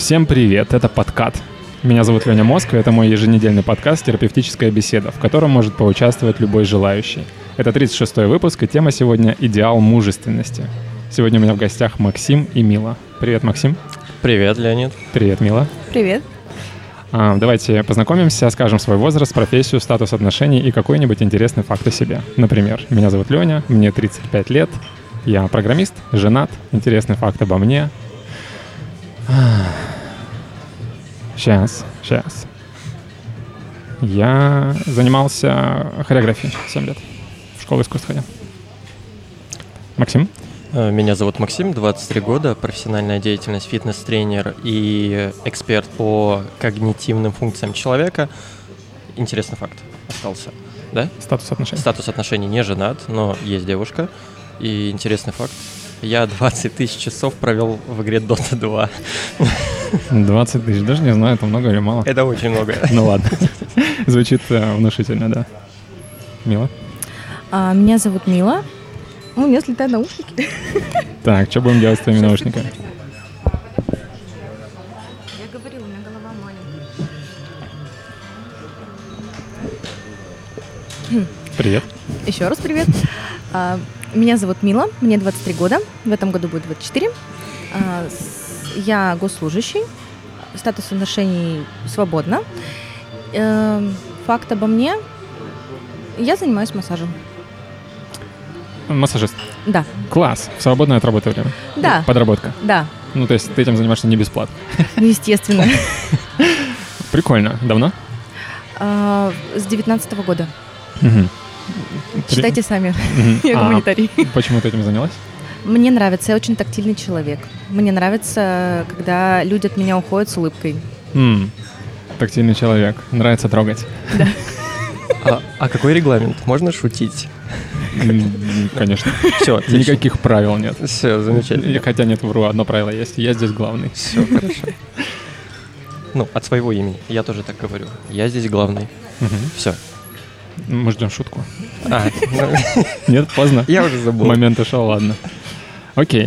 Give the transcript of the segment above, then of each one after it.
Всем привет, это подкат. Меня зовут Леня Моск, и это мой еженедельный подкаст «Терапевтическая беседа», в котором может поучаствовать любой желающий. Это 36-й выпуск, и тема сегодня «Идеал мужественности». Сегодня у меня в гостях Максим и Мила. Привет, Максим. Привет, Леонид. Привет, Мила. Привет. Давайте познакомимся, скажем свой возраст, профессию, статус отношений и какой-нибудь интересный факт о себе. Например, меня зовут Леня, мне 35 лет, я программист, женат, интересный факт обо мне. Сейчас. Я занимался хореографией 7 лет. В школу искусств ходил. Максим? Меня зовут Максим, 23 года, профессиональная деятельность, фитнес-тренер и эксперт по когнитивным функциям человека. Интересный факт остался, да? Статус отношений. Статус отношений, не женат, но есть девушка. И интересный факт. Я 20 тысяч часов провел в игре Dota 2. 20 тысяч, даже не знаю, это много или мало. Это очень много. Ну ладно. Звучит внушительно, да. Мила? Меня зовут Мила. У меня слетают наушники. Так, что будем делать с твоими наушниками? Я говорила, у меня голова маленькая. Привет. Еще раз привет. Меня зовут Мила, мне 23 года, в этом году будет 24. Я госслужащий, статус отношений свободно. Факт обо мне: я занимаюсь массажем. Массажист. Да. Класс. В свободное от работы время. Да. Подработка. Да. Ну, то есть ты этим занимаешься не бесплатно. Естественно. Прикольно. Давно? С 19-го года. Угу. Читайте сами. Я гуманитарий. Почему ты этим занялась? Мне нравится, я очень тактильный человек. Мне нравится, когда люди от меня уходят с улыбкой. Тактильный человек. Нравится трогать. Да. А какой регламент? Можно шутить? Конечно. Все, Никаких правил нет. Все, замечательно. Хотя нет, вру, одно правило есть. Я здесь главный. Все, хорошо. Ну, от своего имени. Я тоже так говорю. Я здесь главный. Все. Мы ждем шутку. Ну, Нет, поздно. я уже забыл. Момент ушел, ладно. Окей.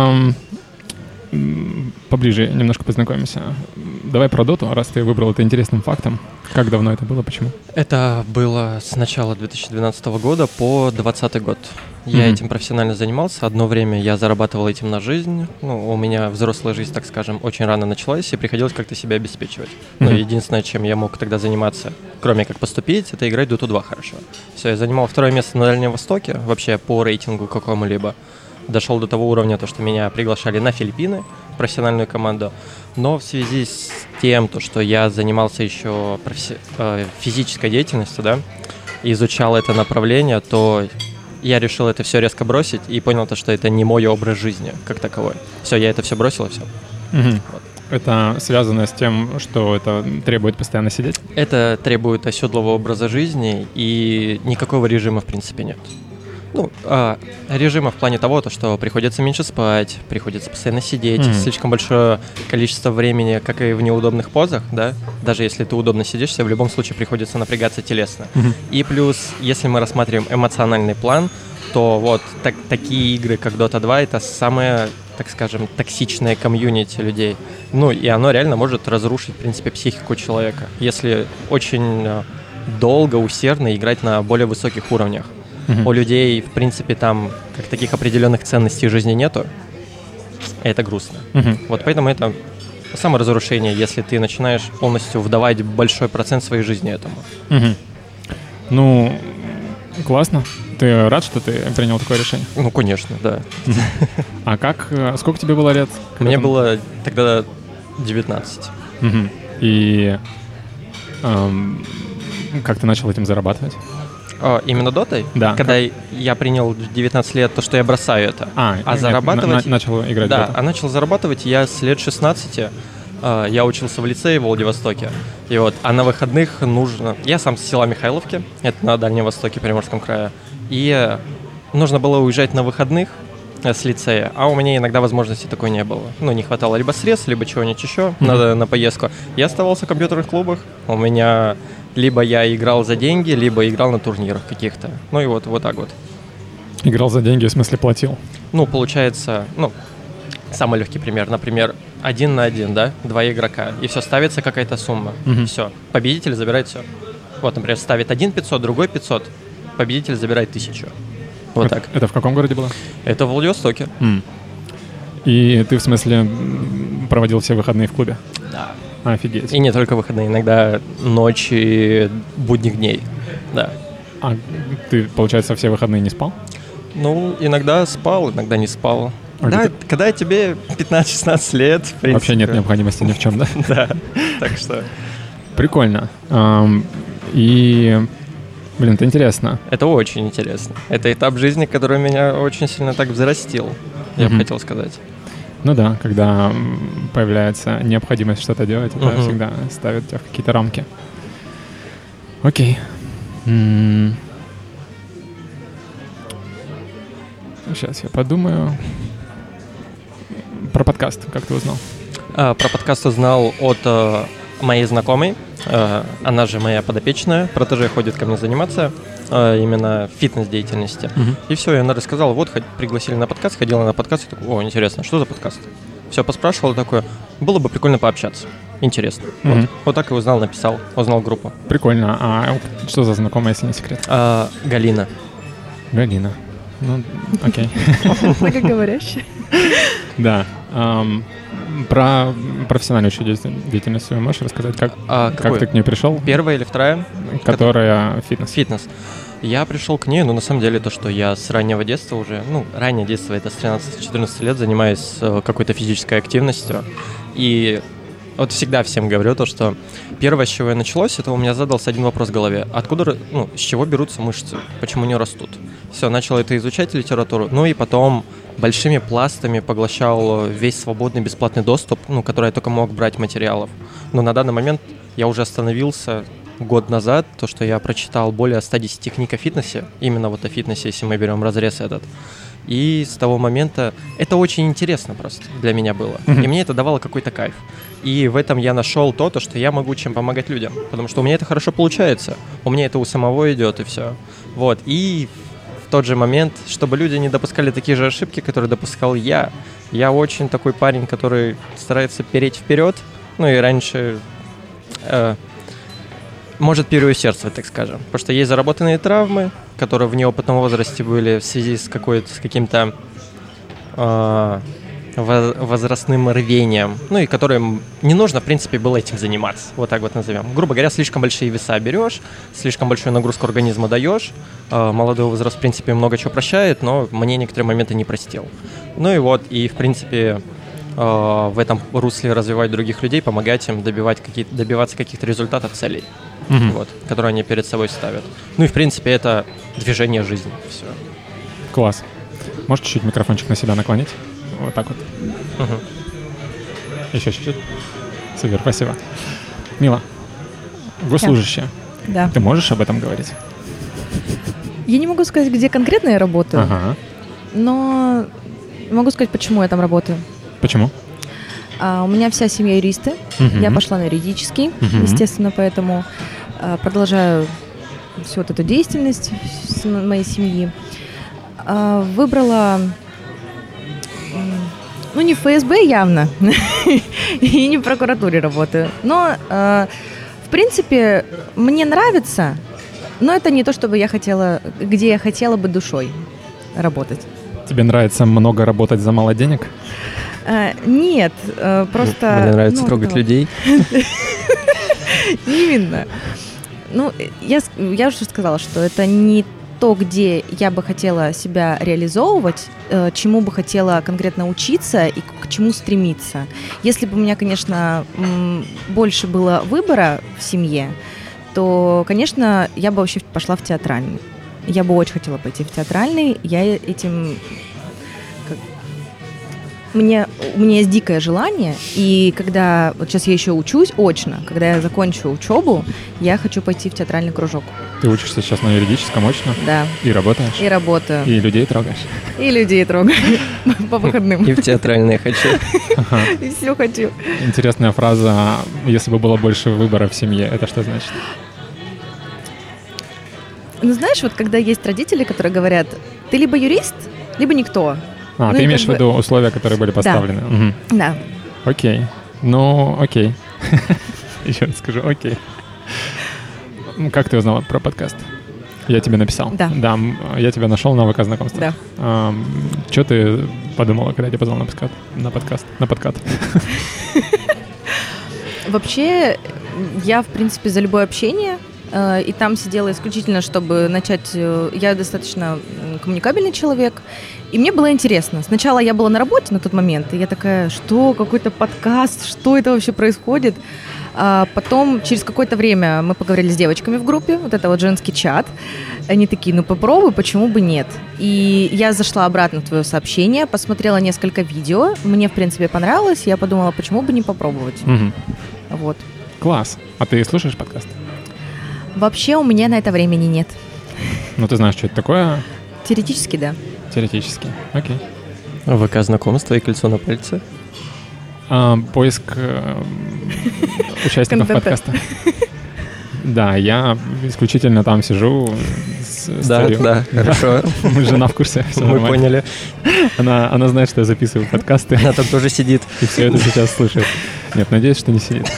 Поближе немножко познакомимся. Давай про доту, раз ты выбрал это интересным фактом. Как давно это было, почему? Это было с начала 2012 года по 2020 год. Я этим профессионально занимался. Одно время я зарабатывал этим на жизнь. Ну, у меня взрослая жизнь, так скажем, очень рано началась, и приходилось как-то себя обеспечивать. Но единственное, чем я мог тогда заниматься, кроме как поступить, это играть в Dota 2 хорошо. Все, я занимал второе место на Дальнем Востоке, вообще по рейтингу какому-либо. Дошел до того уровня, то, что меня приглашали на Филиппины, в профессиональную команду. Но в связи с тем, что я занимался еще физической деятельностью, да, и изучал это направление, то я решил это все резко бросить и понял, что это не мой образ жизни как таковой. Все, я это все бросил, и все. Вот. Это связано с тем, что это требует постоянно сидеть? Это требует оседлого образа жизни, и никакого режима в принципе нет. Ну, режима в плане того, что приходится меньше спать, приходится постоянно сидеть, слишком большое количество времени, как и в неудобных позах, да, даже если ты удобно сидишься, в любом случае приходится напрягаться телесно. И плюс, если мы рассматриваем эмоциональный план, то вот такие игры, как Dota 2, это самое, так скажем, токсичное комьюнити людей. Ну, и оно реально может разрушить, в принципе, психику человека, если очень долго, усердно играть на более высоких уровнях. У людей, в принципе, там как таких определенных ценностей в жизни нету. И это грустно. Вот поэтому это саморазрушение, если ты начинаешь полностью вдавать большой процент своей жизни этому. Ну, классно. Ты рад, что ты принял такое решение? Ну, конечно, да. А сколько тебе было лет? Мне было тогда 19. И как ты начал этим зарабатывать? Именно дотой? Да. Когда я принял в 19 лет то, что я бросаю это. Зарабатывать... начал играть в доту. Да, начал зарабатывать я с лет 16. Я учился в лицее в Владивостоке. И вот, а на выходных нужно... Я сам с села Михайловки, это на Дальнем Востоке, Приморском крае. И нужно было уезжать на выходных с лицея, а у меня иногда возможности такой не было. Ну, не хватало либо средств, либо чего-нибудь еще на поездку. Я оставался в компьютерных клубах. У меня... Либо я играл за деньги, либо играл на турнирах каких-то. Ну и вот так вот. Играл за деньги, в смысле платил? Ну, получается, самый легкий пример. Например, 1 на 1, да, 2 игрока, и все, ставится какая-то сумма, все, победитель забирает все. Вот, например, ставит один 500, другой 500, победитель забирает 1000. Вот так. Это в каком городе было? Это в Владивостоке. И ты, в смысле, проводил все выходные в клубе? Да. Офигеть. И не только выходные, иногда ночи будних дней, да. А ты, получается, все выходные не спал? Ну, иногда спал, иногда не спал. Да, когда тебе 15-16 лет, в принципе. Вообще нет необходимости ни в чем, да? Да, так что... Прикольно. И, блин, это интересно. Это очень интересно. Это этап жизни, который меня очень сильно так взрастил, я бы хотел сказать. Ну да, когда появляется необходимость что-то делать, это всегда ставит тебя в какие-то рамки. Окей. Сейчас я подумаю. Про подкаст, как ты узнал? Про подкаст узнал от моей знакомой. Она же моя подопечная, протеже ходит ко мне заниматься именно фитнес-деятельности. И все, и она рассказала, вот, пригласили на подкаст, ходила на подкаст, и такой, о, интересно, что за подкаст? Все, поспрашивала такое, было бы прикольно пообщаться, интересно. Вот так и узнал, написал, узнал группу. Прикольно. А что за знакомая, если не секрет? Галина. Галина. Ну, окей. Многоговорящая. Да. Про профессиональную деятельность свою можешь рассказать? Как ты к ней пришел? Первая или вторая? Которая фитнес. Фитнес. Я пришел к ней, но на самом деле то, что я с раннего детства уже, раннее детство, это с 13-14 лет занимаюсь какой-то физической активностью. И вот всегда всем говорю то, что первое, с чего я началось, это у меня задался один вопрос в голове. Откуда, с чего берутся мышцы? Почему не растут? Все, начал это изучать, литературу, и потом большими пластами поглощал весь свободный бесплатный доступ, который я только мог брать материалов. Но на данный момент я уже остановился год назад, то, что я прочитал более 110 книг о фитнесе, именно вот о фитнесе, если мы берем разрез этот. И с того момента это очень интересно просто для меня было. И мне это давало какой-то кайф. И в этом я нашел то, что я могу чем помогать людям. Потому что у меня это хорошо получается. У меня это у самого идет, и все. Вот. И в тот же момент, чтобы люди не допускали такие же ошибки, которые допускал я. Я очень такой парень, который старается переть вперед. И раньше может переусердствовать, так скажем. Потому что есть заработанные травмы, которые в неопытном возрасте были в связи с каким-то возрастным рвением, и которым не нужно, в принципе, было этим заниматься, вот так вот назовем. Грубо говоря, слишком большие веса берешь, слишком большую нагрузку организма даешь, молодой возраст, в принципе, много чего прощает, но мне некоторые моменты не простил. И в принципе, в этом русле развивать других людей, помогать им добиваться каких-то результатов, целей, которые они перед собой ставят. И, в принципе, это движение жизни. Все. Класс. Можешь чуть-чуть микрофончик на себя наклонить? Вот так вот. Еще чуть-чуть. Супер, спасибо. Мила, госслужащая. Да. Ты можешь об этом говорить? Я не могу сказать, где конкретно я работаю, но могу сказать, почему я там работаю. Почему? У меня вся семья юристы. Я пошла на юридический, естественно, поэтому продолжаю всю вот эту деятельность моей семьи. Выбрала, не в ФСБ явно, и не в прокуратуре работаю, но, в принципе, мне нравится, но это не то, чтобы где я хотела бы душой работать. Тебе нравится много работать за мало денег? Нет, просто... Мне нравится трогать людей. Именно. Я уже сказала, что это не то, где я бы хотела себя реализовывать, чему бы хотела конкретно учиться и к чему стремиться. Если бы у меня, конечно, больше было выбора в семье, то, конечно, я бы вообще пошла в театральный. Я бы очень хотела пойти в театральный. Я этим... У меня есть дикое желание, и когда... Вот сейчас я еще учусь очно. Когда я закончу учебу, я хочу пойти в театральный кружок. Ты учишься сейчас на юридическом очно? Да. И работаешь? И работаю. И людей трогаешь? И людей трогаю по выходным. И в театральные хочу. И все хочу. Интересная фраза: если бы было больше выбора в семье. Это что значит? Знаешь, вот когда есть родители, которые говорят, ты либо юрист, либо никто. Ты имеешь в виду условия, которые были поставлены? Да. Окей. Ну, окей. Еще раз скажу, окей. Как ты узнала про подкаст? Я тебе написал. Да. Да, я тебя нашел на ВК знакомствах. Да. Что ты подумала, когда я тебя позвал на подкаст? Вообще, я, в принципе, за любое общение, и там сидела исключительно, чтобы начать... Я достаточно коммуникабельный человек, и мне было интересно. Сначала я была на работе на тот момент, и я такая, что, какой-то подкаст, что это вообще происходит? А потом, через какое-то время мы поговорили с девочками в группе, вот это вот женский чат. Они такие, ну попробуй, почему бы нет? И я зашла обратно в твое сообщение, посмотрела несколько видео, мне, в принципе, понравилось, я подумала, почему бы не попробовать. Угу. Вот. Класс. А ты слушаешь подкаст? Вообще у меня на это времени нет. Ну, ты знаешь, что это такое? Теоретически, да. Теоретически. Окей. ВК знакомства и кольцо на пальце. Поиск участников подкаста. Да, я исключительно там сижу. Да, хорошо. Жена в курсе. Мы поняли. Она знает, что я записываю подкасты. Она там тоже сидит. И все это сейчас слушает. Нет, надеюсь, что не сидит.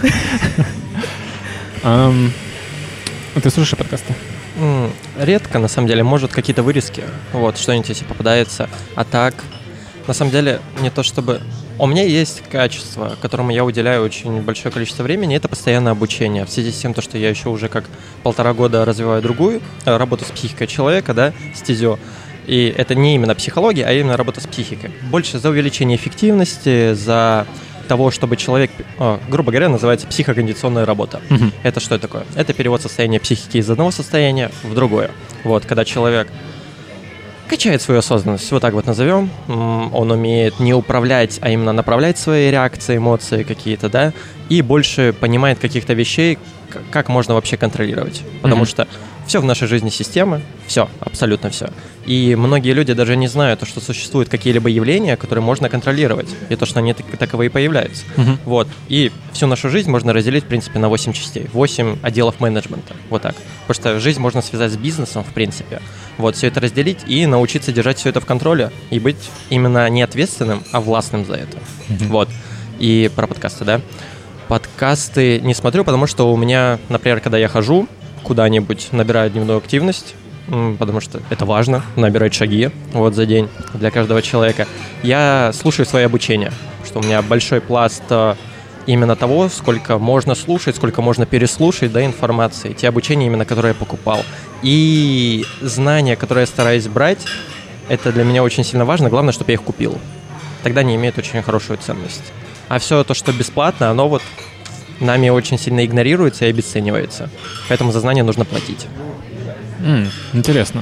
Ты слушаешь подкасты? Редко, на самом деле, может, какие-то вырезки, вот, что-нибудь если попадается, а так, на самом деле, не то чтобы... У меня есть качество, которому я уделяю очень большое количество времени, это постоянное обучение, в связи с тем, что я еще уже как 1,5 года развиваю другую работу с психикой человека, да, стезю, и это не именно психология, а именно работа с психикой. Больше за увеличение эффективности, за... того, чтобы человек, грубо говоря, называется психокондиционная работа. Uh-huh. Это что такое? Это перевод состояния психики из одного состояния в другое. Вот, когда человек качает свою осознанность, вот так вот назовем, он умеет не управлять, а именно направлять свои реакции, эмоции какие-то, да, и больше понимает каких-то вещей, как можно вообще контролировать. Потому что все в нашей жизни системы, все, абсолютно все. И многие люди даже не знают, что существуют какие-либо явления, которые можно контролировать, и то, что они таковые появляются. Вот. И всю нашу жизнь можно разделить, в принципе, на 8 частей, 8 отделов менеджмента, вот так. Потому что жизнь можно связать с бизнесом, в принципе. Вот, все это разделить и научиться держать все это в контроле, и быть именно не ответственным, а властным за это. Вот. И про подкасты, да. Подкасты не смотрю, потому что у меня, например, когда я хожу куда-нибудь, набираю дневную активность, потому что это важно, набирать шаги вот за день для каждого человека. Я слушаю свои обучения, что у меня большой пласт именно того, сколько можно слушать, сколько можно переслушать, да, информации, те обучения именно, которые я покупал. И знания, которые я стараюсь брать, это для меня очень сильно важно, главное, чтобы я их купил. Тогда они имеют очень хорошую ценность. А все то, что бесплатно, оно вот нами очень сильно игнорируется и обесценивается. Поэтому за знания нужно платить. Интересно.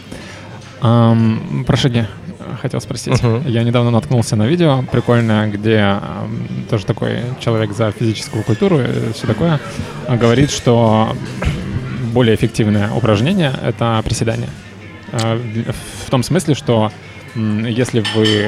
Про шаги хотел спросить. Я недавно наткнулся на видео прикольное, где тоже такой человек за физическую культуру и все такое говорит, что более эффективное упражнение — это приседание. В том смысле, что если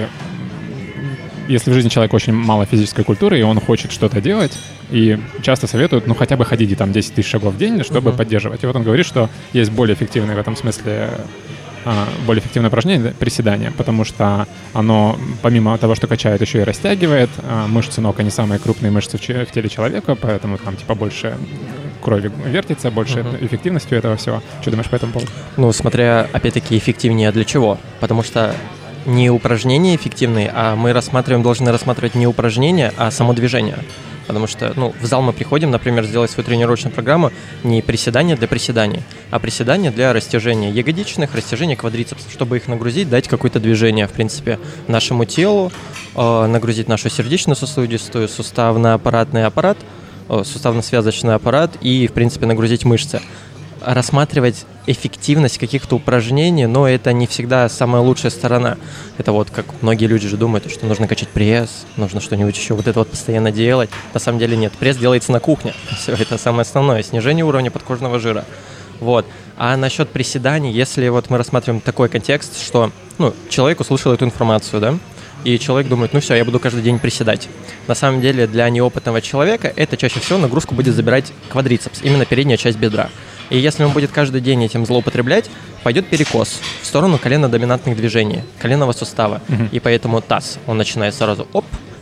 в жизни человека очень мало физической культуры, и он хочет что-то делать, и часто советуют, ну, хотя бы ходите там 10 тысяч шагов в день, чтобы поддерживать. И вот он говорит, что есть более эффективное в этом смысле, более эффективное упражнение — приседание, потому что оно, помимо того, что качает, еще и растягивает. Мышцы ног, они самые крупные мышцы в теле человека, поэтому там типа больше крови вертится, больше эффективности у этого всего. Что думаешь по этому поводу? Ну, смотря, опять-таки, эффективнее для чего? Потому что не упражнения эффективные, а мы должны рассматривать не упражнения, а само движение. Потому что, в зал мы приходим, например, сделать свою тренировочную программу не приседания для приседаний, а приседания для растяжения ягодичных, растяжения квадрицепсов, чтобы их нагрузить, дать какое-то движение, в принципе, нашему телу, нагрузить нашу сердечно-сосудистую, суставно-аппаратный аппарат, суставно-связочный аппарат и, в принципе, нагрузить мышцы. Рассматривать эффективность каких-то упражнений, но это не всегда самая лучшая сторона. Это вот как многие люди же думают, что нужно качать пресс, нужно что-нибудь еще вот это вот постоянно делать. На самом деле нет, пресс делается на кухне. Все, это самое основное, снижение уровня подкожного жира. Вот. А насчет приседаний, если вот мы рассматриваем такой контекст, что человек услышал эту информацию, да, и человек думает, все, я буду каждый день приседать. На самом деле для неопытного человека это чаще всего нагрузку будет забирать квадрицепс, именно передняя часть бедра. И если он будет каждый день этим злоупотреблять, пойдет перекос в сторону колено-доминантных движений, коленного сустава. И поэтому таз, он начинает сразу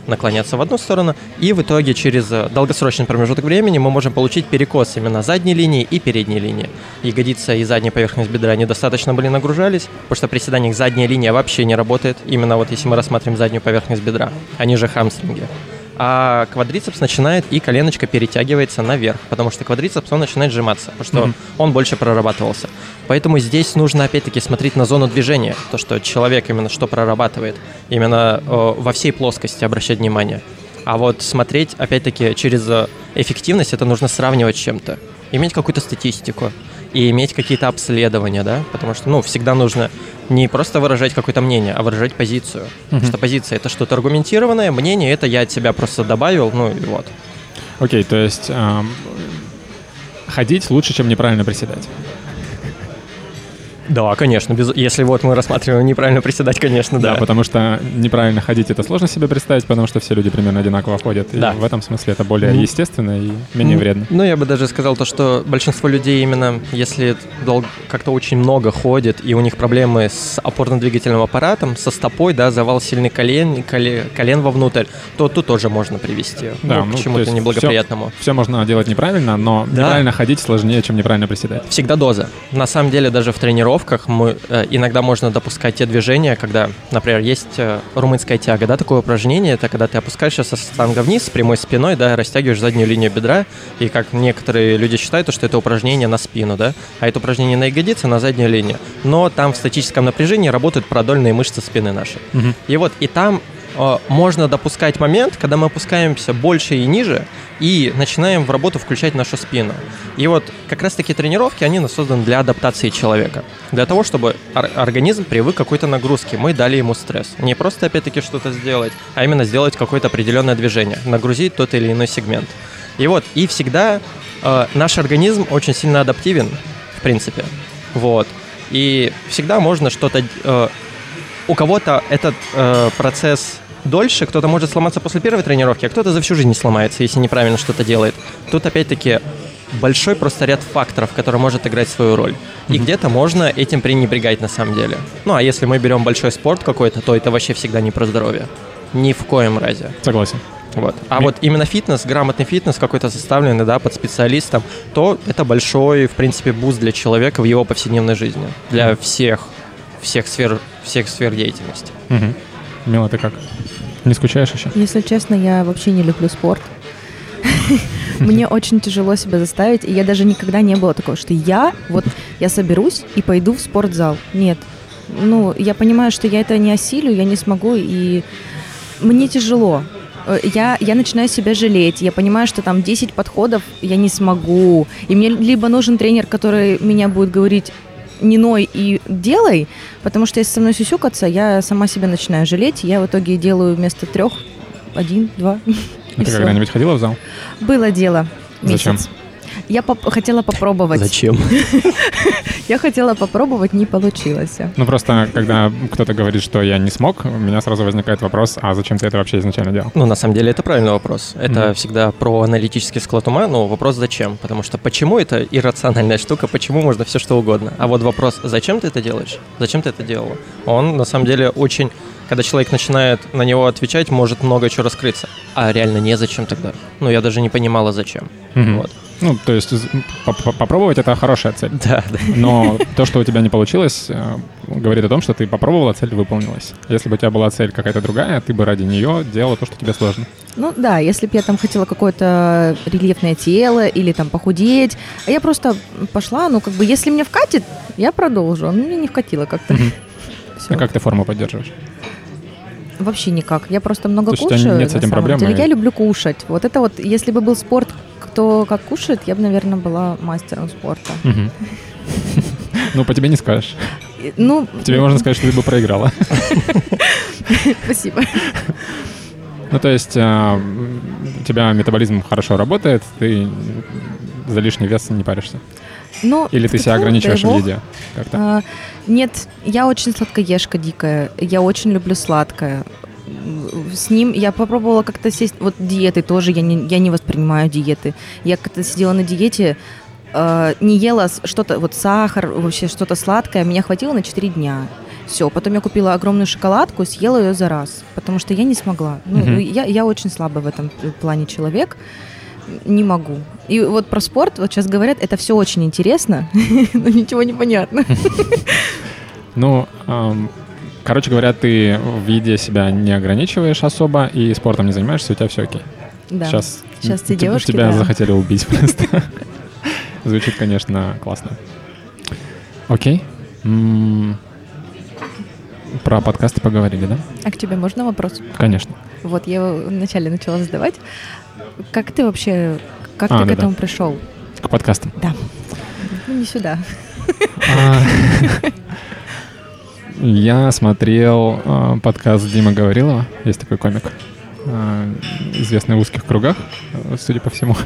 наклоняться в одну сторону, и в итоге через долгосрочный промежуток времени мы можем получить перекос именно задней линии и передней линии. Ягодица и задняя поверхность бедра недостаточно были нагружались, потому что при седаниях задняя линия вообще не работает, именно вот если мы рассматриваем заднюю поверхность бедра, они же хамстринги. А квадрицепс начинает, и коленочка перетягивается наверх, потому что квадрицепс, он начинает сжиматься, потому что он больше прорабатывался. Поэтому здесь нужно, опять-таки, смотреть на зону движения, то, что человек именно что прорабатывает, именно во всей плоскости обращать внимание. А вот смотреть, опять-таки, через эффективность, это нужно сравнивать с чем-то, иметь какую-то статистику и иметь какие-то обследования, да, потому что, всегда нужно не просто выражать какое-то мнение, а выражать позицию. Потому что позиция — это что-то аргументированное, мнение — это я от себя просто добавил, и вот. Окей, то есть ходить лучше, чем неправильно приседать. Да, конечно. Если вот мы рассматриваем неправильно приседать, конечно, да. Да, потому что неправильно ходить — это сложно себе представить, потому что все люди примерно одинаково ходят. Да. И в этом смысле это более естественно и менее вредно. Я бы даже сказал то, что большинство людей именно, если как-то очень много ходит, и у них проблемы с опорно-двигательным аппаратом, со стопой, да, завал сильный колен вовнутрь, то тут тоже можно привести к чему-то неблагоприятному. Все можно делать неправильно, но неправильно ходить сложнее, чем неправильно приседать. Всегда доза. На самом деле даже в тренировках иногда можно допускать те движения, когда, например, есть румынская тяга, да, такое упражнение, это когда ты опускаешься со штанга вниз с прямой спиной, да, растягиваешь заднюю линию бедра, и как некоторые люди считают, что это упражнение на спину, да, а это упражнение на ягодицы, на заднюю линию, но там в статическом напряжении работают продольные мышцы спины наши. И там можно допускать момент, когда мы опускаемся больше и ниже и начинаем в работу включать нашу спину. И вот как раз такие тренировки, они созданы для адаптации человека. Для того, чтобы организм привык к какой-то нагрузке. Мы дали ему стресс. Не просто, опять-таки, что-то сделать, а именно сделать какое-то определенное движение. Нагрузить тот или иной сегмент. И всегда наш организм очень сильно адаптивен, в принципе. Вот. И всегда можно что-то... У кого-то этот процесс дольше, кто-то может сломаться после первой тренировки, а кто-то за всю жизнь не сломается, если неправильно что-то делает. Тут, опять-таки, большой просто ряд факторов, который может играть свою роль. И где-то можно этим пренебрегать на самом деле. А если мы берем большой спорт какой-то, то это вообще всегда не про здоровье. Ни в коем разе. Согласен. Вот. А вот именно фитнес, грамотный фитнес какой-то составленный, да, под специалистом, то это большой, в принципе, буст для человека в его повседневной жизни. Для всех сфер деятельности. Мила, ты как? Не скучаешь еще? Если честно, я вообще не люблю спорт. Мне очень тяжело себя заставить, и я даже никогда не было такого, что я соберусь и пойду в спортзал. Нет. Я понимаю, что я это не осилю, я не смогу, и мне тяжело. Я начинаю себя жалеть, я понимаю, что там 10 подходов я не смогу, и мне либо нужен тренер, который меня будет говорить: не ной и делай, потому что если со мной сюсюкаться, я сама себя начинаю жалеть, и я в итоге делаю вместо 3 1, 2. Ты когда-нибудь ходила в зал? Было дело. Месяц. Зачем? Я хотела попробовать. Зачем? Я хотела попробовать, не получилось. Просто, когда кто-то говорит, что я не смог, у меня сразу возникает вопрос: а зачем ты это вообще изначально делал? На самом деле, это правильный вопрос. Это всегда про аналитический склад ума, но вопрос зачем? Потому что почему — это иррациональная штука, почему можно все что угодно. А вот вопрос: зачем ты это делаешь? Зачем ты это делала? Он, на самом деле, очень... Когда человек начинает на него отвечать, может много чего раскрыться. А реально незачем тогда. Я даже не понимала, зачем. Вот. То есть попробовать — это хорошая цель. Да. Но то, что у тебя не получилось, говорит о том, что ты попробовала, цель выполнилась. Если бы у тебя была цель какая-то другая, ты бы ради нее делала то, что тебе сложно. Если бы я там хотела какое-то рельефное тело или там похудеть, а я просто пошла, если мне вкатит, я продолжу. Мне не вкатило как-то. А как ты форму поддерживаешь? Вообще никак. Я просто много кушаю. У тебя нет с этим проблем? Я люблю кушать. Если бы был спорт, кто как кушает, я бы, наверное, была мастером спорта. По тебе не скажешь. Тебе можно сказать, что ты бы проиграла. Спасибо. То есть у тебя метаболизм хорошо работает, ты за лишний вес не паришься? Или ты себя ограничиваешь в еде? Как-то? Нет, я очень сладкоежка дикая. Я очень люблю сладкое. С ним я попробовала как-то сесть... диеты тоже, я не воспринимаю диеты. Я как-то сидела на диете, не ела что-то, сахар, вообще что-то сладкое. Меня хватило на 4 дня. Все, потом я купила огромную шоколадку, съела ее за раз, потому что я не смогла. Я очень слабый в этом плане человек, не могу. И вот про спорт, вот сейчас говорят, это все очень интересно, но ничего не понятно. Ну, короче говоря, ты в еде себя не ограничиваешь особо и спортом не занимаешься, у тебя все окей. Да. Сейчас те девушки, тебя захотели убить просто. Звучит, конечно, классно. Окей. Про подкасты поговорили, да? А к тебе можно вопрос? Конечно. Вот, я его вначале начала задавать. Как ты вообще, к этому пришел? К подкастам? Да. Ну, не сюда. Я смотрел подкаст Димы Гаврилова, есть такой комик, известный в узких кругах, судя по всему.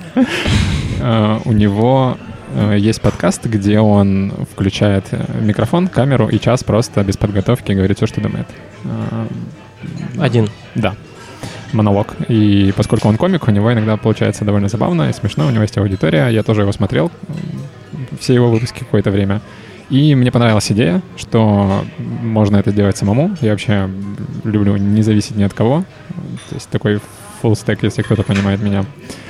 У него есть подкаст, где он включает микрофон, камеру и час просто без подготовки говорит все, что думает. Один. Да. Монолог. И поскольку он комик, у него иногда получается довольно забавно и смешно. У него есть аудитория. Я тоже его смотрел, все его выпуски какое-то время. И мне понравилась идея, что можно это делать самому. Я вообще люблю не зависеть ни от кого. То есть такой full stack, если кто-то понимает меня.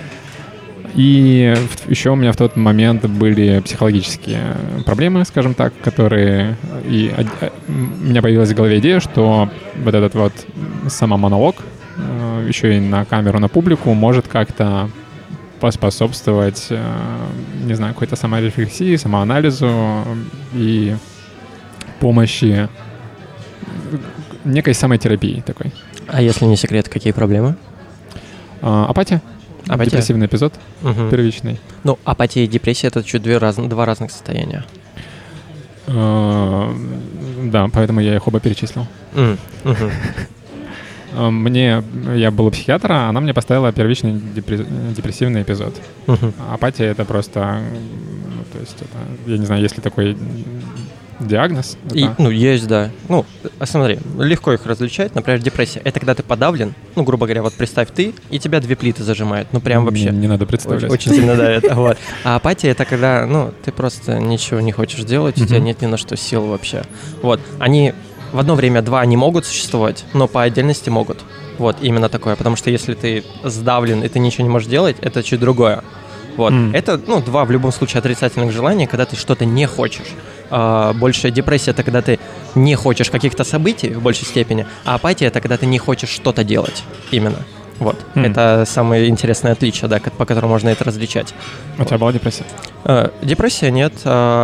И еще у меня в тот момент были психологические проблемы, скажем так, которые... И у меня появилась в голове идея, что вот этот вот самомонолог, еще и на камеру, на публику, может как-то поспособствовать, не знаю, какой-то саморефлексии, самоанализу и помощи, некой самотерапии такой. А если не секрет, какие проблемы? Апатия. Депрессивный эпизод, первичный. Ну, апатия и депрессия — это чуть два разных состояния. Да, поэтому я их оба перечислил. Я был у психиатра, она мне поставила первичный депрессивный эпизод. Апатия — это просто, то есть это, я не знаю, есть ли такой диагноз. Есть, да. Смотри, легко их различать. Например, депрессия — это когда ты подавлен, грубо говоря, вот представь ты, и тебя 2 плиты зажимают. Прям вообще. Не надо представлять. Очень сильно давит. Вот. А апатия — это когда, ты просто ничего не хочешь делать, у тебя нет ни на что сил вообще. Вот. Они в одно время два не могут существовать, но по отдельности могут. Вот, именно такое. Потому что если ты сдавлен и ты ничего не можешь делать, это чуть другое. Вот. Это, два в любом случае отрицательных желания, когда ты что-то не хочешь. Больше депрессия — это когда ты не хочешь каких-то событий в большей степени, а апатия — это когда ты не хочешь что-то делать именно. Вот. Это самое интересное отличие, да, по которому можно это различать. У тебя была депрессия? Депрессия нет.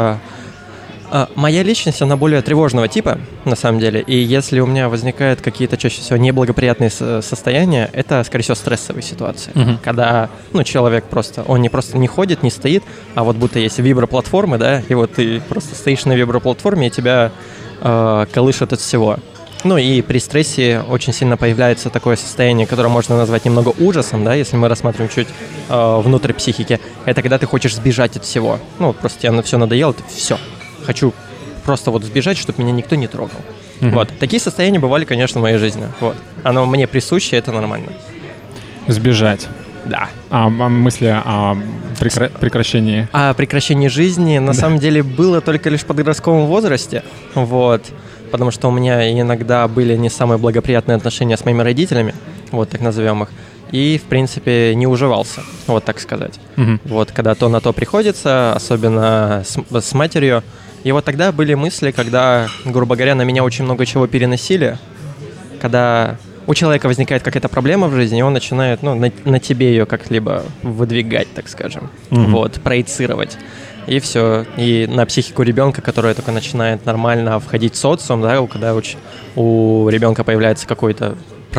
Моя личность, она более тревожного типа, на самом деле, и если у меня возникают какие-то чаще всего неблагоприятные состояния, это, скорее всего, стрессовые ситуации, когда, человек он просто не ходит, не стоит, а вот будто есть виброплатформы, да, и вот ты просто стоишь на виброплатформе, и тебя колышет от всего. И при стрессе очень сильно появляется такое состояние, которое можно назвать немного ужасом, да, если мы рассматриваем чуть внутрь психики. Это когда ты хочешь сбежать от всего. Просто тебе все надоело, ты все. Хочу просто сбежать, чтобы меня никто не трогал. Вот. Такие состояния бывали, конечно, в моей жизни. Вот. Оно мне присуще, это нормально. Сбежать. Да. А мысли о прекращении? О прекращении жизни, на самом деле, было только лишь в подростковом возрасте. Вот. Потому что у меня иногда были не самые благоприятные отношения с моими родителями, вот так назовем их. И, в принципе, не уживался, вот так сказать. Вот, когда то на то приходится, особенно с матерью. И вот тогда были мысли, когда, грубо говоря, на меня очень много чего переносили, когда у человека возникает какая-то проблема в жизни, и он начинает, на тебе ее как-либо выдвигать, так скажем, вот, проецировать. И все. И на психику ребенка, которая только начинает нормально входить в социум, да, когда у ребенка появляется какой-то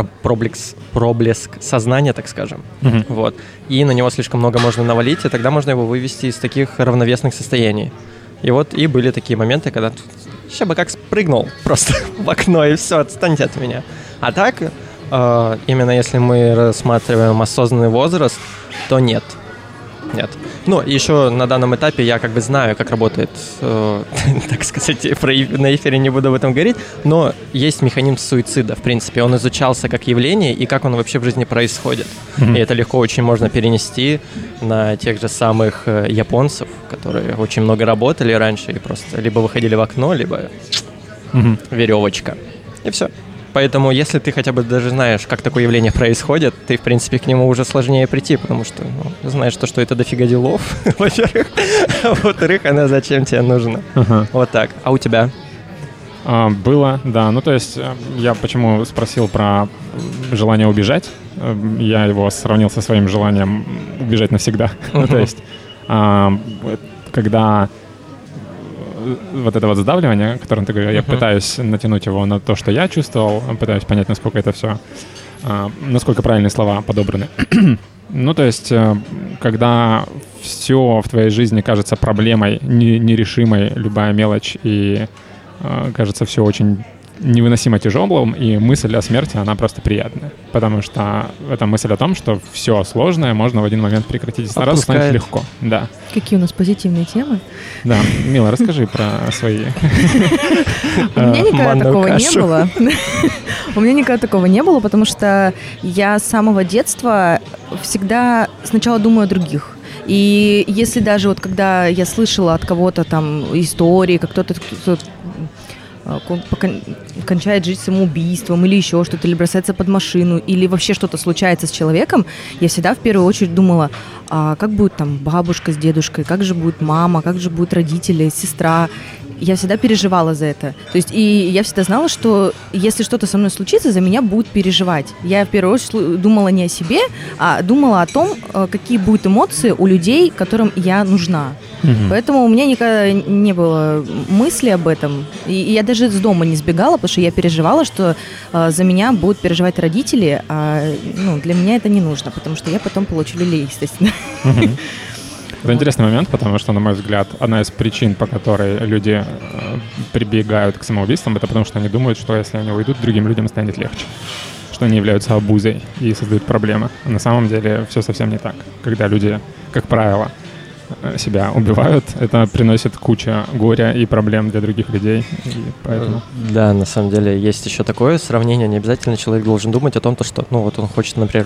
проблеск сознания, так скажем. Вот. И на него слишком много можно навалить, и тогда можно его вывести из таких равновесных состояний. И вот и были такие моменты, когда сейчас бы как спрыгнул просто в окно, и все, отстаньте от меня. А так, именно если мы рассматриваем осознанный возраст, то нет. Нет. Еще на данном этапе я знаю, как работает, так сказать, на эфире не буду об этом говорить, но есть механизм суицида, в принципе. Он изучался как явление и как он вообще в жизни происходит. И это легко очень можно перенести на тех же самых японцев, которые очень много работали раньше и просто либо выходили в окно, либо веревочка. И все. Поэтому, если ты хотя бы даже знаешь, как такое явление происходит, ты, в принципе, к нему уже сложнее прийти, потому что знаешь, что это дофига делов, во-первых. Во-вторых, она зачем тебе нужна. Вот так. А у тебя? Было, да. Ну, то есть я почему спросил про желание убежать, я его сравнил со своим желанием убежать навсегда. Ну, то есть когда вот это вот сдавливание, о котором ты говорил, я пытаюсь натянуть его на то, что я чувствовал, пытаюсь понять, насколько это все, насколько правильные слова подобраны. Ну, то есть, когда все в твоей жизни кажется проблемой, нерешимой, любая мелочь, и кажется все очень невыносимо тяжелым, и мысль о смерти, она просто приятная. Потому что это мысль о том, что все сложное можно в один момент прекратить, и сразу станет легко. Да. Какие у нас позитивные темы. Да. Мила, расскажи про свои. У меня никогда такого не было. У меня никогда такого не было, потому что я с самого детства всегда сначала думаю о других. И если даже вот когда я слышала от кого-то там истории, как кто-то кончает жизнь самоубийством или еще что-то, или бросается под машину, или вообще что-то случается с человеком, я всегда в первую очередь думала, как будет там бабушка с дедушкой, как же будет мама, как же будут родители, сестра. Я всегда переживала за это. То есть, и я всегда знала, что если что-то со мной случится, за меня будут переживать. Я в первую очередь думала не о себе, а думала о том, какие будут эмоции у людей, которым я нужна. Поэтому у меня никогда не было мысли об этом. И я даже из дома не сбегала, потому что я переживала, что за меня будут переживать родители, а для меня это не нужно, потому что я потом получу люлей, естественно. Это интересный момент, потому что, на мой взгляд, одна из причин, по которой люди прибегают к самоубийствам, это потому что они думают, что если они уйдут, другим людям станет легче, что они являются обузой и создают проблемы. А на самом деле все совсем не так. Когда люди, как правило, себя убивают, это приносит кучу горя и проблем для других людей. И поэтому... Да, на самом деле есть еще такое сравнение. Не обязательно человек должен думать о том, что он хочет, например,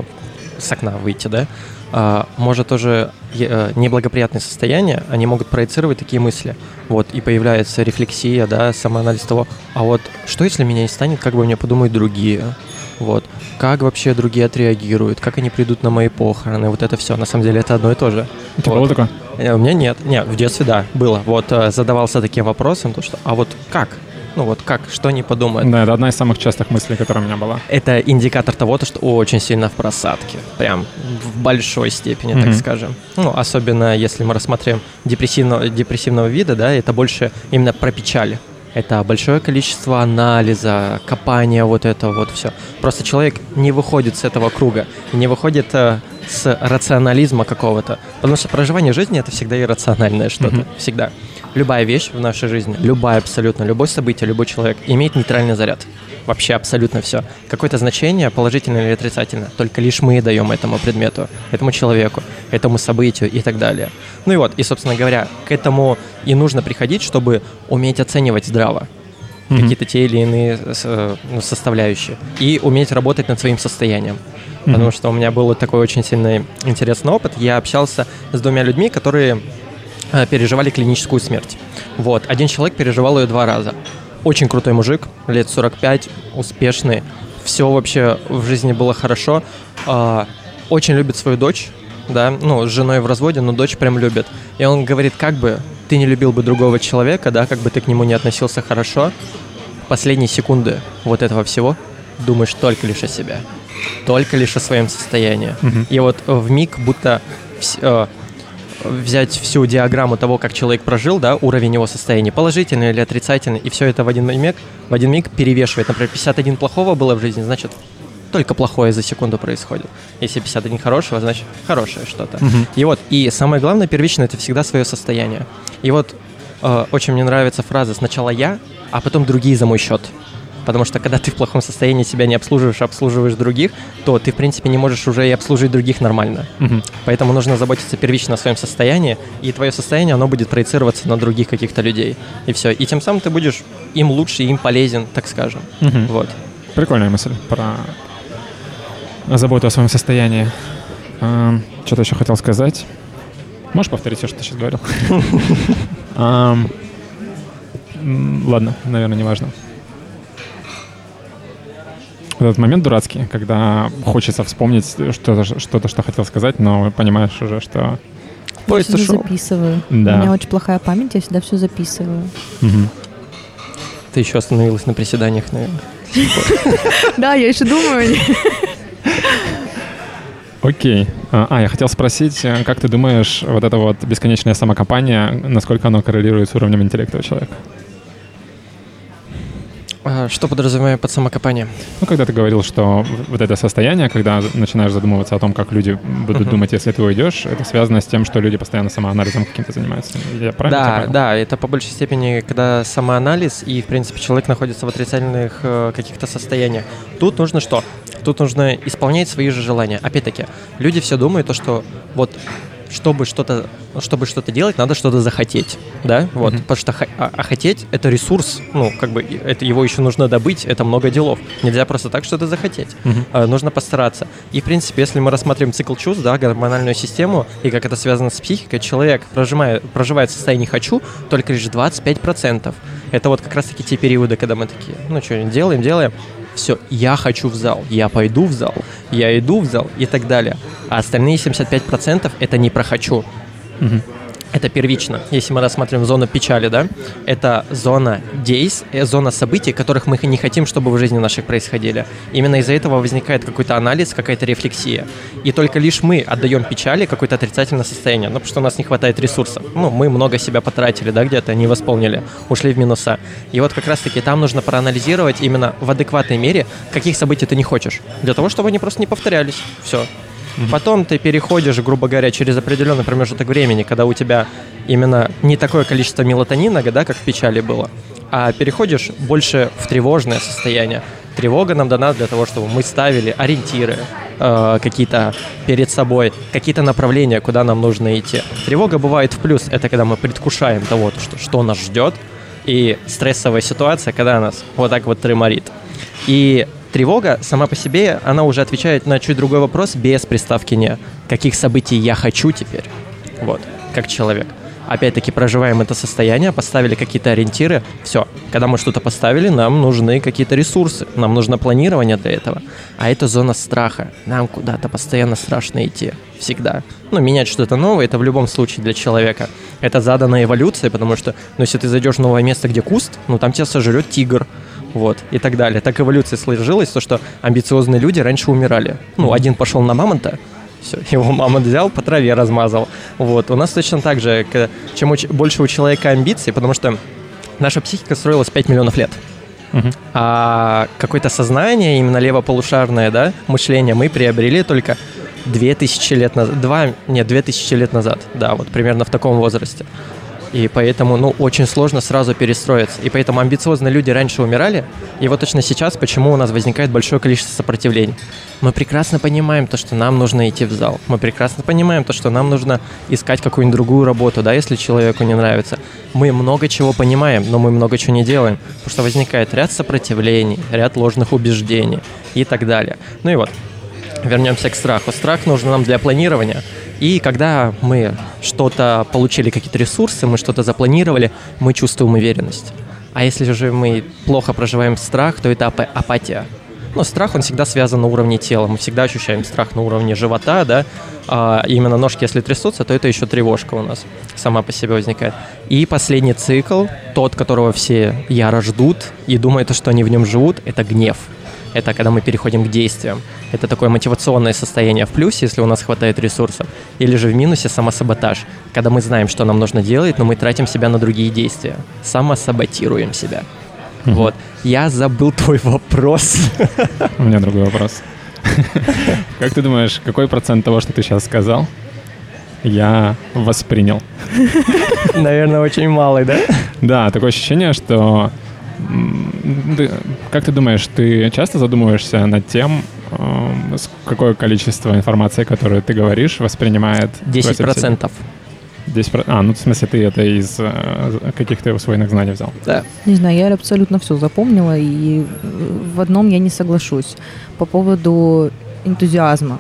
с окна выйти, да? Может тоже неблагоприятные состояния, они могут проецировать такие мысли. Вот, и появляется рефлексия, да, самоанализ того, а вот что если меня не станет, как бы мне подумают другие? Вот, как вообще другие отреагируют, как они придут на мои похороны, вот это все. На самом деле это одно и то же. У тебя было такое? У меня нет. Нет, в детстве, да, было. Вот задавался таким вопросом, то что, а вот как? Как, что они подумают? Да, это одна из самых частых мыслей, которая у меня была. Это индикатор того, что очень сильно в просадке. Прям в большой степени, так скажем. Особенно если мы рассмотрим депрессивного вида, да, это больше именно про печаль. Это большое количество анализа, копания, вот это вот все. Просто человек не выходит с этого круга, не выходит с рационализма какого-то. Потому что проживание жизни — это всегда иррациональное что-то. Всегда. Любая вещь в нашей жизни, абсолютно любое событие, любой человек имеет нейтральный заряд. Вообще абсолютно все. Какое-то значение, положительное или отрицательное, только лишь мы даем этому предмету, этому человеку, этому событию и так далее. И, собственно говоря, к этому и нужно приходить, чтобы уметь оценивать здраво какие-то те или иные составляющие и уметь работать над своим состоянием. Потому что у меня был такой очень сильный интересный опыт. Я общался с 2 людьми, которые переживали клиническую смерть. Вот. Один человек переживал ее 2 раза. Очень крутой мужик, лет 45, успешный. Все вообще в жизни было хорошо. Очень любит свою дочь. Да? С женой в разводе, но дочь прям любит. И он говорит, как бы ты не любил бы другого человека, да, как бы ты к нему не относился хорошо, последние секунды вот этого всего думаешь только лишь о себе. Только лишь о своем состоянии. И вот вмиг будто... взять всю диаграмму того, как человек прожил, да, уровень его состояния, положительный или отрицательный, и все это в один миг перевешивает. Например, 51 плохого было в жизни, значит, только плохое за секунду происходит. Если 51 хорошего, значит, хорошее что-то. И самое главное, первичное, это всегда свое состояние. И очень мне нравится фраза «сначала я, а потом другие за мой счет». Потому что когда ты в плохом состоянии себя не обслуживаешь, а обслуживаешь других, то ты, в принципе, не можешь уже и обслужить других нормально. Поэтому нужно заботиться первично о своем состоянии, и твое состояние, оно будет проецироваться на других каких-то людей. И все. И тем самым ты будешь им лучше, им полезен, так скажем. Вот. Прикольная мысль про заботу о своем состоянии. Что-то еще хотел сказать. Можешь повторить все, что ты сейчас говорил? Ладно, наверное, неважно. Этот момент дурацкий, когда хочется вспомнить что-то, что хотел сказать, но понимаешь уже, что... Я всегда записываю. Да. У меня очень плохая память, я всегда все записываю. Ты еще остановилась на приседаниях, наверное. Да, я еще думаю. Окей. Я хотел спросить, как ты думаешь, вот это вот бесконечное самокопание, насколько оно коррелирует с уровнем интеллекта у человека? Что подразумеваем под самокопанием? Когда ты говорил, что вот это состояние, когда начинаешь задумываться о том, как люди будут думать, если ты уйдешь, это связано с тем, что люди постоянно самоанализом каким-то занимаются. Я правильно тебя понял? Да, это по большей степени, когда самоанализ, и, в принципе, человек находится в отрицательных каких-то состояниях. Тут нужно что? Тут нужно исполнять свои же желания. Опять-таки, люди все думают, что вот чтобы что-то делать, надо что-то захотеть, да, вот, потому что хотеть — это ресурс, это его еще нужно добыть, это много делов, нельзя просто так что-то захотеть, нужно постараться. И, в принципе, если мы рассмотрим цикл чувств, да, гормональную систему, и как это связано с психикой, человек проживает в состоянии «хочу» только лишь 25%. Это вот как раз-таки те периоды, когда мы такие, что делаем, все, я хочу в зал, я пойду в зал, я иду в зал и так далее. А остальные 75% это не про «хочу». Это первично. Если мы рассматриваем зону печали, да, это зона зона событий, которых мы не хотим, чтобы в жизни наших происходили. Именно из-за этого возникает какой-то анализ, какая-то рефлексия. И только лишь мы отдаем печали какое-то отрицательное состояние, потому что у нас не хватает ресурсов. Мы много себя потратили, да, где-то не восполнили, ушли в минуса. И вот как раз-таки там нужно проанализировать именно в адекватной мере, каких событий ты не хочешь, для того, чтобы они просто не повторялись. Все. Потом ты переходишь, грубо говоря, через определенный промежуток времени, когда у тебя именно не такое количество мелатонина, да, как в печали было, а переходишь больше в тревожное состояние. Тревога нам дана для того, чтобы мы ставили ориентиры какие-то перед собой, какие-то направления, куда нам нужно идти. Тревога бывает в плюс, это когда мы предвкушаем того, что нас ждет, и стрессовая ситуация, когда нас вот так вот треморит. И тревога сама по себе, она уже отвечает на чуть другой вопрос без приставки «не». Каких событий я хочу теперь? Вот, как человек. Опять-таки проживаем это состояние, поставили какие-то ориентиры. Все, когда мы что-то поставили, нам нужны какие-то ресурсы, нам нужно планирование для этого. А это зона страха. Нам куда-то постоянно страшно идти. Всегда. Менять что-то новое, это в любом случае для человека. Это заданная эволюция, потому что, если ты зайдешь в новое место, где куст, там тебя сожрет тигр. Вот, и так далее. Так эволюция сложилась, то, что амбициозные люди раньше умирали. Один пошел на мамонта, все, его мамонт взял, по траве размазал. Вот, у нас точно так же, чем больше у человека амбиций, потому что наша психика строилась 5 миллионов лет. А какое-то сознание, именно левополушарное, да, мышление мы приобрели только 2000 лет назад. 2000 лет назад, да, вот примерно в таком возрасте. И поэтому, очень сложно сразу перестроиться. И поэтому амбициозные люди раньше умирали. И вот точно сейчас, почему у нас возникает большое количество сопротивлений. Мы прекрасно понимаем то, что нам нужно идти в зал. Мы прекрасно понимаем то, что нам нужно искать какую-нибудь другую работу, да, если человеку не нравится. Мы много чего понимаем, но мы много чего не делаем. Потому что возникает ряд сопротивлений, ряд ложных убеждений и так далее. И вот, вернемся к страху. Страх нужен нам для планирования. И когда мы что-то получили, какие-то ресурсы, мы что-то запланировали, мы чувствуем уверенность. А если же мы плохо проживаем страх, то это апатия. Страх, он всегда связан на уровне тела. Мы всегда ощущаем страх на уровне живота, да. Именно ножки, если трясутся, то это еще тревожка у нас сама по себе возникает. И последний цикл, тот, которого все яро ждут и думают, что они в нем живут, это гнев. Это когда мы переходим к действиям. Это такое мотивационное состояние в плюсе, если у нас хватает ресурсов. Или же в минусе самосаботаж, когда мы знаем, что нам нужно делать, но мы тратим себя на другие действия. Самосаботируем себя. Вот. Я забыл твой вопрос. У меня другой вопрос. Как ты думаешь, какой процент того, что ты сейчас сказал, я воспринял? Наверное, очень малый, да? Да, такое ощущение, что... Как ты думаешь, ты часто задумываешься над тем, какое количество информации, которую ты говоришь, воспринимает... 10%. 10%? В смысле, ты это из каких-то усвоенных знаний взял? Да. Не знаю, я абсолютно все запомнила, и в одном я не соглашусь. По поводу энтузиазма.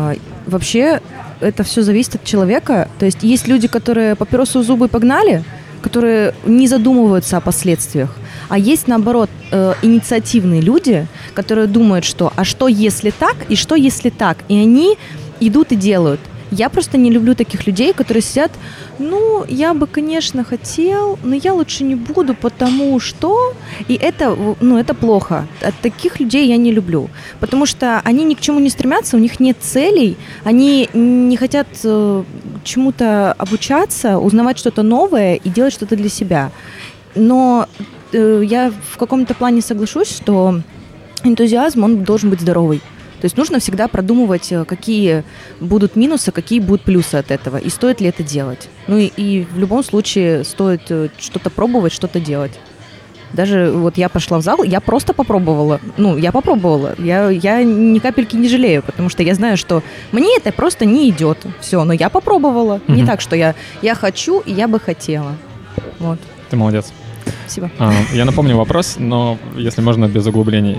Вообще, это все зависит от человека. То есть люди, которые папиросу в зубы погнали, которые не задумываются о последствиях. А есть, наоборот, инициативные люди, которые думают, что «а что если так?» и «что если так?» И они идут и делают. Я просто не люблю таких людей, которые сидят, ну, я бы, конечно, хотел, но я лучше не буду, потому что... И это, ну, это плохо. От таких людей я не люблю. Потому что они ни к чему не стремятся, у них нет целей, они не хотят чему-то обучаться, узнавать что-то новое и делать что-то для себя. Но я в каком-то плане соглашусь, что энтузиазм, он должен быть здоровый. То есть нужно всегда продумывать, какие будут минусы, какие будут плюсы от этого, и стоит ли это делать. Ну и в любом случае стоит что-то пробовать, что-то делать. Даже вот я пошла в зал, я просто попробовала. Ну, я попробовала. Я ни капельки не жалею, потому что я знаю, что мне это просто не идет. Все, но я попробовала. Не так, что я хочу, и я бы хотела. Вот. Ты молодец. Спасибо. Я напомню вопрос, но если можно, без углублений.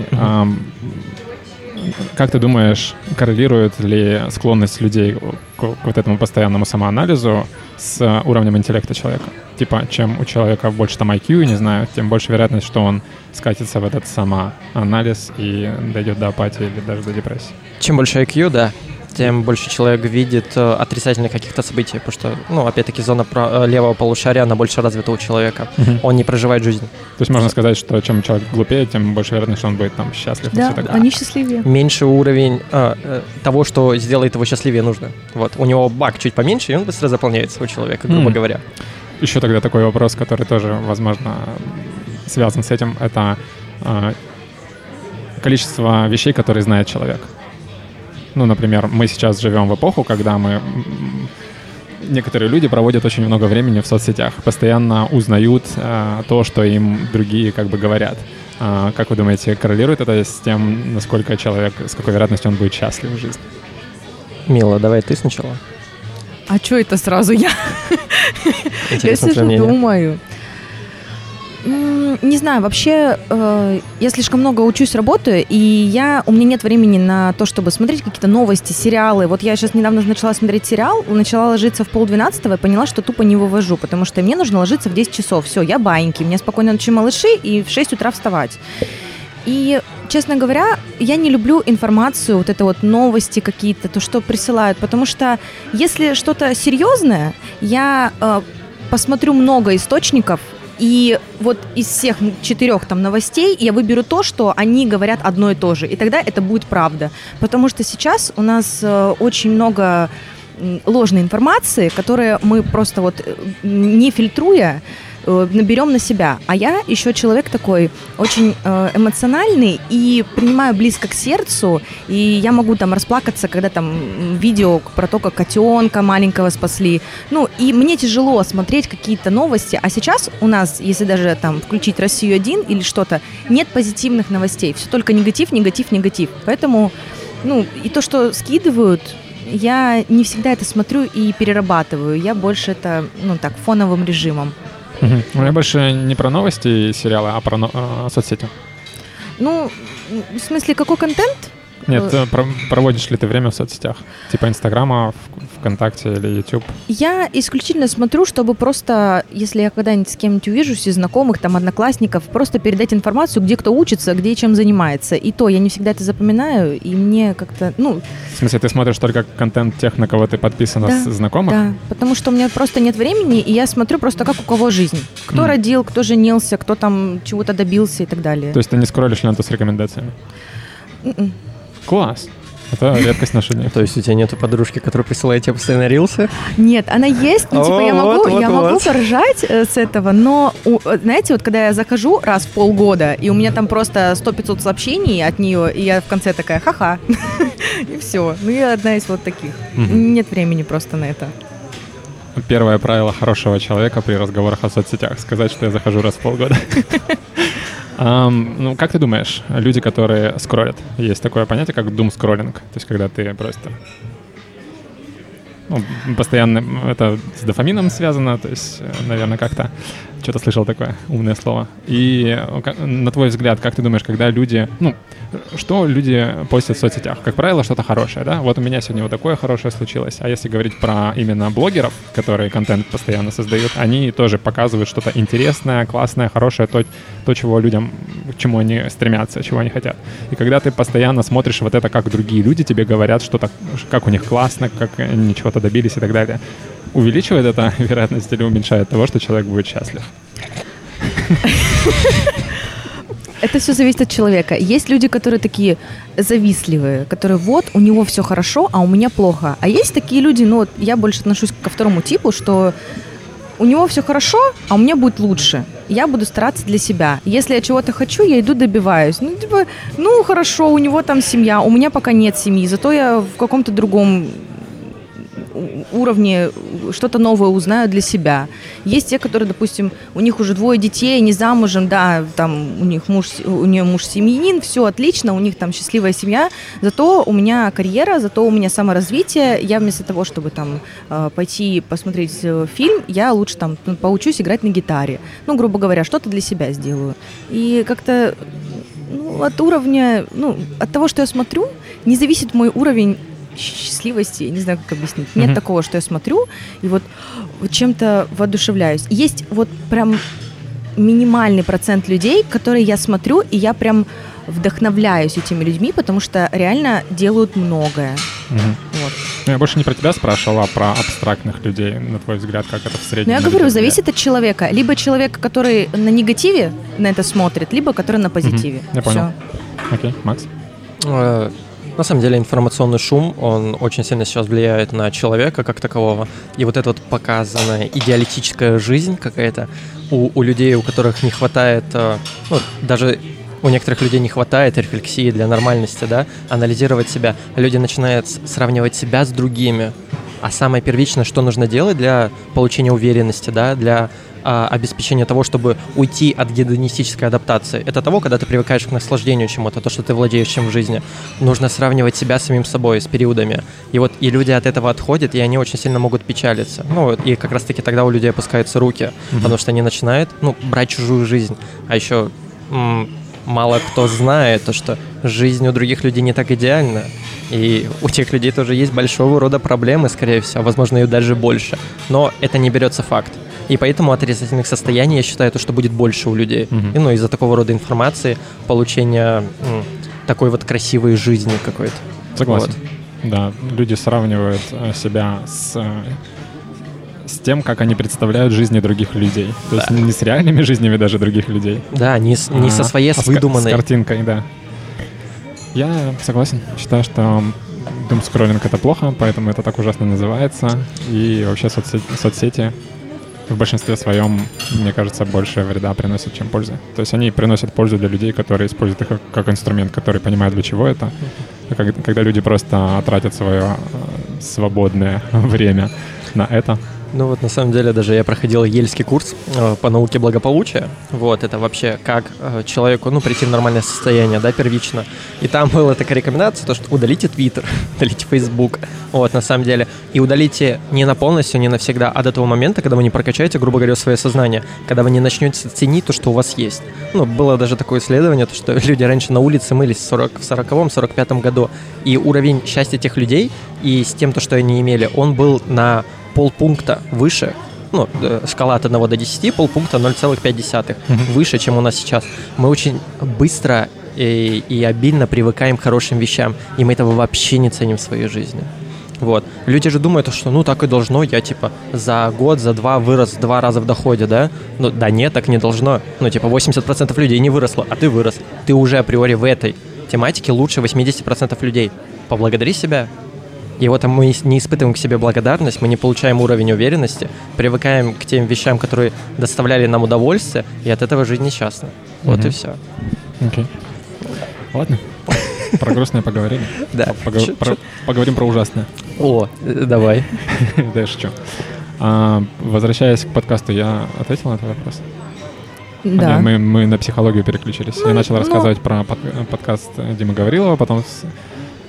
Как ты думаешь, коррелирует ли склонность людей к вот этому постоянному самоанализу с уровнем интеллекта человека? Типа, чем у человека больше там IQ, не знаю, тем больше вероятность, что он скатится в этот самоанализ и дойдет до апатии или даже до депрессии. Чем больше IQ, да, тем больше человек видит отрицательных каких-то событий, потому что, ну, опять-таки, зона левого полушария, она больше развита у человека. Он не проживает жизнь. То есть можно сказать, что чем человек глупее, тем больше вероятность, что он будет там счастлив. Да, они счастливее. Меньше уровень того, что сделает его счастливее, нужно. Вот, у него бак чуть поменьше, и он быстро заполняется у человека, грубо говоря. Еще тогда такой вопрос, который тоже, возможно, связан с этим, это количество вещей, которые знает человек. Ну, например, мы сейчас живем в эпоху, когда некоторые люди проводят очень много времени в соцсетях, постоянно узнают то, что им другие как бы говорят. Как вы думаете, коррелирует это с тем, насколько человек, с какой вероятностью он будет счастлив в жизни? Мила, давай ты сначала. А что это сразу я? Я сижу, думаю. Не знаю, вообще я слишком много учусь, работаю, и у меня нет времени на то, чтобы смотреть какие-то новости, сериалы. Вот я сейчас недавно начала смотреть сериал, начала ложиться в 11:30 и поняла, что тупо не вывожу, потому что мне нужно ложиться в 10 часов. Все, я баньки, у меня спокойно ночью малыши, и в 6 утра вставать. И, честно говоря, я не люблю информацию, вот это вот новости какие-то, то, что присылают, потому что если что-то серьезное, я посмотрю много источников, и вот из всех 4 там новостей я выберу то, что они говорят одно и то же. И тогда это будет правда. Потому что сейчас у нас очень много ложной информации, которую мы просто вот не фильтруя наберем на себя. А я еще человек такой очень эмоциональный и принимаю близко к сердцу, и я могу там расплакаться, когда там видео про то, как котенка маленького спасли. Ну, и мне тяжело смотреть какие-то новости, а сейчас у нас, если даже там включить «Россию-1» или что-то, нет позитивных новостей, все только негатив, негатив, негатив. Поэтому, ну, и то, что скидывают, я не всегда это смотрю и перерабатываю. Я больше это, ну, так, фоновым режимом. У меня больше не про новости и сериалы, а про соцсети. Ну, в смысле, какой контент? Нет, проводишь ли ты время в соцсетях? Типа Инстаграма, ВКонтакте или YouTube? Я исключительно смотрю, чтобы просто, если я когда-нибудь с кем-нибудь увижусь из знакомых, там, одноклассников, просто передать информацию, где кто учится, где и чем занимается. И то я не всегда это запоминаю, и мне как-то, ну... В смысле, ты смотришь только контент тех, на кого ты подписана, да, с знакомых? Да, потому что у меня просто нет времени, и я смотрю просто как у кого жизнь. Кто родил, кто женился, кто там чего-то добился и так далее. То есть ты не скроллишь ленту с рекомендациями? Класс. Это редкость наших дней. То есть у тебя нету подружки, которая присылает тебе постоянно рилсы? Нет, она есть, ну типа я могу поржать с этого, но, знаете, вот когда я захожу раз в полгода, и у меня там просто 100-500 сообщений от нее, и я в конце такая ха-ха, и все. Ну я одна из вот таких. Нет времени просто на это. Первое правило хорошего человека при разговорах о соцсетях — сказать, что я захожу раз в полгода. Ну, как ты думаешь, люди, которые скроллят, есть такое понятие, как думскроллинг, то есть когда ты просто постоянно, это с дофамином связано, то есть, наверное, как-то. что-то слышал такое умное слово. И на твой взгляд, как ты думаешь, когда люди... что люди постят в соцсетях? Как правило, что-то хорошее, да? Вот у меня сегодня вот такое хорошее случилось. А если говорить про именно блогеров, которые контент постоянно создают, они тоже показывают что-то интересное, классное, хорошее, то, чего людям, к чему они стремятся, чего они хотят. И когда ты постоянно смотришь вот это, как другие люди тебе говорят что-то, как у них классно, как они чего-то добились и так далее, увеличивает это вероятность или уменьшает того, что человек будет счастлив? Это все зависит от человека. Есть люди, которые такие завистливые, которые вот, у него все хорошо, а у меня плохо. А есть такие люди, я больше отношусь ко второму типу, что у него все хорошо, а у меня будет лучше. Я буду стараться для себя. Если я чего-то хочу, я иду добиваюсь. Хорошо, у него там семья, у меня пока нет семьи, зато я в каком-то другом уровне что-то новое узнаю для себя. Есть те, которые, допустим, у них уже 2 детей, не замужем, да, там у нее муж семьянин, все отлично, у них там счастливая семья, зато у меня карьера, зато у меня саморазвитие. Я вместо того, чтобы там пойти посмотреть фильм, я лучше там поучусь играть на гитаре. Грубо говоря, что-то для себя сделаю. И как-то от уровня, от того, что я смотрю, не зависит мой уровень счастливости, не знаю, как объяснить. Нет такого, что я смотрю и вот чем-то воодушевляюсь. Есть вот прям минимальный процент людей, которые я смотрю, и я прям вдохновляюсь этими людьми, потому что реально делают многое. Вот. Я больше не про тебя спрашивала, а про абстрактных людей, на твой взгляд, как это в среднем. Я говорю, зависит от человека. Либо человек, который на негативе на это смотрит, либо который на позитиве. Я понял. Окей, Макс? На самом деле информационный шум, он очень сильно сейчас влияет на человека как такового. И вот эта вот показанная идеалистическая жизнь какая-то у людей, у которых не хватает, даже у некоторых людей не хватает рефлексии для нормальности, да, анализировать себя. Люди начинают сравнивать себя с другими. А самое первичное, что нужно делать для получения уверенности, да, для обеспечения того, чтобы уйти от гедонистической адаптации. Это того, когда ты привыкаешь к наслаждению чему-то, то, что ты владеешь чем в жизни. Нужно сравнивать себя с самим собой, с периодами. И люди от этого отходят, и они очень сильно могут печалиться. И как раз-таки тогда у людей опускаются руки, потому что они начинают, брать чужую жизнь. А еще мало кто знает, то, что жизнь у других людей не так идеальна. И у тех людей тоже есть большого рода проблемы, скорее всего, возможно, и даже больше. Но это не берется факт. И поэтому отрицательных состояний, я считаю, то, что будет больше у людей. И, из-за такого рода информации, получения такой вот красивой жизни какой-то. Согласен. Вот. Да, люди сравнивают себя с тем, как они представляют жизни других людей. То есть не с реальными жизнями даже других людей. Да, не со своей выдуманной. С картинкой, да. Я согласен. Считаю, что думскроллинг — это плохо, поэтому это так ужасно называется. И вообще соцсети в большинстве своем, мне кажется, больше вреда приносят, чем пользы. То есть они приносят пользу для людей, которые используют их как инструмент, который понимают, для чего это. Когда люди просто тратят свое свободное время на это. На самом деле, даже я проходил ельский курс по науке благополучия. Это вообще как человеку, прийти в нормальное состояние, да, первично. И там была такая рекомендация, то, что удалите Twitter, удалите Facebook, на самом деле. И удалите не на полностью, не навсегда, а до того момента, когда вы не прокачаете, грубо говоря, свое сознание, когда вы не начнете ценить то, что у вас есть. Было даже такое исследование, то, что люди раньше на улице мылись в 40-м, 45-м году, и уровень счастья тех людей и с тем, то, что они имели, он был на полпункта выше, шкала от 1 до 10, полпункта 0,5, выше, чем у нас сейчас. Мы очень быстро и обильно привыкаем к хорошим вещам, и мы этого вообще не ценим в своей жизни. Люди же думают, что так и должно, я за год, за 2 вырос 2 раза в доходе, да? Да нет, так не должно. 80% людей не выросло, а ты вырос. Ты уже априори в этой тематике лучше 80% людей. Поблагодари себя. И мы не испытываем к себе благодарность, мы не получаем уровень уверенности, привыкаем к тем вещам, которые доставляли нам удовольствие, и от этого жизнь несчастна. И все. Окей. Ладно. Про грустное поговорили. Да. Поговорим про ужасное. Давай. Да, я шучу. Возвращаясь к подкасту, я ответил на этот вопрос? Да. Мы на психологию переключились. Я начал рассказывать про подкаст Димы Гаврилова, потом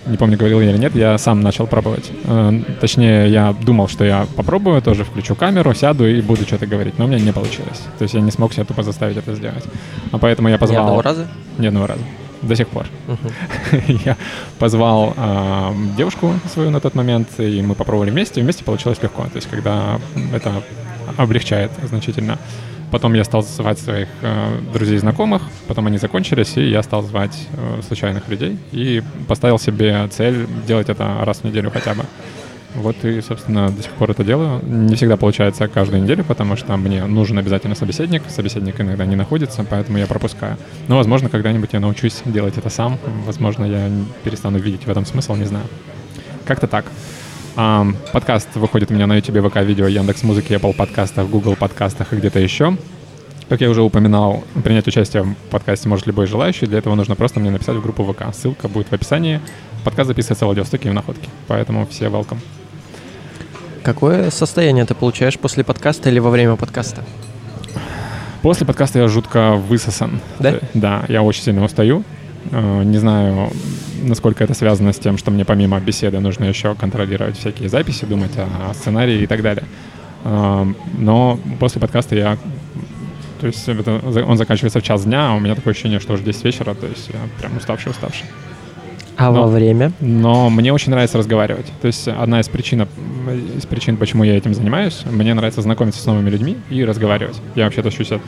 не помню, говорил я или нет, я сам начал пробовать. Точнее, я думал, что я попробую, тоже включу камеру, сяду и буду что-то говорить, но у меня не получилось. То есть я не смог себя тупо заставить это сделать. А поэтому я позвал... Ни одного раза? Ни одного раза. До сих пор. Я позвал девушку свою на тот момент, и мы попробовали вместе получилось легко. То есть когда это облегчает значительно. Потом я стал звать своих друзей и знакомых, потом они закончились, и я стал звать случайных людей и поставил себе цель делать это раз в неделю хотя бы. Вот и, собственно, до сих пор это делаю. Не всегда получается каждую неделю, потому что мне нужен обязательно собеседник. Собеседник иногда не находится, поэтому я пропускаю. Но, возможно, когда-нибудь я научусь делать это сам. Возможно, я перестану видеть в этом смысл, не знаю. Как-то так. Подкаст выходит у меня на YouTube, ВК, видео, Яндекс.Музыке, Apple подкастах, Google подкастах и где-то еще. Как я уже упоминал, принять участие в подкасте может любой желающий. Для этого нужно просто мне написать в группу ВК. Ссылка будет в описании. Подкаст записывается в аудиостоке и в находке. Поэтому все welcome. Какое состояние ты получаешь после подкаста или во время подкаста? После подкаста я жутко высосан. Да? Да, я очень сильно устаю. Не знаю, насколько это связано с тем, что мне помимо беседы нужно еще контролировать всякие записи, думать о сценарии и так далее. Но после подкаста то есть он заканчивается в час дня, а у меня такое ощущение, что уже 10 вечера, то есть я прям уставший. Во время? Но мне очень нравится разговаривать. То есть одна из причин, почему я этим занимаюсь, мне нравится знакомиться с новыми людьми и разговаривать. Я вообще тащусь от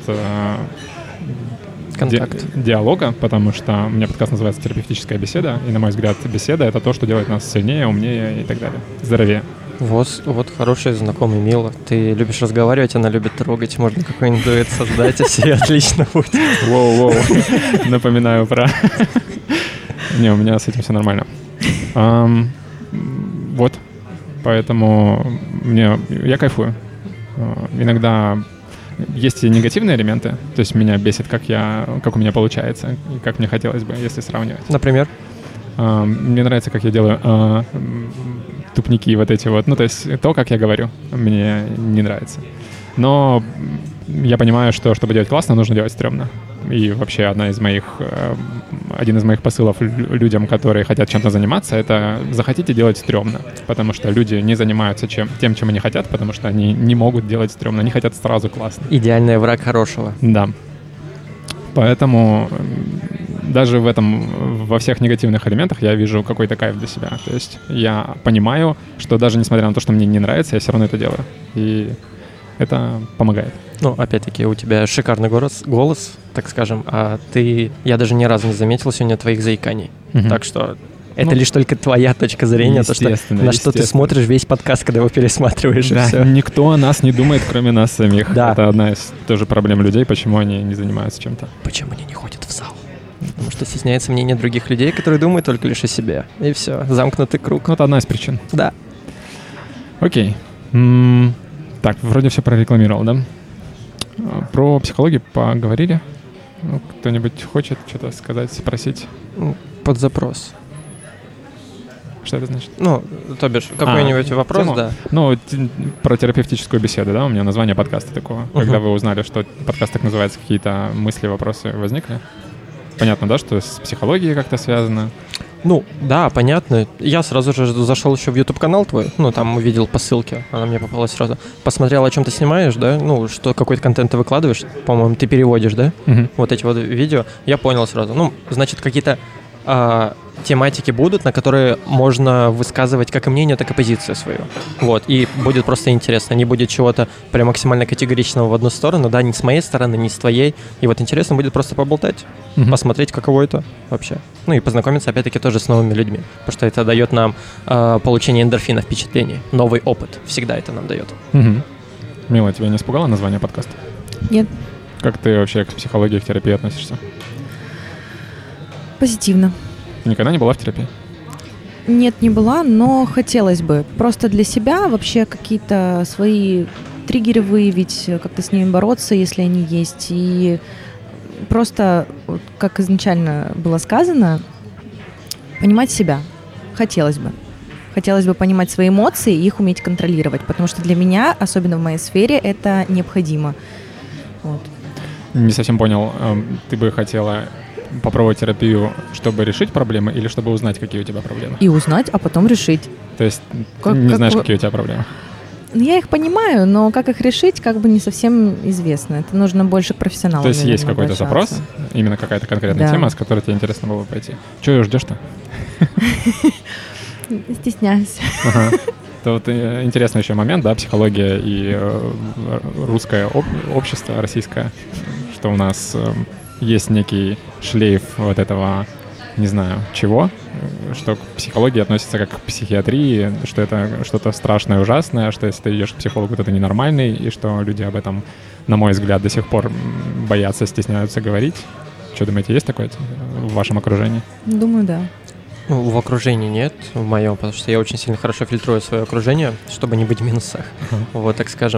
диалога, потому что у меня подкаст называется «Терапевтическая беседа», и, на мой взгляд, беседа — это то, что делает нас сильнее, умнее и так далее, здоровее. Вот хороший знакомый Мила. Ты любишь разговаривать, она любит трогать. Можно какой-нибудь дуэт создать, и все отлично будет. Воу-воу. Напоминаю про... Не, у меня с этим все нормально. Вот. Поэтому я кайфую. Иногда есть и негативные элементы. То есть меня бесит, как у меня получается, и как мне хотелось бы, если сравнивать. Например? Мне нравится, как я делаю тупники вот эти вот. Ну, то есть то, как я говорю, мне не нравится. Но я понимаю, что чтобы делать классно, нужно делать стрёмно. И вообще один из моих посылов людям, которые хотят чем-то заниматься, это захотите делать стрёмно. Потому что люди не занимаются тем, чем они хотят, потому что они не могут делать стрёмно, они хотят сразу классно. Идеальный враг хорошего. Да. Поэтому даже во всех негативных элементах я вижу какой-то кайф для себя. То есть я понимаю, что даже несмотря на то, что мне не нравится, я все равно это делаю. И это помогает. Ну, опять-таки, у тебя шикарный голос, так скажем, а я даже ни разу не заметил сегодня твоих заиканий. Так что это лишь только твоя точка зрения, то, что на что ты смотришь весь подкаст, когда его пересматриваешь, да, и все. Никто о нас не думает, кроме нас самих. Да. Это одна из тоже проблем людей, почему они не занимаются чем-то. Почему они не ходят в зал? Потому что стесняется мнение других людей, которые думают только лишь о себе. И все, замкнутый круг. Ну, это одна из причин. Да. Окей. Так, вроде все прорекламировал, да? Про психологию поговорили? Кто-нибудь хочет что-то сказать, спросить? Под запрос. Что это значит? Ну, то бишь, какой-нибудь вопрос, тему? Да. Ну, про терапевтическую беседу, да? У меня название подкаста такого. Когда вы узнали, что подкаст так называется, какие-то мысли, вопросы возникли? Понятно, да, что с психологией как-то связано? Ну, да, понятно. Я сразу же зашел еще в YouTube-канал твой, там увидел по ссылке, она мне попалась сразу. Посмотрел, о чем ты снимаешь, да, что какой-то контент ты выкладываешь, по-моему, ты переводишь, да, вот эти вот видео. Я понял сразу. Значит, какие-то тематики будут, на которые можно высказывать как и мнение, так и позицию свою. Вот, и будет просто интересно. Не будет чего-то прям максимально категоричного в одну сторону, да, ни с моей стороны, ни с твоей. И вот интересно будет просто поболтать, посмотреть, каково это вообще. Ну и познакомиться, опять-таки, тоже с новыми людьми. Потому что это дает нам получение эндорфина, впечатлений. Новый опыт. Всегда это нам дает. Мила, тебя не испугало название подкаста? Нет. Как ты вообще к психологии, к терапии относишься? Позитивно. Никогда не была в терапии? Нет, не была, но хотелось бы. Просто для себя вообще какие-то свои триггеры выявить, как-то с ними бороться, если они есть. И просто, как изначально было сказано, понимать себя. Хотелось бы. Хотелось бы понимать свои эмоции и их уметь контролировать, потому что для меня, особенно в моей сфере, это необходимо. Вот. Не совсем понял. Ты бы хотела попробовать терапию, чтобы решить проблемы или чтобы узнать, какие у тебя проблемы? И узнать, а потом решить. То есть ты не знаешь, какие у тебя проблемы? Я их понимаю, но как их решить, как бы не совсем известно. Это нужно больше к профессионалам. То есть есть какой-то запрос, именно какая-то конкретная тема, с которой тебе интересно было бы пойти. Чего ее ждешь-то? Стесняюсь. Это вот интересный еще момент, да, психология и русское общество, российское, что у нас есть некий шлейф вот этого, не знаю, чего, что к психологии относится как к психиатрии, что это что-то страшное, ужасное, что если ты идешь к психологу, то ты ненормальный, и что люди об этом, на мой взгляд, до сих пор боятся, стесняются говорить. Что думаете, есть такое в вашем окружении? Думаю, да. В окружении нет, в моем, потому что я очень сильно хорошо фильтрую свое окружение, чтобы не быть в минусах, вот так скажем.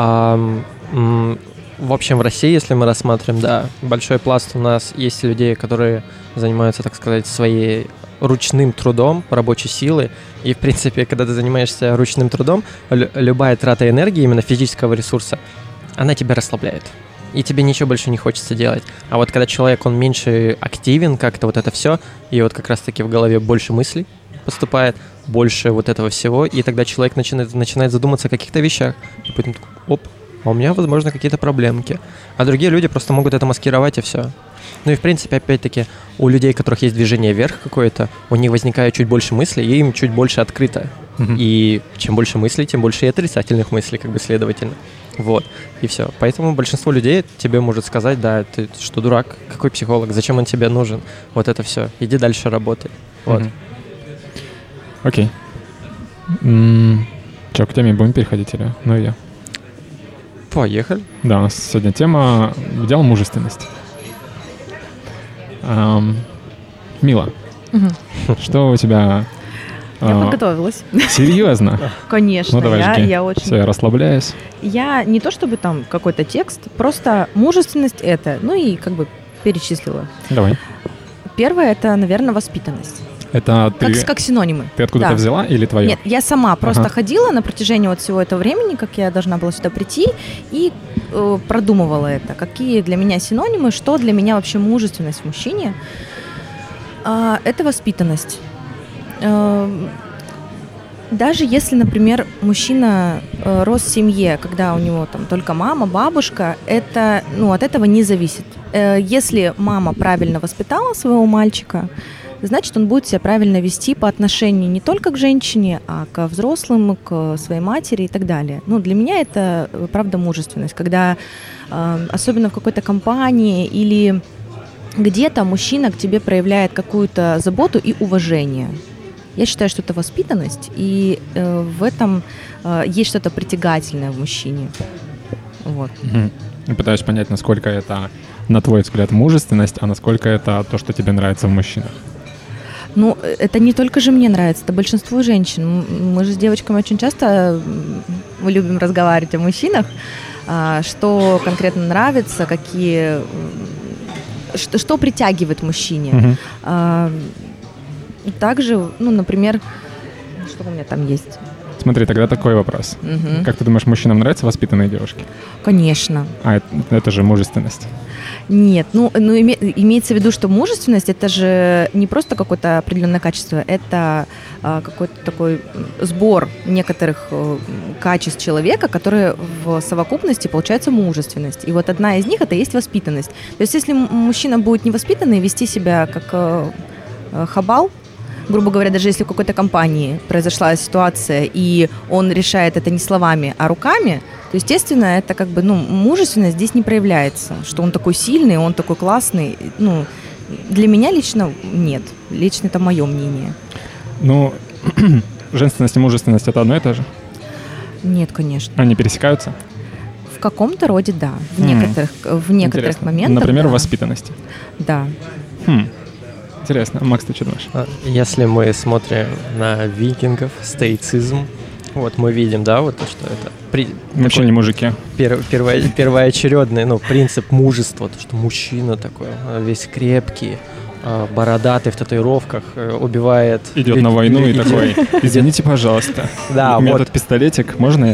В общем, в России, если мы рассматриваем, да, большой пласт у нас есть людей, которые занимаются, так сказать, своей ручным трудом, рабочей силы. И, в принципе, когда ты занимаешься ручным трудом, любая трата энергии, именно физического ресурса, она тебя расслабляет. И тебе ничего больше не хочется делать. А вот когда человек, он меньше активен, как-то вот это все, и вот как раз-таки в голове больше мыслей поступает, больше вот этого всего, и тогда человек начинает задуматься о каких-то вещах. И потом такой, оп, а у меня, возможно, какие-то проблемки. А другие люди просто могут это маскировать, и все. Ну и, в принципе, опять-таки, у людей, у которых есть движение вверх какое-то, у них возникает чуть больше мыслей, и им чуть больше открыто. И чем больше мыслей, тем больше и отрицательных мыслей, как бы, следовательно. Вот, и все. Поэтому большинство людей тебе может сказать, да, ты что, дурак? Какой психолог? Зачем он тебе нужен? Вот это все. Иди дальше работай. Вот. Окей. Че, к теме будем переходить или? Ну и я. Поехали. Да, у нас сегодня тема «Идеал мужественности». Мила, что у тебя... Я подготовилась. Серьезно? Конечно, ну, давай, я очень... Все, я расслабляюсь. Я не то чтобы там какой-то текст, просто мужественность это, ну и как бы перечислила. Давай. Первое это, наверное, воспитанность. Это ты... Как синонимы. Ты откуда-то взяла или твое? Нет, я сама просто ходила на протяжении вот всего этого времени, как я должна была сюда прийти, и продумывала это. Какие для меня синонимы, что для меня вообще мужественность в мужчине. Это воспитанность. Даже если, например, мужчина рос в семье, когда у него там только мама, бабушка, это, от этого не зависит. Если мама правильно воспитала своего мальчика, значит, он будет себя правильно вести по отношению не только к женщине, а к взрослым, к своей матери и так далее. Для меня это, правда, мужественность, когда, особенно в какой-то компании или где-то мужчина к тебе проявляет какую-то заботу и уважение. Я считаю, что это воспитанность, и в этом есть что-то притягательное в мужчине. Вот. Я пытаюсь понять, насколько это, на твой взгляд, мужественность, а насколько это то, что тебе нравится в мужчинах. Это не только же мне нравится, это большинству женщин. Мы же с девочками очень часто мы любим разговаривать о мужчинах, что конкретно нравится, что притягивает мужчине. Также, например, что у меня там есть? Смотри, тогда такой вопрос. Как ты думаешь, мужчинам нравятся воспитанные девушки? Конечно. А это же мужественность. Нет, имеется в виду, что мужественность это же не просто какое-то определенное качество, это какой-то такой сбор некоторых качеств человека, которые в совокупности получается мужественность. И вот одна из них это есть воспитанность. То есть если мужчина будет невоспитанный, вести себя как хабал, грубо говоря, даже если в какой-то компании произошла ситуация, и он решает это не словами, а руками, то, естественно, это как бы, мужественность здесь не проявляется, что он такой сильный, он такой классный. Для меня лично нет. Лично это мое мнение. Женственность и мужественность — это одно и то же? Нет, конечно. Они пересекаются? В каком-то роде, да. В некоторых моментах. Например, да. в воспитанности? Да. Интересно. Макс, ты что думаешь? Если мы смотрим на викингов, стоицизм, вот мы видим, да, вот то, что это... Вообще не мужики. Первоочередный, принцип мужества, то, что мужчина такой, весь крепкий, бородатый в татуировках, убивает... Идет на войну и такой, извините, пожалуйста. Да, у меня тут пистолетик, можно я?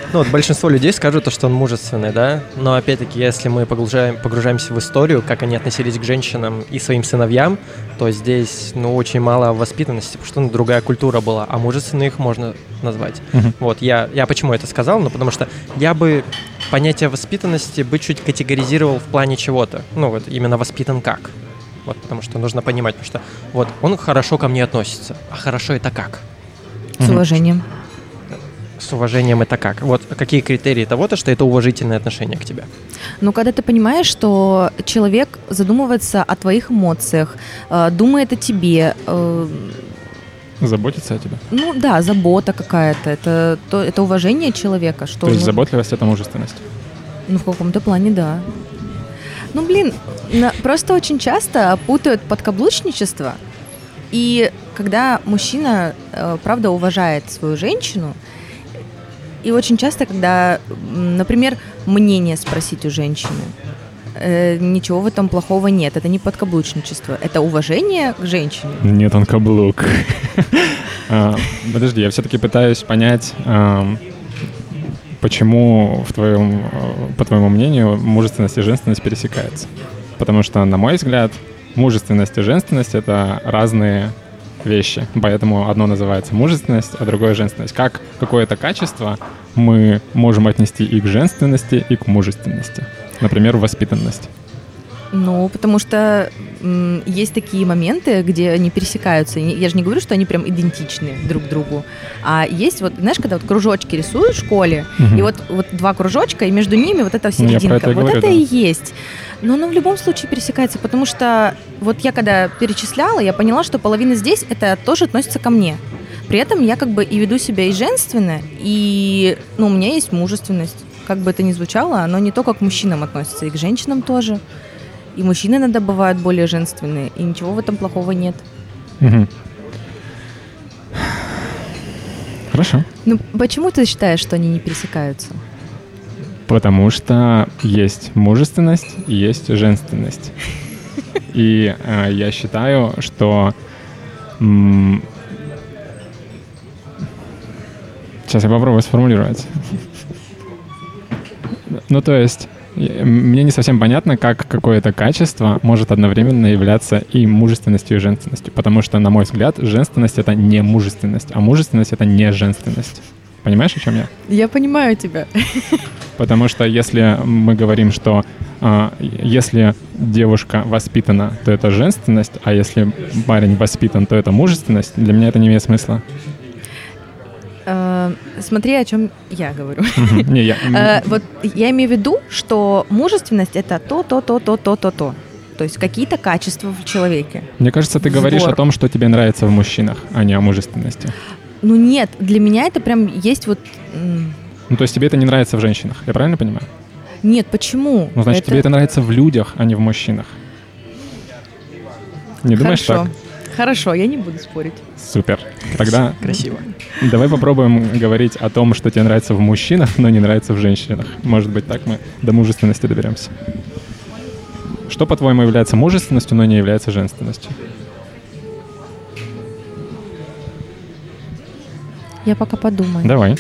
Ну, вот большинство людей скажут, что он мужественный, да? Но, опять-таки, если мы погружаемся в историю, как они относились к женщинам и своим сыновьям, то здесь, очень мало воспитанности, потому что другая культура была, а мужественных их можно назвать. Вот, я почему это сказал? Ну, потому что я бы понятие воспитанности бы чуть категоризировал в плане чего-то. Ну, вот именно воспитан как. Вот, потому что нужно понимать, потому что вот он хорошо ко мне относится, а хорошо это как? С уважением. С уважением это как? Вот какие критерии того-то, что это уважительное отношение к тебе? Ну, когда ты понимаешь, что человек задумывается о твоих эмоциях, думает о тебе. Заботится о тебе? Ну да, забота какая-то. Это уважение человека. Что, То есть заботливость — это мужественность? Ну, в каком-то плане, да. Ну, блин, просто очень часто путают подкаблучничество. И когда мужчина, правда, уважает свою женщину, и очень часто, когда, например, мнение спросить у женщины, ничего в этом плохого нет. Это не подкаблучничество, это уважение к женщине. Нет, он каблук. Подожди, я все-таки пытаюсь понять, почему, по твоему мнению, мужественность и женственность пересекаются. Потому что, на мой взгляд, мужественность и женственность — это разные вещи. Поэтому одно называется мужественность, а другое — женственность. Как какое-то качество мы можем отнести и к женственности, и к мужественности. Например, воспитанность. Ну, потому что есть такие моменты, где они пересекаются. Я же не говорю, что они прям идентичны друг другу. А есть вот, знаешь, когда вот кружочки рисуют в школе, и вот два кружочка, и между ними вот эта серединка. Это и есть. Но оно в любом случае пересекается, потому что вот я когда перечисляла, я поняла, что половина здесь это тоже относится ко мне. При этом я как бы и веду себя и женственно, и у меня есть мужественность. Как бы это ни звучало, оно не только к мужчинам относится, и к женщинам тоже. И мужчины иногда бывают более женственные, и ничего в этом плохого нет. Угу. Хорошо. Ну, почему ты считаешь, что они не пересекаются? Потому что есть мужественность и есть женственность. И я считаю, что... Сейчас я попробую сформулировать. Ну, то есть, мне не совсем понятно, как какое-то качество может одновременно являться и мужественностью, и женственностью. Потому что, на мой взгляд, женственность — это не мужественность, а мужественность — это не женственность. Понимаешь, о чем я? Я понимаю тебя. Потому что если мы говорим, что если девушка воспитана, то это женственность, а если парень воспитан, то это мужественность, для меня это не имеет смысла. Смотри, о чем я говорю. Вот я имею в виду, что мужественность — это то. То есть какие-то качества в человеке. Мне кажется, ты говоришь о том, что тебе нравится в мужчинах, а не о мужественности. Ну нет, для меня это прям есть вот... Ну то есть тебе это не нравится в женщинах, я правильно понимаю? Нет, почему? Ну значит, тебе это нравится в людях, а не в мужчинах. Не думаешь так? Хорошо, я не буду спорить. Супер. Тогда красиво. Давай попробуем говорить о том, что тебе нравится в мужчинах, но не нравится в женщинах. Может быть, так мы до мужественности доберемся. Что, по-твоему, является мужественностью, но не является женственностью? Я пока подумаю. Давай.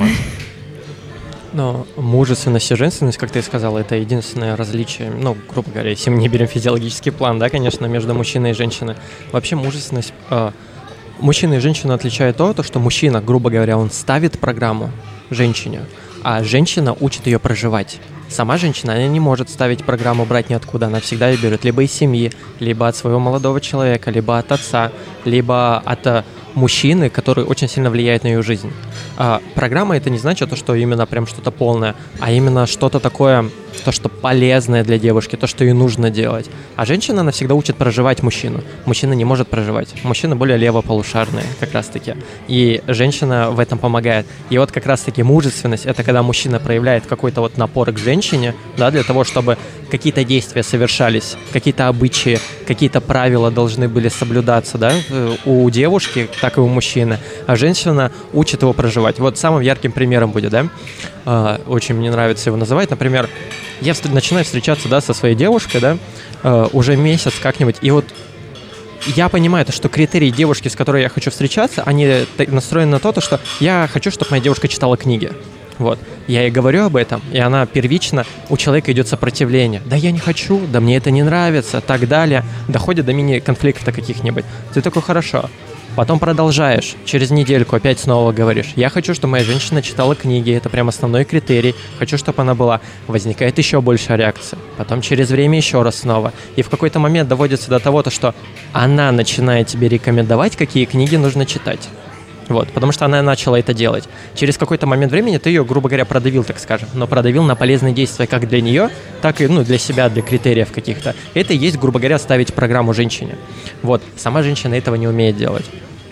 Но мужественность и женственность, как ты сказала, это единственное различие, грубо говоря, если мы не берем физиологический план, да, конечно, между мужчиной и женщиной. Вообще мужественность... Мужчина и женщину отличает то, что мужчина, грубо говоря, он ставит программу женщине, а женщина учит ее проживать. Сама женщина, она не может ставить программу брать ниоткуда, она всегда ее берет либо из семьи, либо от своего молодого человека, либо от отца, либо от мужчины, который очень сильно влияет на ее жизнь. Программа — это не значит то, что именно прям что-то полное, а именно что-то такое, то, что полезное для девушки, то, что ей нужно делать. А женщина, она всегда учит проживать мужчину. Мужчина не может проживать. Мужчина более левополушарный, как раз-таки. И женщина в этом помогает. И вот как раз-таки мужественность — это когда мужчина проявляет какой-то вот напор к женщине, да, для того, чтобы какие-то действия совершались, какие-то обычаи, какие-то правила должны были соблюдаться, да, у девушки, так и у мужчины. А женщина учит его проживать. Вот самым ярким примером будет, да, очень мне нравится его называть, например, я начинаю встречаться, да, со своей девушкой, да, уже месяц как-нибудь, и вот я понимаю, что критерии девушки, с которой я хочу встречаться, они настроены на то, что я хочу, чтобы моя девушка читала книги. Вот. Я ей говорю об этом, и она первично, у человека идет сопротивление. Да я не хочу, да мне это не нравится, так далее. Доходит до мини-конфликта каких-нибудь. Ты такой, хорошо. Потом продолжаешь, через недельку опять снова говоришь, я хочу, чтобы моя женщина читала книги, это прям основной критерий, хочу, чтобы она была. Возникает еще большая реакция. Потом через время еще раз снова. И в какой-то момент доводится до того, что она начинает тебе рекомендовать, какие книги нужно читать. Вот, потому что она начала это делать. Через какой-то момент времени ты ее, грубо говоря, продавил, так скажем, но продавил на полезные действия как для нее, так и для себя, для критериев каких-то. Это и есть, грубо говоря, ставить программу женщине. Вот, сама женщина этого не умеет делать.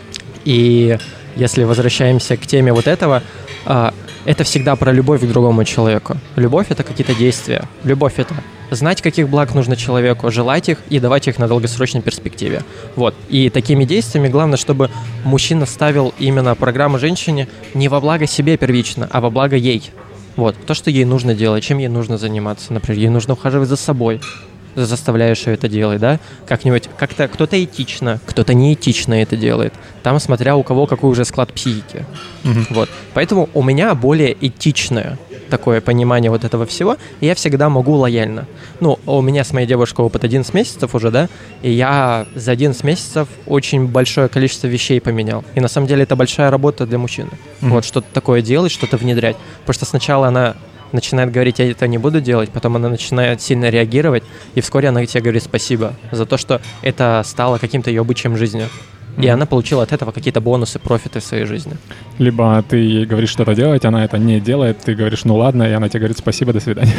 И если возвращаемся к теме вот этого, это всегда про любовь к другому человеку. Любовь — это какие-то действия. Любовь — это знать, каких благ нужно человеку, желать их и давать их на долгосрочной перспективе. Вот. И такими действиями главное, чтобы мужчина ставил именно программу женщине не во благо себе первично, а во благо ей. Вот. То, что ей нужно делать, чем ей нужно заниматься. Например, ей нужно ухаживать за собой. Заставляешь ее это делать, да? Как-нибудь, как-то кто-то этично, кто-то неэтично это делает. Там, смотря у кого какой уже склад психики. Вот. Поэтому у меня более этичное такое понимание вот этого всего, и я всегда могу лояльно. У меня с моей девушкой опыт 11 месяцев уже, да, и я за 11 месяцев очень большое количество вещей поменял. И на самом деле это большая работа для мужчины. Вот что-то такое делать, что-то внедрять. Потому что сначала она начинает говорить, я это не буду делать, потом она начинает сильно реагировать, и вскоре она тебе говорит спасибо за то, что это стало каким-то ее обычаем жизни. И она получила от этого какие-то бонусы, профиты в своей жизни. Либо ты ей говоришь что-то делать, она это не делает, ты говоришь, ладно, и она тебе говорит спасибо, до свидания.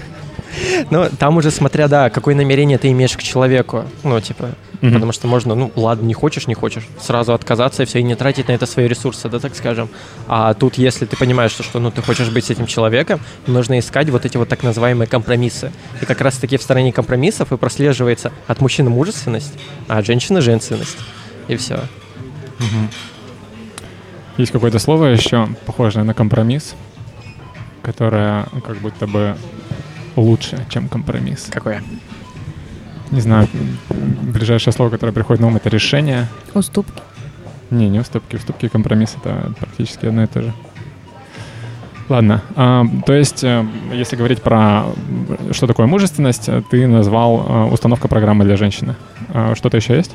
Там уже смотря, да, какое намерение ты имеешь к человеку. Потому что можно, ладно, не хочешь, сразу отказаться и все, и не тратить на это свои ресурсы, да, так скажем. А тут, если ты понимаешь, что ты хочешь быть с этим человеком, нужно искать вот эти вот так называемые компромиссы. И как раз-таки в стороне компромиссов и прослеживается от мужчины мужественность, а от женщины женственность. И все. Есть какое-то слово еще, похожее на компромисс, которое как будто бы лучше, чем компромисс. Какое? Не знаю, ближайшее слово, которое приходит на ум, это решение. Уступки. Не уступки. Уступки и компромисс — это практически одно и то же. Ладно, то есть, если говорить про что такое мужественность, ты назвал установка программы для женщины. Что-то еще есть?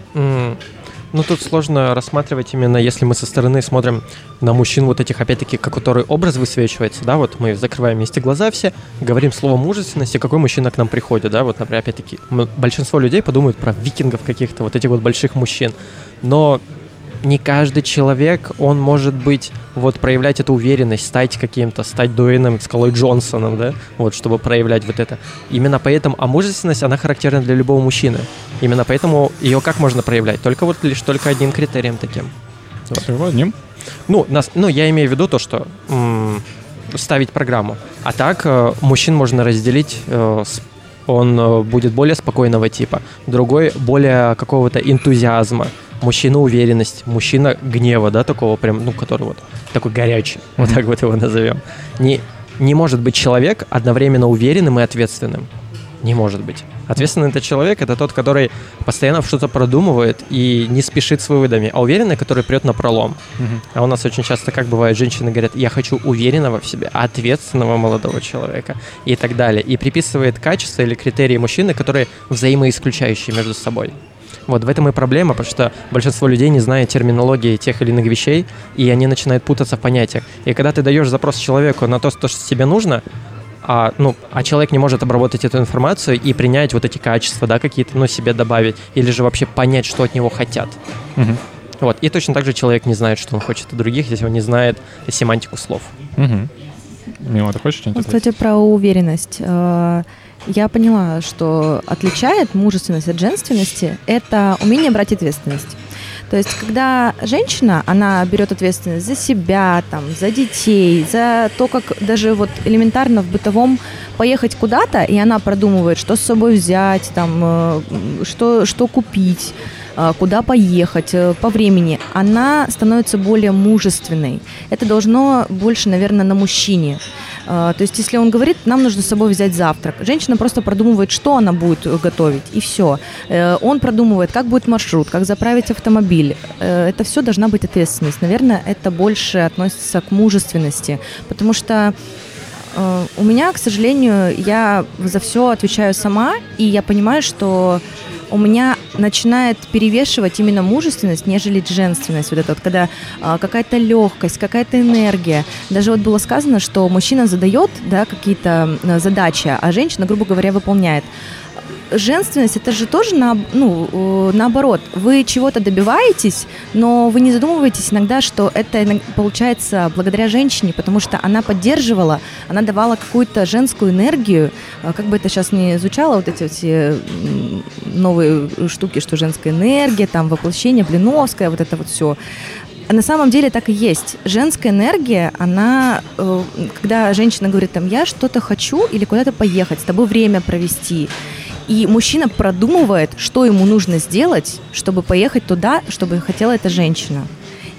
Тут сложно рассматривать именно, если мы со стороны смотрим на мужчин вот этих, опять-таки, который образ высвечивается, да, вот мы закрываем вместе глаза все, говорим слово мужественности, какой мужчина к нам приходит, да, вот, например, опять-таки, большинство людей подумают про викингов каких-то, вот этих вот больших мужчин, но не каждый человек, он может быть, проявлять эту уверенность, стать Дуэйном, Скалой Джонсоном, да, чтобы проявлять вот это. Именно поэтому, мужественность, она характерна для любого мужчины. Именно поэтому ее как можно проявлять? Только только одним критерием таким. Всего одним? Я имею в виду то, что ставить программу. А так, мужчин можно разделить, он будет более спокойного типа, другой более какого-то энтузиазма, мужчина уверенность, мужчина гнева, да, такого прям, который такой горячий, вот так вот его назовем. Не может быть человек одновременно уверенным и ответственным. Не может быть. Ответственный это человек, это тот, который постоянно что-то продумывает и не спешит с выводами, а уверенный, который прет напролом. А у нас очень часто, как бывает, женщины говорят, я хочу уверенного в себе, ответственного молодого человека и так далее. И приписывает качества или критерии мужчины, которые взаимоисключающие между собой. Вот в этом и проблема, потому что большинство людей не знает терминологии тех или иных вещей, и они начинают путаться в понятиях. И когда ты даешь запрос человеку на то, что тебе нужно, а человек не может обработать эту информацию и принять вот эти качества, да, какие-то, себе добавить, или же вообще понять, что от него хотят. Вот. И точно так же человек не знает, что он хочет от других, если он не знает семантику слов. Мила, ты хочешь что-нибудь сказать? Кстати, про уверенность. Я поняла, что отличает мужественность от женственности – это умение брать ответственность. То есть, когда женщина, она берет ответственность за себя, за детей, за то, как даже элементарно в бытовом поехать куда-то, и она продумывает, что с собой взять, что купить, куда поехать, по времени, она становится более мужественной. Это должно больше, наверное, на мужчине. То есть, если он говорит, нам нужно с собой взять завтрак, женщина просто продумывает, что она будет готовить, и все. Он продумывает, как будет маршрут, как заправить автомобиль. Это все должна быть ответственность. Наверное, это больше относится к мужественности, потому что у меня, к сожалению, я за все отвечаю сама, и я понимаю, что у меня начинает перевешивать именно мужественность, нежели женственность. Вот это вот, когда какая-то легкость, какая-то энергия. Даже вот было сказано, что мужчина задает, да, какие-то задачи, а женщина, грубо говоря, выполняет. Женственность – это же тоже наоборот. Вы чего-то добиваетесь, но вы не задумываетесь иногда, что это получается благодаря женщине, потому что она поддерживала, она давала какую-то женскую энергию. Как бы это сейчас ни звучало, вот эти все новые штуки, что женская энергия, там воплощение Блиновская, вот это вот все. А на самом деле так и есть. Женская энергия, она, когда женщина говорит, там, я что-то хочу или куда-то поехать, с тобой время провести, и мужчина продумывает, что ему нужно сделать, чтобы поехать туда, чтобы хотела эта женщина.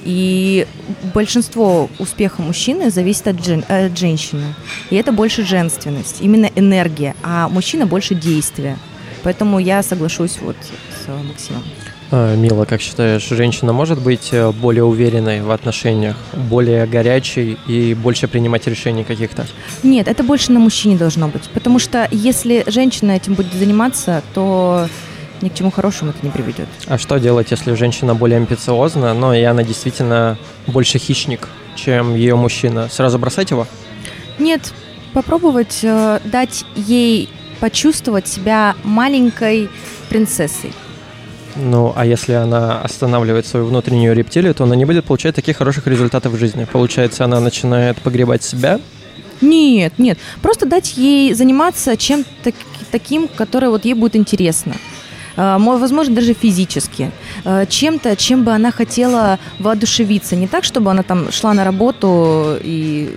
И большинство успеха мужчины зависит от женщины. И это больше женственность, именно энергия, а мужчина больше действия. Поэтому я соглашусь вот с Максимом. Мила, как считаешь, женщина может быть более уверенной в отношениях, более горячей и больше принимать решений каких-то? Нет, это больше на мужчине должно быть. Потому что если женщина этим будет заниматься, то ни к чему хорошему это не приведет. А что делать, если женщина более амбициозна, но и она действительно больше хищник, чем ее мужчина? Сразу бросать его? Нет, попробовать дать ей почувствовать себя маленькой принцессой. Ну, а если она останавливает свою внутреннюю рептилию, то она не будет получать таких хороших результатов в жизни. Получается, она начинает погребать себя? Нет. Просто дать ей заниматься чем-то таким, которое вот ей будет интересно. Возможно, даже физически. Чем-то, чем бы она хотела воодушевиться. Не так, чтобы она там шла на работу и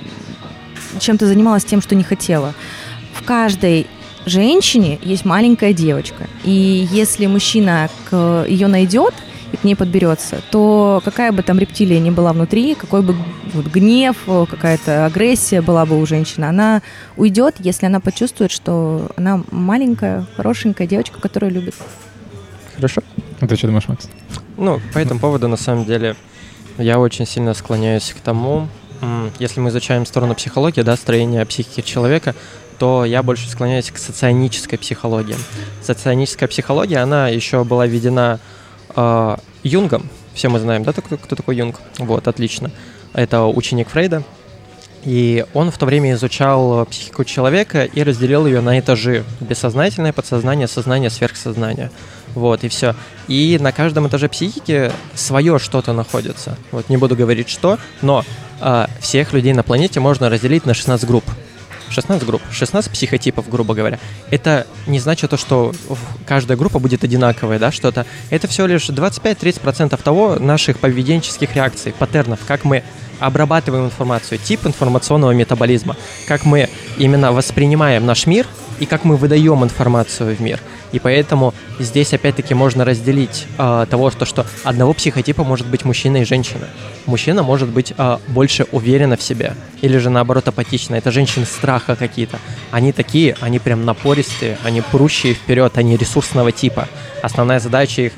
чем-то занималась тем, что не хотела. В каждой женщине есть маленькая девочка, и если мужчина ее найдет и к ней подберется, то какая бы там рептилия ни была внутри, какой бы вот гнев, какая-то агрессия была бы у женщины, она уйдет, если она почувствует, что она маленькая, хорошенькая девочка, которую любит. Хорошо. А ты что думаешь, Макс? Ну, по этому поводу, на самом деле, я очень сильно склоняюсь к тому, если мы изучаем сторону психологии, да, строения психики человека, то я больше склоняюсь к соционической психологии. Соционическая психология, она еще была введена Юнгом. Все мы знаем, да, кто такой Юнг? Вот, отлично. Это ученик Фрейда. И он в то время изучал психику человека и разделил ее на этажи. Бессознательное, подсознание, сознание, сверхсознание. Вот, и все. И на каждом этаже психики свое что-то находится. Вот, не буду говорить что, но всех людей на планете можно разделить на 16 групп. 16 групп, 16 психотипов, грубо говоря. Это не значит то, что каждая группа будет одинаковой, да, что-то. Это всего лишь 25-30% того наших поведенческих реакций, паттернов, как мы обрабатываем информацию, тип информационного метаболизма, как мы именно воспринимаем наш мир и как мы выдаем информацию в мир. И поэтому здесь опять-таки можно разделить того, что одного психотипа может быть мужчина и женщина. Мужчина может быть больше уверен в себе или же наоборот апатично. Это женщины страха какие-то. Они такие, они прям напористые, они прущие вперед, они ресурсного типа. Основная задача их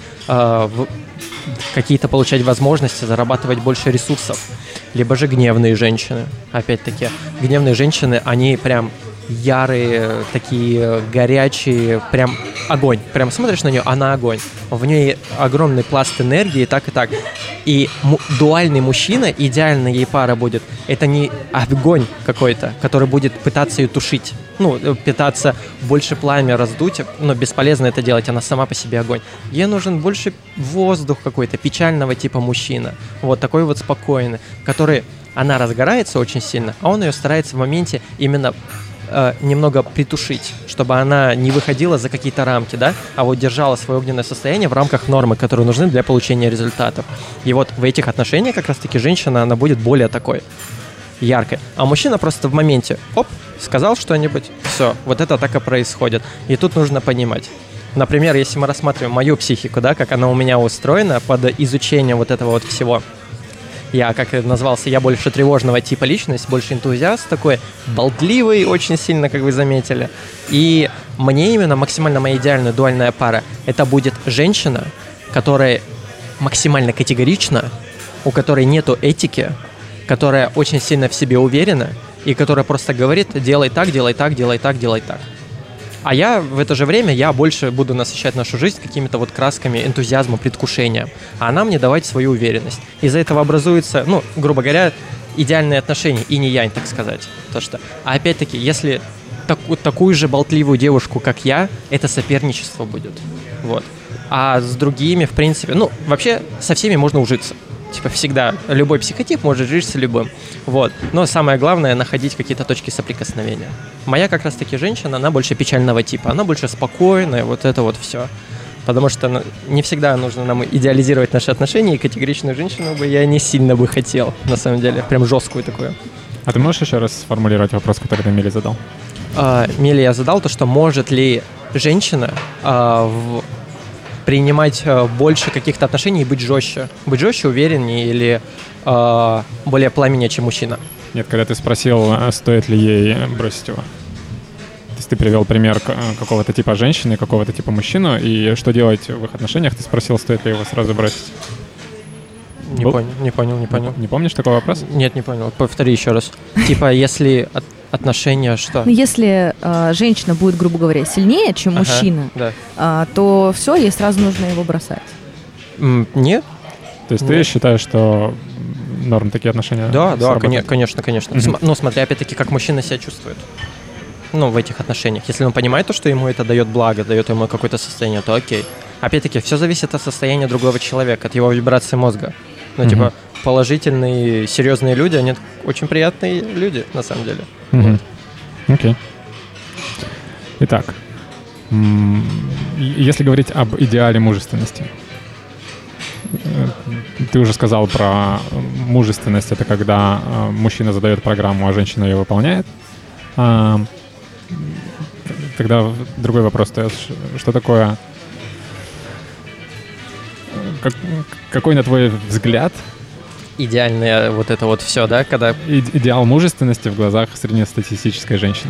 какие-то получать возможности, зарабатывать больше ресурсов. Либо же гневные женщины. Опять-таки, гневные женщины, они прям ярые, такие горячие, прям огонь. Прям смотришь на нее, она огонь. В ней огромный пласт энергии, так и так. И дуальный мужчина, идеальная ей пара будет, это не огонь какой-то, который будет пытаться ее тушить. Ну, пытаться больше пламя раздуть, но бесполезно это делать, она сама по себе огонь. Ей нужен больше воздух какой-то, печального типа мужчина. Вот такой вот спокойный, который, она разгорается очень сильно, а он ее старается в моменте именно немного притушить, чтобы она не выходила за какие-то рамки, да, а вот держала свое огненное состояние в рамках нормы, которые нужны для получения результатов. И вот в этих отношениях как раз-таки женщина, она будет более такой яркой. А мужчина просто в моменте, оп, сказал что-нибудь, все, вот это так и происходит. И тут нужно понимать. Например, если мы рассматриваем мою психику, да, как она у меня устроена под изучением вот этого вот всего, Я, как и назвался, я больше тревожного типа личность, больше энтузиаст такой, болтливый, очень сильно, как вы заметили. И мне именно максимально моя идеальная дуальная пара – это будет женщина, которая максимально категорична, у которой нету этики, которая очень сильно в себе уверена и которая просто говорит: делай так, делай так, делай так, делай так. А я в это же время, я больше буду насыщать нашу жизнь какими-то вот красками энтузиазма, предвкушением, а она мне давать свою уверенность. Из-за этого образуется, ну, грубо говоря, идеальные отношения, инь-янь, так сказать. То, что, а опять-таки, если такую же болтливую девушку, как я, это соперничество будет. Вот. А с другими, в принципе, ну, вообще со всеми можно ужиться. Типа всегда любой психотип может жить с любым. Вот. Но самое главное — находить какие-то точки соприкосновения. Моя как раз-таки женщина, она больше печального типа. Она больше спокойная, вот это вот все. Потому что не всегда нужно нам идеализировать наши отношения, и категоричную женщину бы я не сильно бы хотел, на самом деле. Прям жесткую такую. А ты можешь еще раз сформулировать вопрос, который ты Миле задал? Миле я задал то, что может ли женщина принимать больше каких-то отношений и быть жестче? Быть жестче, увереннее или более пламеннее, чем мужчина? Нет, когда ты спросил, стоит ли ей бросить его. То есть ты привел пример какого-то типа женщины, какого-то типа мужчину, и что делать в их отношениях, ты спросил, стоит ли его сразу бросить. Не понял. Не помнишь такой вопрос? Нет, не понял. Повтори еще раз. Типа, если отношения что? Ну, если женщина будет, грубо говоря, сильнее, чем мужчина, да. То все, ей сразу нужно его бросать. Нет. То есть ты считаешь, что норм такие отношения? Да, конечно. Mm-hmm. Ну, смотри, опять-таки, как мужчина себя чувствует. Ну, в этих отношениях. Если он понимает то, что ему это дает благо, дает ему какое-то состояние, то окей. Опять-таки, все зависит от состояния другого человека, от его вибрации мозга. Ну, типа, положительные, серьезные люди, они очень приятные люди, на самом деле. Окей. Итак, если говорить об идеале мужественности, ты уже сказал про мужественность, это когда мужчина задает программу, а женщина ее выполняет. Тогда другой вопрос стоит, что такое, какой, на твой взгляд, идеальное вот это вот все, да, когда... Идеал мужественности в глазах среднестатистической женщины?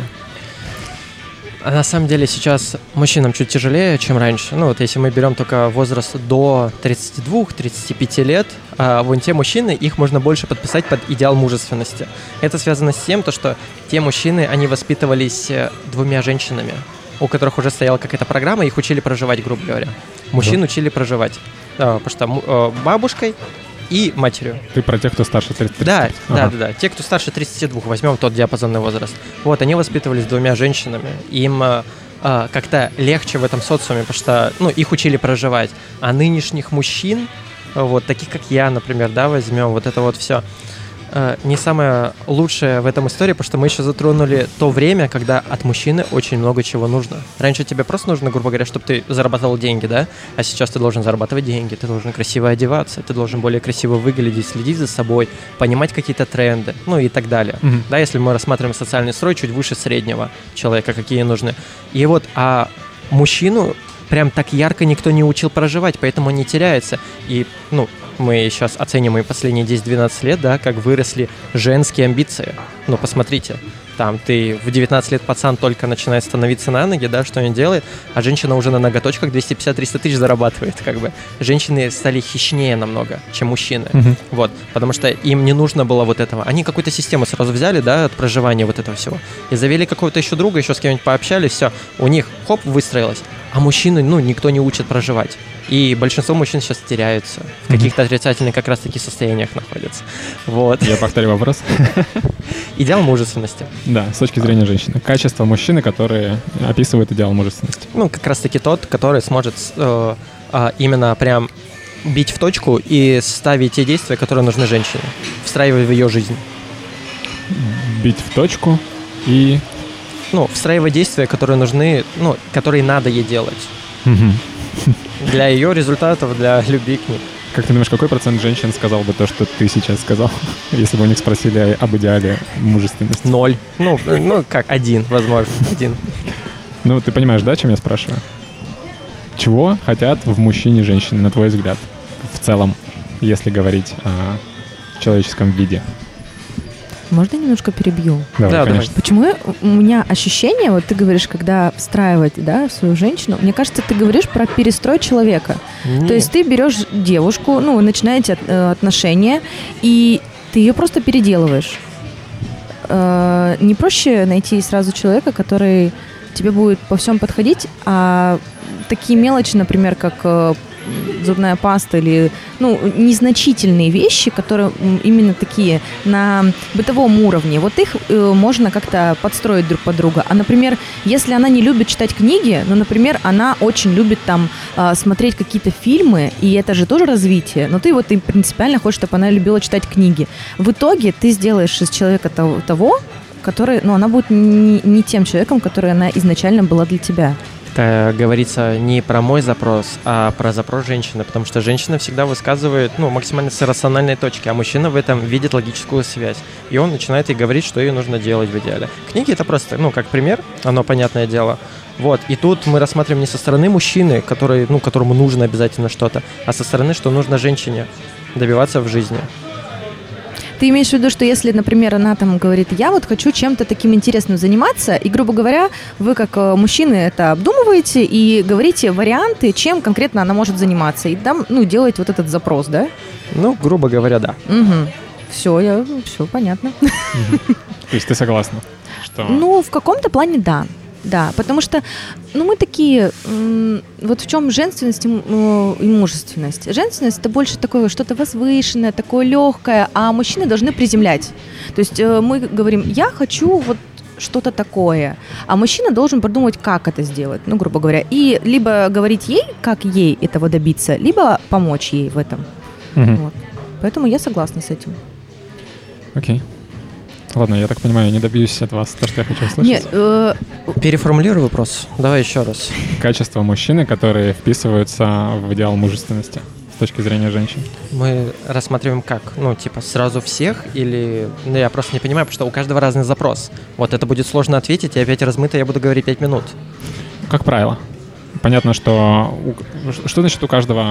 А на самом деле сейчас мужчинам чуть тяжелее, чем раньше. Ну вот если мы берем только возраст до 32-35 лет, вон те мужчины, их можно больше подписать под идеал мужественности. Это связано с тем, что те мужчины, они воспитывались двумя женщинами, у которых уже стояла какая-то программа, их учили проживать, грубо говоря. Мужчин учили проживать. Потому что бабушкой и матерью. Ты про тех, кто старше 30? Да. Те, кто старше 32, возьмем тот диапазонный возраст. Вот, они воспитывались двумя женщинами. Им как-то легче в этом социуме, потому что, ну, их учили проживать. А нынешних мужчин, вот, таких как я, например, да, возьмем, вот это вот все, не самое лучшее в этом истории, потому что мы еще затронули то время, когда от мужчины очень много чего нужно. Раньше тебе просто нужно, грубо говоря, чтобы ты зарабатывал деньги, да? А сейчас ты должен зарабатывать деньги, ты должен красиво одеваться, ты должен более красиво выглядеть, следить за собой, понимать какие-то тренды, ну и так далее. Да, если мы рассматриваем социальный строй чуть выше среднего человека, какие нужны. И вот, а мужчину прям так ярко никто не учил проживать, поэтому он не теряется. И, ну, мы сейчас оценим и последние 10-12 лет, да, как выросли женские амбиции. Ну, посмотрите, там ты в 19 лет пацан только начинает становиться на ноги, да, что он делает, а женщина уже на ноготочках 250-300 тысяч зарабатывает, как бы. Женщины стали хищнее намного, чем мужчины. Вот, потому что им не нужно было вот этого. Они какую-то систему сразу взяли, да, от проживания вот этого всего, и завели какого-то еще друга, еще с кем-нибудь пообщались, все, у них, хоп, выстроилось. А мужчины, ну, никто не учит проживать. И большинство мужчин сейчас теряются. В каких-то отрицательных как раз-таки состояниях находятся. Вот. Я повторю вопрос. Идеал мужественности. Да, с точки зрения женщины. Качество мужчины, которые описывают идеал мужественности. Ну, как раз-таки тот, который сможет именно прям бить в точку и ставить те действия, которые нужны женщине, встраивать в ее жизнь. Бить в точку и... Ну, встраивать действия, которые нужны, ну, которые надо ей делать. Для ее результатов, для любви к ней. Как ты думаешь, какой процент женщин сказал бы то, что ты сейчас сказал, если бы у них спросили об идеале мужественности? 0. Ну как, 1, возможно, 1. Ну, ты понимаешь, да, о чем я спрашиваю? Чего хотят в мужчине женщины, на твой взгляд, в целом, если говорить в человеческом виде? Можно я немножко перебью? Давай, конечно. Почему у меня ощущение, вот ты говоришь, когда встраивать, да, в свою женщину, мне кажется, ты говоришь про перестрой человека. Нет. То есть ты берешь девушку, ну, вы начинаете отношения, и ты ее просто переделываешь. Не проще найти сразу человека, который тебе будет по всем подходить, а такие мелочи, например, как зубная паста или, ну, незначительные вещи, которые именно такие на бытовом уровне, вот их можно как-то подстроить друг под друга. А, например, если она не любит читать книги, ну, например, она очень любит там смотреть какие-то фильмы, и это же тоже развитие, но ты вот и принципиально хочешь, чтобы она любила читать книги. В итоге ты сделаешь из человека того, который, ну, она будет не тем человеком, который она изначально была для тебя. Это говорится не про мой запрос, а про запрос женщины, потому что женщина всегда высказывает, ну, максимально с рациональной точки, а мужчина в этом видит логическую связь. И он начинает ей говорить, что ей нужно делать в идеале. Книги — это просто, ну, как пример, оно понятное дело. Вот, и тут мы рассматриваем не со стороны мужчины, которому нужно обязательно что-то, а со стороны, что нужно женщине добиваться в жизни. Ты имеешь в виду, что если, например, она там говорит, я вот хочу чем-то таким интересным заниматься, и, грубо говоря, вы как мужчины это обдумываете и говорите варианты, чем конкретно она может заниматься, и там, ну, делаете вот этот запрос, да? Ну, грубо говоря, да. Угу. Все понятно. То есть ты согласна? Что... Ну, в каком-то плане да. Да, потому что, ну, мы такие, вот в чем женственность и мужественность. Женственность — это больше такое что-то возвышенное, такое легкое, а мужчины должны приземлять. То есть мы говорим, я хочу вот что-то такое, а мужчина должен продумать, как это сделать, ну, грубо говоря, и либо говорить ей, как ей этого добиться, либо помочь ей в этом. Вот. Поэтому я согласна с этим. Окей. Ладно, я так понимаю, я не добьюсь от вас то, что я хочу услышать. Нет, переформулируй вопрос. Давай еще раз. Качества мужчины, которые вписываются в идеал мужественности с точки зрения женщин. Мы рассматриваем как? Ну, типа, сразу всех или... Ну, я просто не понимаю, потому что у каждого разный запрос. Вот это будет сложно ответить, и опять размыто я буду говорить 5 минут. Как правило. Понятно, что... Что значит у каждого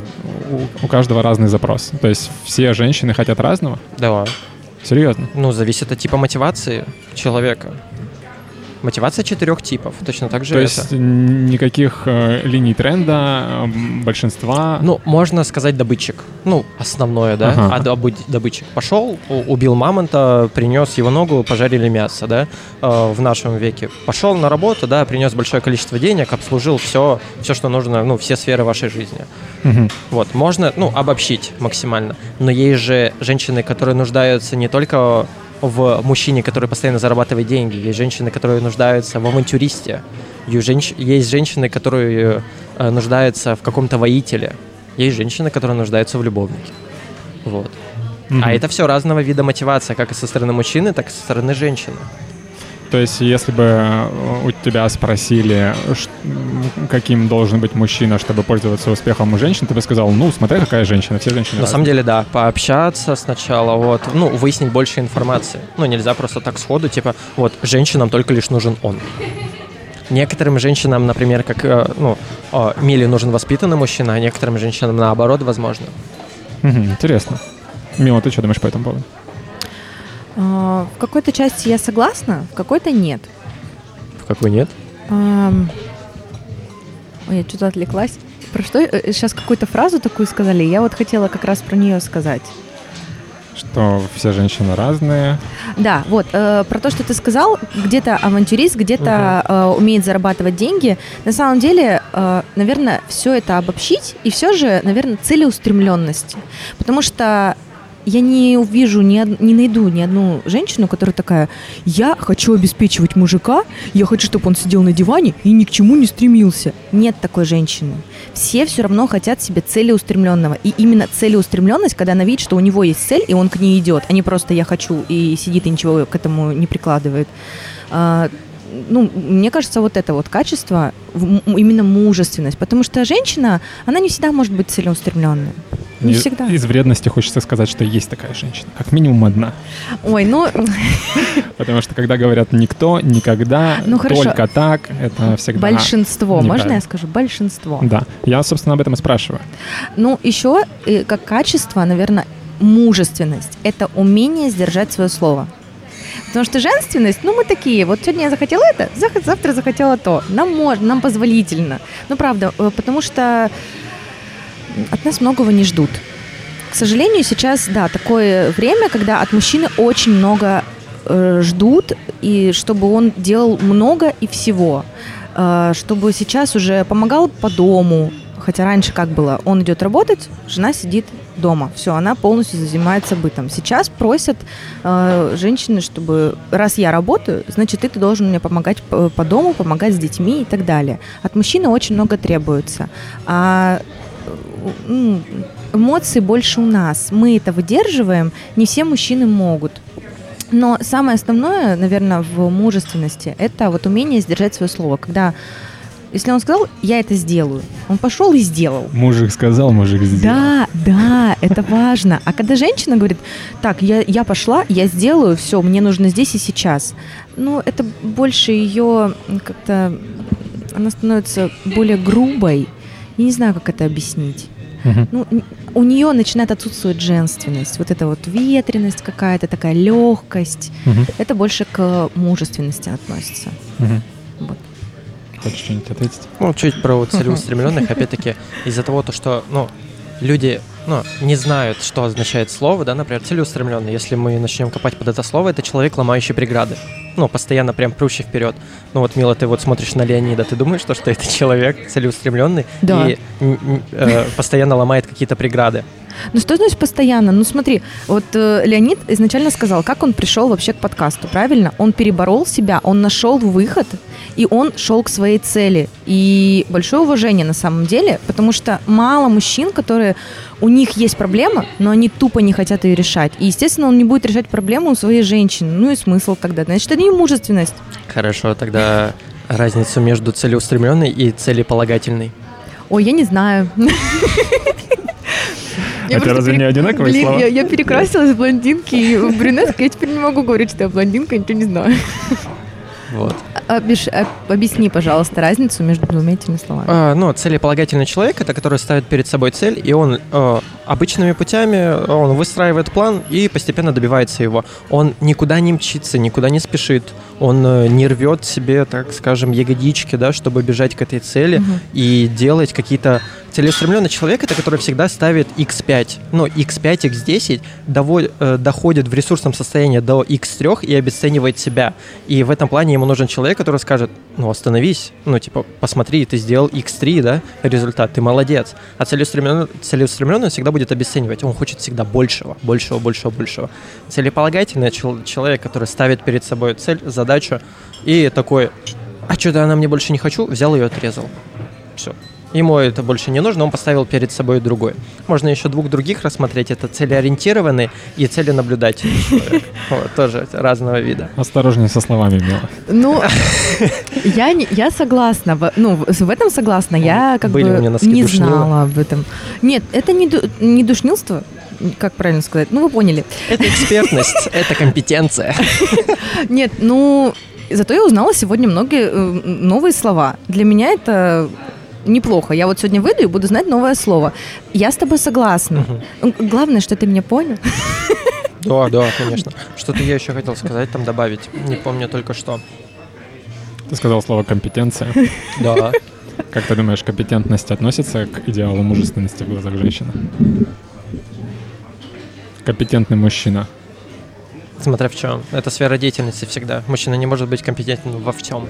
разный запрос? То есть все женщины хотят разного? Да. Серьезно? Ну, зависит от типа мотивации человека. Мотивация 4 типов, точно так же. То есть никаких линий тренда, большинства... Ну, можно сказать добытчик. Ну, основное, да? Ага. А добытчик пошел, убил мамонта, принес его ногу, пожарили мясо, да? В нашем веке. Пошел на работу, да, принес большое количество денег, обслужил все, что нужно, ну, все сферы вашей жизни. Угу. Вот, можно, ну, обобщить максимально. Но есть же женщины, которые нуждаются не только в мужчине, который постоянно зарабатывает деньги. Есть женщины, которые нуждаются в авантюристе. Есть женщины, которые нуждаются в каком-то воителе. Есть женщины, которые нуждаются в любовнике. Вот. Mm-hmm. А это все разного вида мотивация, как и со стороны мужчины, так и со стороны женщины. То есть, если бы у тебя спросили, каким должен быть мужчина, чтобы пользоваться успехом у женщин, ты бы сказал, ну, смотря какая женщина, все женщины На самом деле, да, пообщаться сначала, вот, ну, выяснить больше информации. Ну, нельзя просто так сходу, типа, вот, женщинам только лишь нужен он. Некоторым женщинам, например, как, Миле нужен воспитанный мужчина, а некоторым женщинам наоборот, возможно. Интересно. Мила, ты что думаешь по этому поводу? В какой-то части я согласна, в какой-то нет. В какой нет? Ой, я что-то отвлеклась. Про что? Сейчас какую-то фразу такую сказали, я вот хотела как раз про нее сказать. Что все женщины разные. Да, вот, про то, что ты сказал, где-то авантюрист, где-то умеет зарабатывать деньги. На самом деле, наверное, все это обобщить и все же, наверное, целеустремленности. Потому что я не увижу, не найду ни одну женщину, которая такая, я хочу обеспечивать мужика, я хочу, чтобы он сидел на диване и ни к чему не стремился. Нет такой женщины. Все равно хотят себе целеустремленного. И именно целеустремленность, когда она видит, что у него есть цель, и он к ней идет, а не просто я хочу и сидит и ничего к этому не прикладывает. Мне кажется, вот это вот качество, именно мужественность. Потому что женщина, она не всегда может быть целеустремленной. Не всегда. Из вредности хочется сказать, что есть такая женщина. Как минимум одна. Ой, Потому что когда говорят «никто», «никогда», «только так», это всегда большинство. Можно я скажу? Большинство. Да. Я, собственно, об этом и спрашиваю. Ну, еще как качество, наверное, мужественность – это умение сдержать свое слово. Потому что женственность, мы такие, вот сегодня я захотела это, завтра захотела то. Нам позволительно. Правда, потому что от нас многого не ждут. К сожалению, сейчас, такое время, когда от мужчины очень много ждут, и чтобы он делал много и всего. Чтобы сейчас уже помогал по дому. Хотя раньше как было? Он идет работать, жена сидит дома. Все, она полностью занимается бытом. Сейчас просят женщины, чтобы раз я работаю, значит, ты должен мне помогать по дому, помогать с детьми и так далее. От мужчины очень много требуется. А эмоций больше у нас. Мы это выдерживаем, не все мужчины могут. Но самое основное, наверное, в мужественности – это вот умение сдержать свое слово. Когда, если он сказал, я это сделаю, он пошел и сделал. Мужик сказал, мужик сделал. Да, это важно. А когда женщина говорит, так, я пошла, я сделаю, все, мне нужно здесь и сейчас. Это больше ее как-то, она становится более грубой. Я не знаю, как это объяснить. У нее начинает отсутствовать женственность, вот эта вот ветреность какая-то, такая легкость. Это больше к мужественности относится. Вот. Хочешь что-нибудь ответить? Чуть про целеустремленных, опять-таки, из-за того, что люди не знают, что означает слово, например, целеустремленный. Если мы начнем копать под это слово, это человек, ломающий преграды. Постоянно прям прущий вперед. Мила, ты вот смотришь на Леонида, ты думаешь, что это человек целеустремленный и постоянно ломает какие-то преграды? Что значит постоянно? Смотри, вот Леонид изначально сказал, как он пришел вообще к подкасту, правильно? Он переборол себя, он нашел выход, и он шел к своей цели. И большое уважение на самом деле, потому что мало мужчин, которые у них есть проблема, но они тупо не хотят ее решать. И, естественно, он не будет решать проблему у своей женщины. И смысл тогда? Значит, это не мужественность. Хорошо, тогда разницу между целеустремленной и целеполагательной. Ой, я не знаю. Это разве не одинаковые слова? Я перекрасилась в блондинки и в брюнетку, я теперь не могу говорить, что я блондинка, ничего не знаю. Вот. Объясни, пожалуйста, разницу между двумя этими словами. Целеполагательный человек – это который ставит перед собой цель, и он обычными путями он выстраивает план и постепенно добивается его. Он никуда не мчится, никуда не спешит, он не рвет себе, так скажем, ягодички, чтобы бежать к этой цели и делать какие-то... Целеустремленный человек – это который всегда ставит x5. x5, x10 доходит в ресурсном состоянии до x3 и обесценивает себя. И в этом плане ему нужен человек, который скажет, остановись, посмотри, ты сделал x3, результат, ты молодец. А целеустремленный всегда будет обесценивать. Он хочет всегда большего. Целеполагательный человек, который ставит перед собой цель, задачу, и такой, что-то она мне больше не хочу, взял ее и отрезал. Все. Ему это больше не нужно, он поставил перед собой другой. Можно еще двух других рассмотреть. Это целеориентированный и целенаблюдательный человек. Тоже разного вида. Осторожнее со словами, Мила. Я согласна. В этом согласна. Я не знала об этом. Нет, это не душнилство. Как правильно сказать? Вы поняли. Это экспертность, это компетенция. Нет, зато я узнала сегодня многие новые слова. Для меня это... неплохо. Я вот сегодня выйду и буду знать новое слово. Я с тобой согласна. Главное, что ты меня понял. Да, конечно. Что-то я еще хотел сказать, добавить. Не помню только что. Ты сказал слово «компетенция». Да. Как ты думаешь, компетентность относится к идеалу мужественности в глазах женщины? Компетентный мужчина. Смотря в чем. Это сфера деятельности всегда. Мужчина не может быть компетентным во всем.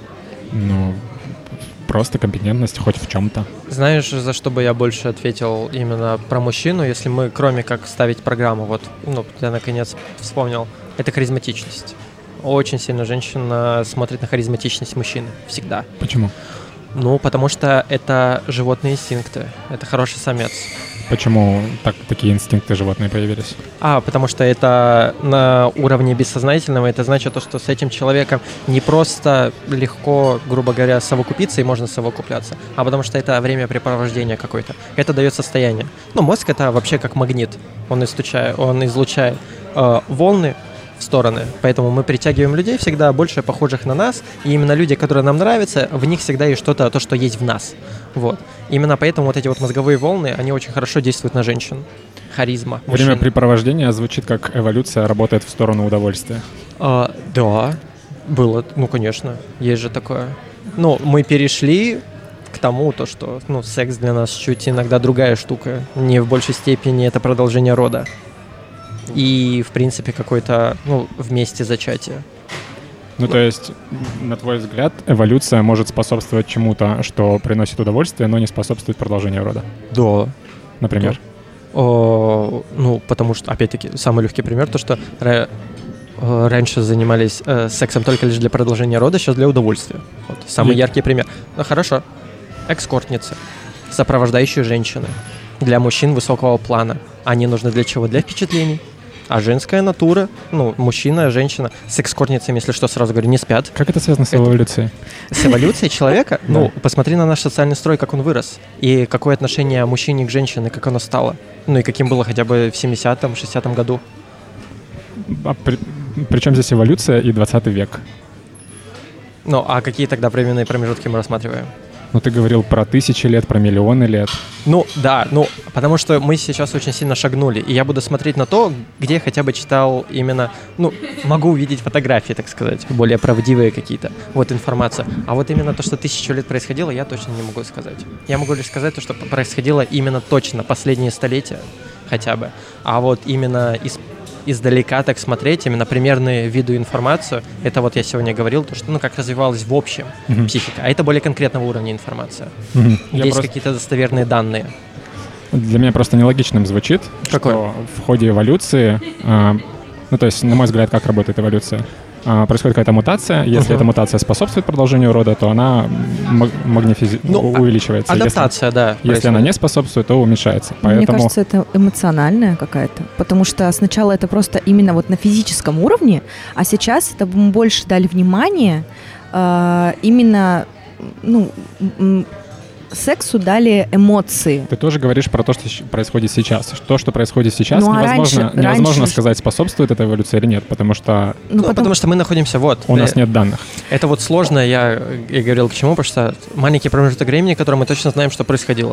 Просто компетентность хоть в чем-то. Знаешь, за что бы я больше ответил именно про мужчину, если мы, кроме как ставить программу, я наконец вспомнил, это харизматичность. Очень сильно женщина смотрит на харизматичность мужчины. Всегда. Почему? Потому что это животные инстинкты. Это хороший самец. Почему такие инстинкты животные появились? Потому что это на уровне бессознательного. Это значит, что с этим человеком не просто легко, грубо говоря, совокупиться и можно совокупляться, а потому что это времяпрепровождение какое-то. Это дает состояние. Мозг — это вообще как магнит. Он излучает волны в стороны. Поэтому мы притягиваем людей всегда больше похожих на нас, и именно люди, которые нам нравятся, в них всегда есть что-то, то, что есть в нас. Вот. Именно поэтому вот эти вот мозговые волны, они очень хорошо действуют на женщин. Харизма. Времяпрепровождение звучит как эволюция работает в сторону удовольствия. Да, было, конечно, есть же такое. Мы перешли к тому, что секс для нас чуть иногда другая штука. Не в большей степени это продолжение рода. И, в принципе, какое-то, вместе зачатие. То есть, на твой взгляд, эволюция может способствовать чему-то, что приносит удовольствие, но не способствует продолжению рода? Да. Например? Потому что, опять-таки, самый легкий пример, то, что раньше занимались сексом только лишь для продолжения рода, сейчас для удовольствия. Вот, самый яркий пример. Хорошо. Эскортницы, сопровождающие женщины. Для мужчин высокого плана. Они нужны для чего? Для впечатлений. А женская натура, мужчина, женщина, с эскортницами, если что, сразу говорю, не спят. Как это связано с эволюцией? С эволюцией человека? Посмотри на наш социальный строй, как он вырос. И какое отношение мужчине к женщине, как оно стало. И каким было хотя бы в 70-м, 60-м году. При чем здесь эволюция и 20 век? А какие тогда временные промежутки мы рассматриваем? Ты говорил про тысячи лет, про миллионы лет. Да, потому что мы сейчас очень сильно шагнули, и я буду смотреть на то, где я хотя бы читал именно, могу увидеть фотографии, так сказать, более правдивые какие-то, информацию. А вот именно то, что 1000 лет происходило, я точно не могу сказать. Я могу лишь сказать то, что происходило именно точно последние столетия хотя бы. А вот именно издалека так смотреть, именно примерные виды информацию, это я сегодня говорил, то, что, как развивалась в общем психика, а это более конкретного уровня информация. Где есть какие-то достоверные данные. Для меня просто нелогичным звучит, что в ходе эволюции, то есть, на мой взгляд, как работает эволюция, происходит какая-то мутация. Если эта мутация способствует продолжению рода, то она увеличивается. Адаптация, да. Если она не способствует, то уменьшается. Мне кажется, это эмоциональная какая-то. Потому что сначала это просто именно на физическом уровне, а сейчас это мы больше дали внимание именно сексу дали эмоции. Ты тоже говоришь про то, что происходит сейчас. То, что происходит сейчас, невозможно сказать, способствует этой эволюции или нет, потому что... Потому что мы находимся У нас нет данных. Это сложно, я и говорил к чему, потому что маленький промежуток времени, в котором мы точно знаем, что происходило.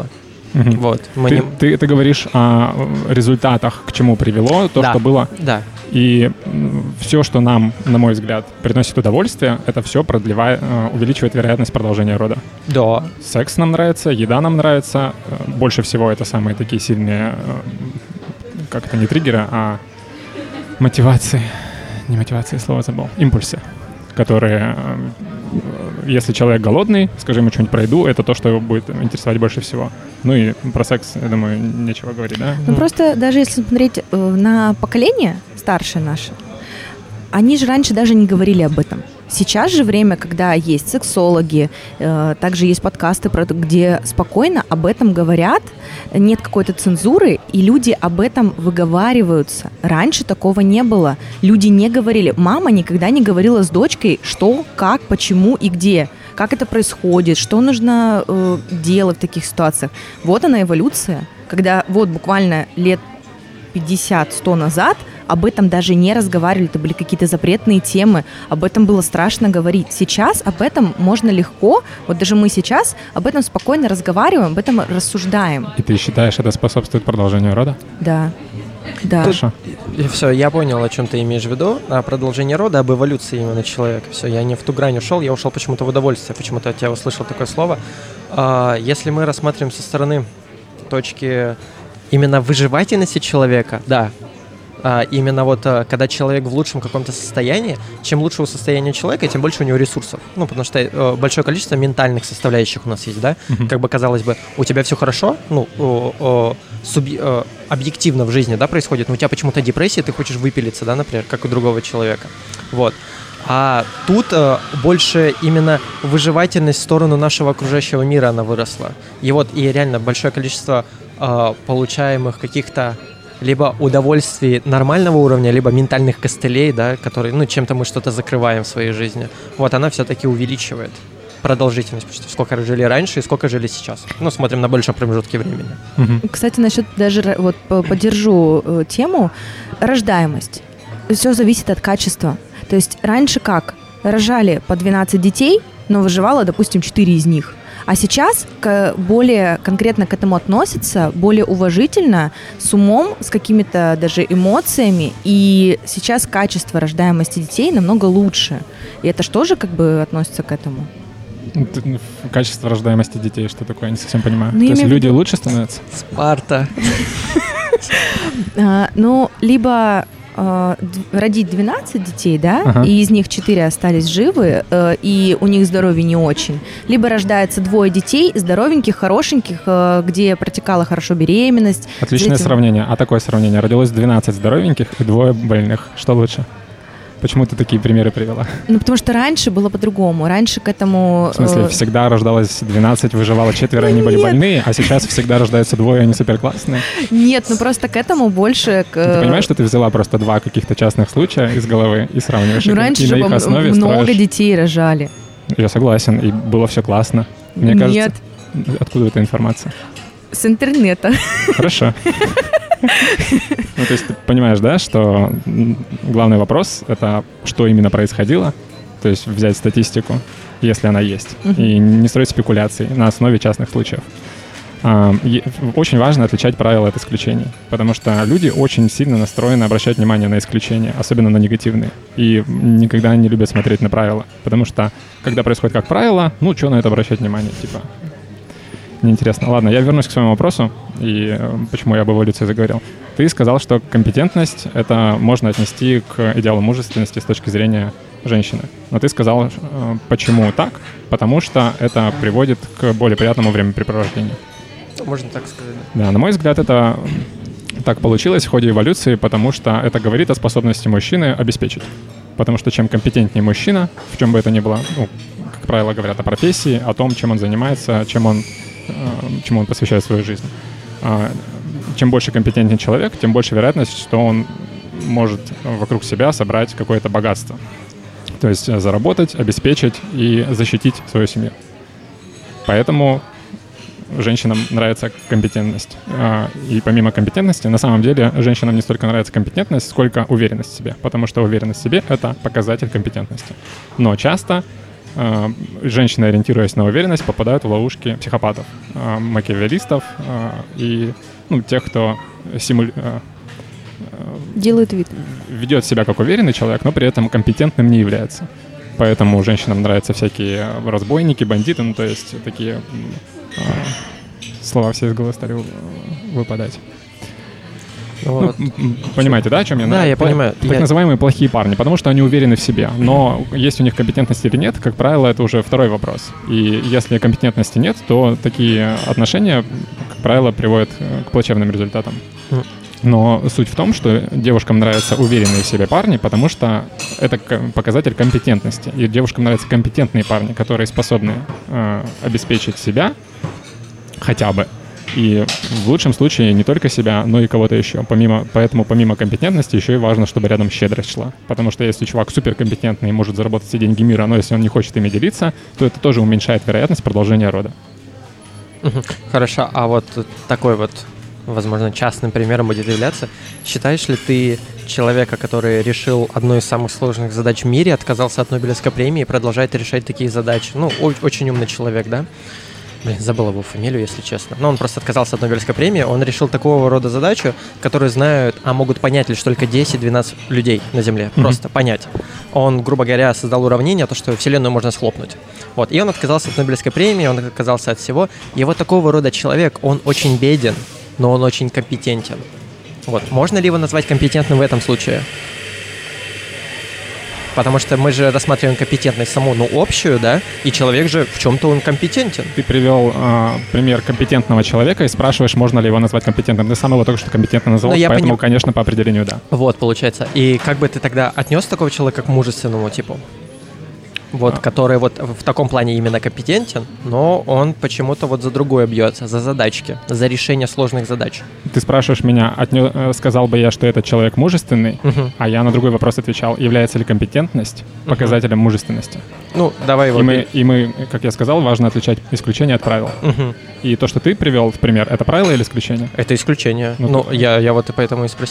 Ты говоришь о результатах, к чему привело то, что было. Да. И все, что нам, на мой взгляд, приносит удовольствие, это все увеличивает вероятность продолжения рода. Да. Секс нам нравится, еда нам нравится. Больше всего это самые такие сильные, как это, не триггеры, а мотивации. Не мотивации, слово забыл. Импульсы, которые... Если человек голодный, скажи ему что-нибудь про еду, это то, что его будет интересовать больше всего. И про секс, я думаю, нечего говорить, да? Просто даже если смотреть на поколение старшее наше, они же раньше даже не говорили об этом. Сейчас же время, когда есть сексологи, также есть подкасты, где спокойно об этом говорят, нет какой-то цензуры, и люди об этом выговариваются. Раньше такого не было. Люди не говорили. Мама никогда не говорила с дочкой, что, как, почему и где. Как это происходит, что нужно делать в таких ситуациях. Вот она эволюция, когда буквально лет 50-100 назад об этом даже не разговаривали, это были какие-то запретные темы, об этом было страшно говорить. Сейчас об этом можно легко, даже мы сейчас об этом спокойно разговариваем, об этом рассуждаем. И ты считаешь, это способствует продолжению рода? Да. Хорошо. Все, я понял, о чем ты имеешь в виду. О продолжении рода, об эволюции именно человека. Все, я не в ту грань ушел, я ушел почему-то в удовольствие. Почему-то от тебя услышал такое слово. Если мы рассматриваем со стороны точки именно выживательности человека, да, именно когда человек в лучшем каком-то состоянии, чем лучше состояние человека, тем больше у него ресурсов. Потому что большое количество ментальных составляющих у нас есть, да? Как бы казалось бы, у тебя все хорошо, объективно в жизни, да, происходит, но у тебя почему-то депрессия, ты хочешь выпилиться, да, например, как у другого человека. А тут больше именно выживательность в сторону нашего окружающего мира она выросла. И реально большое количество получаемых каких-то либо удовольствий нормального уровня, либо ментальных костылей, да, которые, чем-то мы что-то закрываем в своей жизни. Она все-таки увеличивает продолжительность, потому что сколько жили раньше и сколько жили сейчас. Смотрим на большом промежутке времени. Кстати, насчет даже, поддержу тему, рождаемость. все зависит от качества. То есть раньше как? Рожали по 12 детей, но выживало, допустим, 4 из них. А сейчас более конкретно к этому относятся, более уважительно, с умом, с какими-то даже эмоциями. И сейчас качество рождаемости детей намного лучше. И это же тоже как бы относится к этому. Качество рождаемости детей, что такое? Я не совсем понимаю. Ну, то есть люди лучше становятся? Спарта. Ну, либо родить 12 детей, да, и из них 4 остались живы, и у них здоровье не очень. Либо рождается 2 детей, здоровеньких, хорошеньких, где протекала хорошо беременность. Отличное сравнение. А такое сравнение? Родилось 12 здоровеньких и 2 больных. Что лучше? Почему ты такие примеры привела? Ну, потому что раньше было по-другому. Раньше к этому... В смысле, всегда рождалось 12, выживало 4, они были больные, а сейчас всегда рождаются 2, они суперклассные? Нет, ну просто к этому больше... Ты понимаешь, что ты взяла просто 2 каких-то частных случая из головы и сравниваешь? Ну, раньше же много детей рожали. Я согласен, и было все классно. Мне кажется... Нет. Откуда эта информация? С интернета. Хорошо. Ну, то есть ты понимаешь, да, что главный вопрос — это что именно происходило, то есть взять статистику, если она есть, и не строить спекуляции на основе частных случаев. Очень важно отличать правила от исключений, потому что люди очень сильно настроены обращать внимание на исключения, особенно на негативные, и никогда не любят смотреть на правила, потому что когда происходит как правило, ну, что на это обращать внимание, типа... Неинтересно. Ладно, я вернусь к своему вопросу, и почему я об эволюции заговорил. Ты сказал, что компетентность — это можно отнести к идеалу мужественности с точки зрения женщины. Но ты сказал, почему так? Потому что это приводит к более приятному времяпрепровождению. Можно так сказать. Да, на мой взгляд, это так получилось в ходе эволюции, потому что это говорит о способности мужчины обеспечить. Потому что чем компетентнее мужчина, в чем бы это ни было, ну, как правило, говорят о профессии, о том, чем он занимается, чему он посвящает свою жизнь. Чем больше компетентный человек, тем больше вероятность, что он может вокруг себя собрать какое-то богатство. То есть заработать, обеспечить и защитить свою семью. Поэтому женщинам нравится компетентность. И помимо компетентности, на самом деле, женщинам не столько нравится компетентность, сколько уверенность в себе. Потому что уверенность в себе — это показатель компетентности. Но часто женщины, ориентируясь на уверенность, попадают в ловушки психопатов, макиавеллистов и тех, кто делает вид. Ведет себя как уверенный человек, но при этом компетентным не является. Поэтому женщинам нравятся всякие разбойники, бандиты, ну то есть такие слова все из головы стали выпадать. Вот. Понимаете, да, о чем я? Да, я понимаю. Так называемые плохие парни, потому что они уверены в себе. Но есть у них компетентность или нет, как правило, это уже второй вопрос. И если компетентности нет, то такие отношения, как правило, приводят к плачевным результатам. Но суть в том, что девушкам нравятся уверенные в себе парни, потому что это показатель компетентности. И девушкам нравятся компетентные парни, которые способны обеспечить себя хотя бы. И в лучшем случае не только себя, но и кого-то еще. Поэтому помимо компетентности еще и важно, чтобы рядом щедрость шла. Потому что если чувак суперкомпетентный и может заработать все деньги мира, но если он не хочет ими делиться, то это тоже уменьшает вероятность продолжения рода. Хорошо, а вот такой вот, возможно, частным примером будет являться. Считаешь ли ты человека, который решил одну из самых сложных задач в мире, отказался от Нобелевской премии и продолжает решать такие задачи? Ну, очень умный человек, да? Блин, забыл его фамилию, если честно. Но он просто отказался от Нобелевской премии. Он решил такого рода задачу, которую знают, могут понять лишь только 10-12 людей на Земле. Просто понять. Он, грубо говоря, создал уравнение, то, что Вселенную можно схлопнуть. Вот. И он отказался от Нобелевской премии, он отказался от всего. И вот такого рода человек, он очень беден, но он очень компетентен. Вот. Можно ли его назвать компетентным в этом случае? Потому что мы же рассматриваем компетентность саму, общую, да, и человек же в чем-то он компетентен. Ты привел пример компетентного человека и спрашиваешь, можно ли его назвать компетентным. Ты сам его только что компетентно назвал, поэтому, конечно, по определению, да. Вот, получается. И как бы ты тогда отнес такого человека к мужественному типу? Вот, который вот в таком плане именно компетентен, но он почему-то вот за другое бьется, за задачки, за решение сложных задач. Ты спрашиваешь меня, сказал бы я, что этот человек мужественный, а я на другой вопрос отвечал, является ли компетентность показателем мужественности? Ну, давай его. И мы, как я сказал, важно отличать исключение от правил. И то, что ты привел в пример, это правило или исключение? Это исключение. Я вот и поэтому и спросил.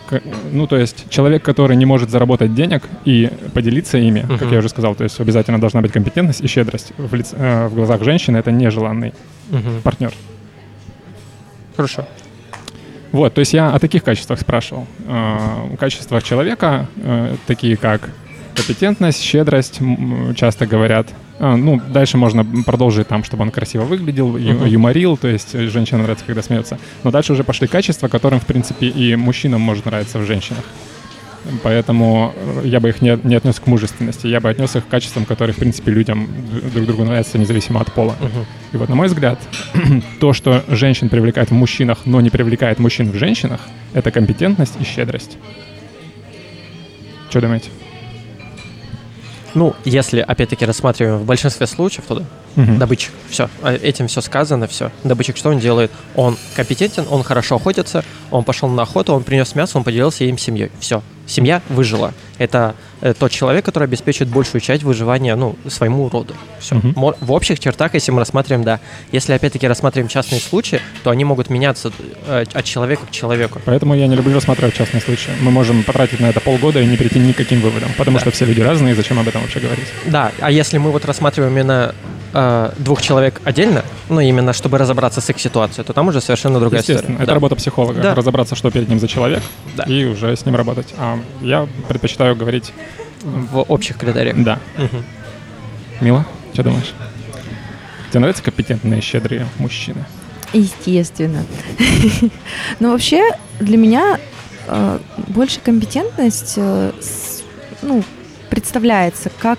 ну, то есть человек, который не может заработать денег и поделиться ими, как я уже сказал, то есть обязательно должна быть компетентность и щедрость. В глазах женщины это нежеланный партнер. Хорошо. Вот, то есть я о таких качествах спрашивал. Качества человека, такие как компетентность, щедрость, часто говорят. Ну, дальше можно продолжить там, чтобы он красиво выглядел, юморил, то есть женщинам нравится, когда смеется. Но дальше уже пошли качества, которым, в принципе, и мужчинам может нравиться в женщинах. Поэтому я бы их не отнес к мужественности, я бы отнес их к качествам, которые, в принципе, людям друг другу нравятся, независимо от пола. И вот, на мой взгляд, то, что женщин привлекает в мужчинах, но не привлекает мужчин в женщинах, это компетентность и щедрость. Что думаете? Ну, если, опять-таки, рассматриваем в большинстве случаев, то да. Добытчик. Все. Этим все сказано, все. Добытчик что он делает? Он компетентен, он хорошо охотится, он пошел на охоту, он принес мясо, он поделился им с семьей. Все. Семья выжила. Это тот человек, который обеспечивает большую часть выживания, ну, своему роду. Все. В общих чертах, если мы рассматриваем, да. Если, опять-таки, рассматриваем частные случаи, то они могут меняться от человека к человеку. Поэтому я не люблю рассматривать частные случаи. Мы можем потратить на это полгода и не прийти ни к каким выводам, потому что все люди разные, и зачем об этом вообще говорить? Да, а если мы вот рассматриваем именно двух человек отдельно, ну, именно чтобы разобраться с их ситуацией, то там уже совершенно другая история. Естественно, это работа психолога. Да. Разобраться, что перед ним за человек, и уже с ним работать. А я предпочитаю говорить... В общих критериях. Да. Мила, что думаешь? Тебе нравятся компетентные, щедрые мужчины? Естественно. Но вообще для меня больше компетентность представляется как...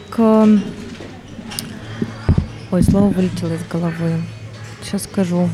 Ой, слово вылетело из головы. Сейчас скажу.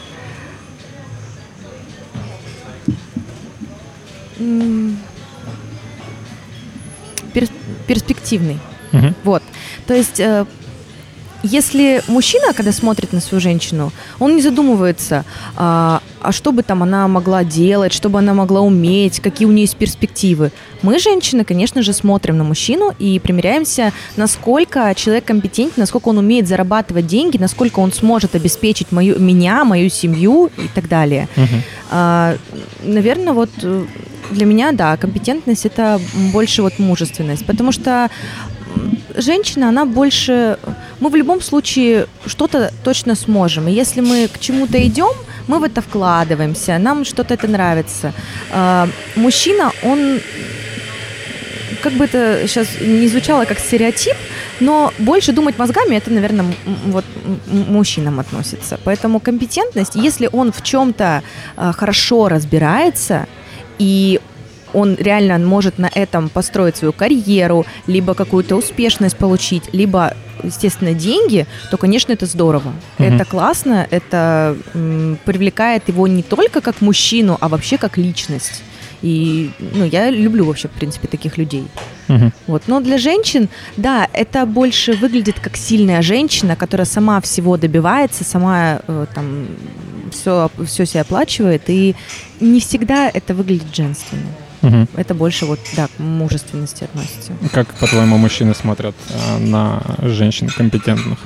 Перспективный. Вот. То есть, если мужчина, когда смотрит на свою женщину, он не задумывается, а что бы там она могла делать, что бы она могла уметь, какие у нее есть перспективы. Мы, женщины, конечно же, смотрим на мужчину и примеряемся, насколько человек компетентен, насколько он умеет зарабатывать деньги, насколько он сможет обеспечить мою семью и так далее. Наверное, вот для меня, да, компетентность – это больше вот мужественность, потому что женщина, она больше... Мы в любом случае что-то точно сможем. И если мы к чему-то идем, мы в это вкладываемся, нам что-то это нравится. Мужчина, он... Как бы это сейчас не звучало как стереотип, но больше думать мозгами, это, наверное, вот мужчинам относится. Поэтому компетентность, если он в чем-то хорошо разбирается, и он реально может на этом построить свою карьеру, либо какую-то успешность получить, либо, естественно, деньги, то, конечно, это здорово. Это классно, это привлекает его не только как мужчину, а вообще как личность. И я люблю вообще, в принципе, таких людей. Вот. Но для женщин, да, это больше выглядит как сильная женщина, которая сама всего добивается, сама там все себе оплачивает, и не всегда это выглядит женственно. Это больше вот, да, к мужественности относится. Как, по-твоему, мужчины смотрят на женщин компетентных?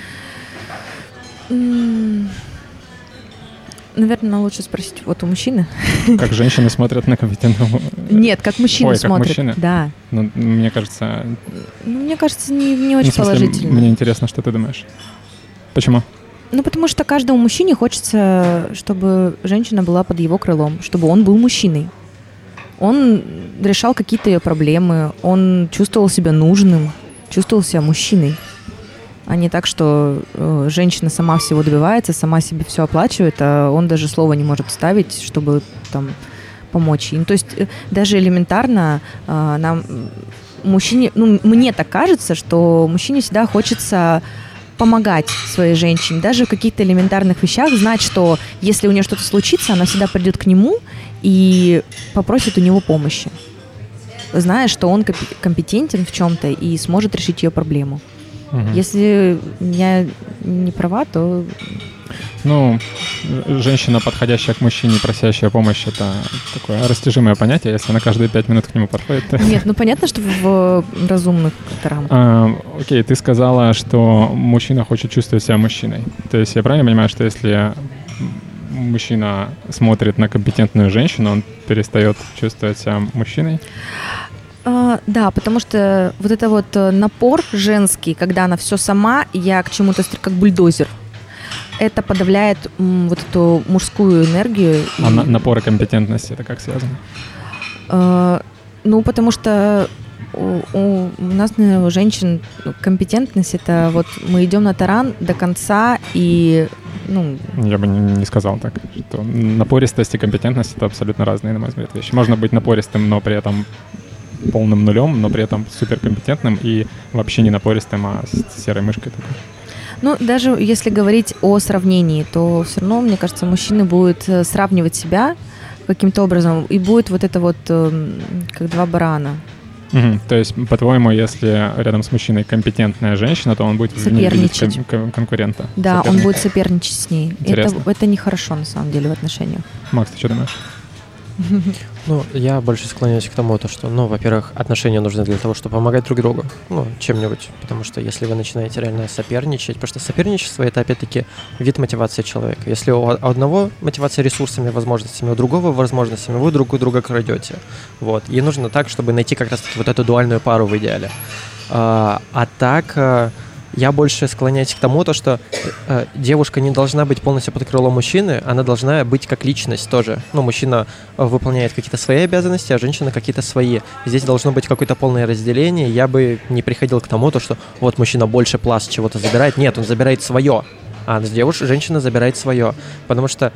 Наверное, лучше спросить вот у мужчины. Как женщины смотрят на компетентного? Нет, как мужчины смотрят. Как мужчины? Да. Ну, мне кажется... Мне кажется, не очень положительно. Мне интересно, что ты думаешь. Почему? Потому что каждому мужчине хочется, чтобы женщина была под его крылом, чтобы он был мужчиной. Он решал какие-то ее проблемы, он чувствовал себя нужным, чувствовал себя мужчиной. А не так, что женщина сама всего добивается, сама себе все оплачивает, а он даже слова не может вставить, чтобы там помочь ей. То есть даже элементарно нам мужчине, мне так кажется, что мужчине всегда хочется помогать своей женщине, даже в каких-то элементарных вещах, знать, что если у нее что-то случится, она всегда придет к нему и попросит у него помощи, зная, что он компетентен в чем-то и сможет решить ее проблему. Если я не права, то... Женщина, подходящая к мужчине, просящая помощь, это такое растяжимое понятие, если она каждые 5 минут к нему подходит. Нет, понятно, что в разумных рамках. Окей, ты сказала, что мужчина хочет чувствовать себя мужчиной. То есть я правильно понимаю, что если мужчина смотрит на компетентную женщину, он перестает чувствовать себя мужчиной? Да, потому что вот это вот напор женский, когда она все сама, я к чему-то как бульдозер, это подавляет вот эту мужскую энергию. А напор и компетентность это как связано? Ну, потому что у нас, наверное, у женщин компетентность это вот мы идем на таран до конца и Я бы не сказал так, что напористость и компетентность это абсолютно разные, на мой взгляд, вещи. Можно быть напористым, но при этом полным нулем, но при этом суперкомпетентным и вообще не напористым, а с серой мышкой такой. Ну, даже если говорить о сравнении, то все равно, мне кажется, мужчина будет сравнивать себя каким-то образом, и будет вот это вот как два барана. Угу. То есть, по-твоему, если рядом с мужчиной компетентная женщина, то он будет соперничать. Конкурента. Да, он будет соперничать с ней. Интересно. Это нехорошо, на самом деле, в отношениях. Макс, ты что думаешь? Ну, я больше склоняюсь к тому, что, во-первых, отношения нужны для того, чтобы помогать друг другу, чем-нибудь. Потому что если вы начинаете реально соперничать, потому что соперничество — это, опять-таки, вид мотивации человека. Если у одного мотивация ресурсами, возможностями, у другого возможностями, вы друг у друга крадете. Вот. И нужно так, чтобы найти как раз-таки вот эту дуальную пару в идеале. А так... Я больше склоняюсь к тому, что девушка не должна быть полностью под крылом мужчины, она должна быть как личность тоже. Мужчина выполняет какие-то свои обязанности, а женщина какие-то свои. Здесь должно быть какое-то полное разделение. Я бы не приходил к тому, что вот мужчина больше пласт чего-то забирает. Нет, он забирает свое, а женщина забирает свое. Потому что,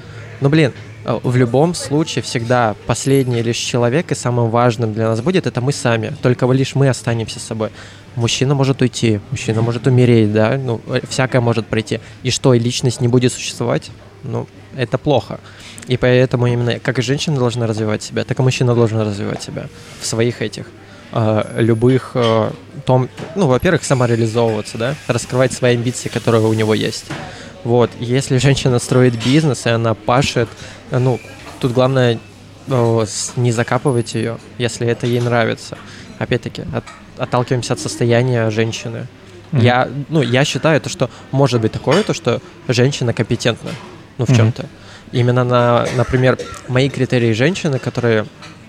в любом случае всегда последний лишь человек, и самым важным для нас будет это мы сами. Только лишь мы останемся с собой. Мужчина может уйти, мужчина может умереть, да, всякое может пройти. И что, и личность не будет существовать? Это плохо. И поэтому именно как и женщина должна развивать себя, так и мужчина должен развивать себя в своих этих любых, во-первых, самореализовываться, да, раскрывать свои амбиции, которые у него есть. Вот, если женщина строит бизнес, и она пашет, тут главное не закапывать ее, если это ей нравится. Опять-таки, отталкиваемся от состояния женщины. Mm-hmm. Я считаю, что может быть такое, что женщина компетентна, в чем-то. Именно например, мои критерии женщины, которые,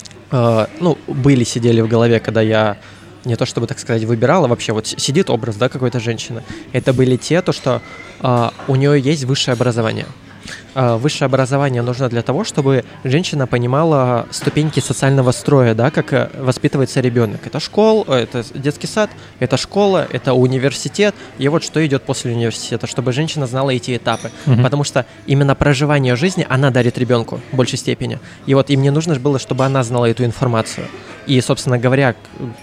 сидели в голове, когда я не то чтобы, так сказать, выбирала, вообще вот сидит образ, да, какой-то женщины. Это были те, что у нее есть высшее образование. Высшее образование нужно для того, чтобы женщина понимала ступеньки социального строя, да, как воспитывается ребенок. Это школа, это детский сад, это школа, это университет. И вот что идет после университета, чтобы женщина знала эти этапы. Mm-hmm. Потому что именно проживание жизни она дарит ребенку в большей степени. И вот им мне нужно было, чтобы она знала эту информацию. И, собственно говоря,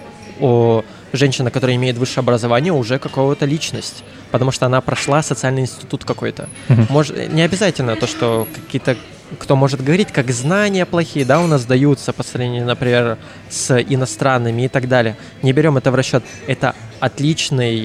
женщина, которая имеет высшее образование, уже какого-то личность, потому что она прошла социальный институт какой-то. Mm-hmm. Не обязательно то, что какие-то, кто может говорить, как знания плохие, да, у нас даются по сравнению, например, с иностранными и так далее. Не берем это в расчет. Это отличный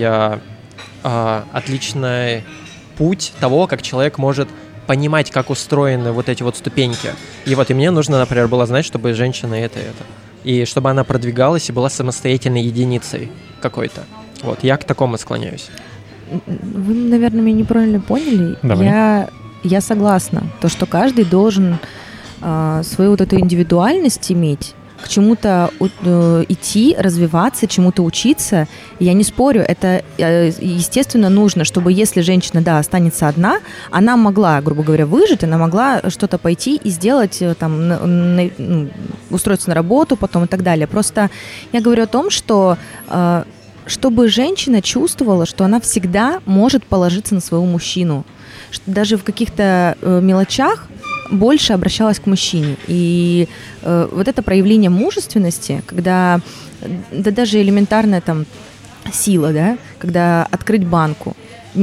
путь того, как человек может понимать, как устроены вот эти вот ступеньки. И мне нужно, например, было знать, чтобы женщина это. И чтобы она продвигалась и была самостоятельной единицей какой-то. Вот, я к такому склоняюсь. Вы, наверное, меня неправильно поняли. Давай. Я согласна. То, что каждый должен свою вот эту индивидуальность иметь, к чему-то идти, развиваться, чему-то учиться. Я не спорю, это, естественно, нужно, чтобы если женщина, да, останется одна, она могла, грубо говоря, выжить, она могла что-то пойти и сделать, устроиться на работу потом и так далее. Просто я говорю о том, что чтобы женщина чувствовала, что она всегда может положиться на своего мужчину, что даже в каких-то мелочах больше обращалась к мужчине. И вот это проявление мужественности, когда, да даже элементарная сила, да, когда открыть банку.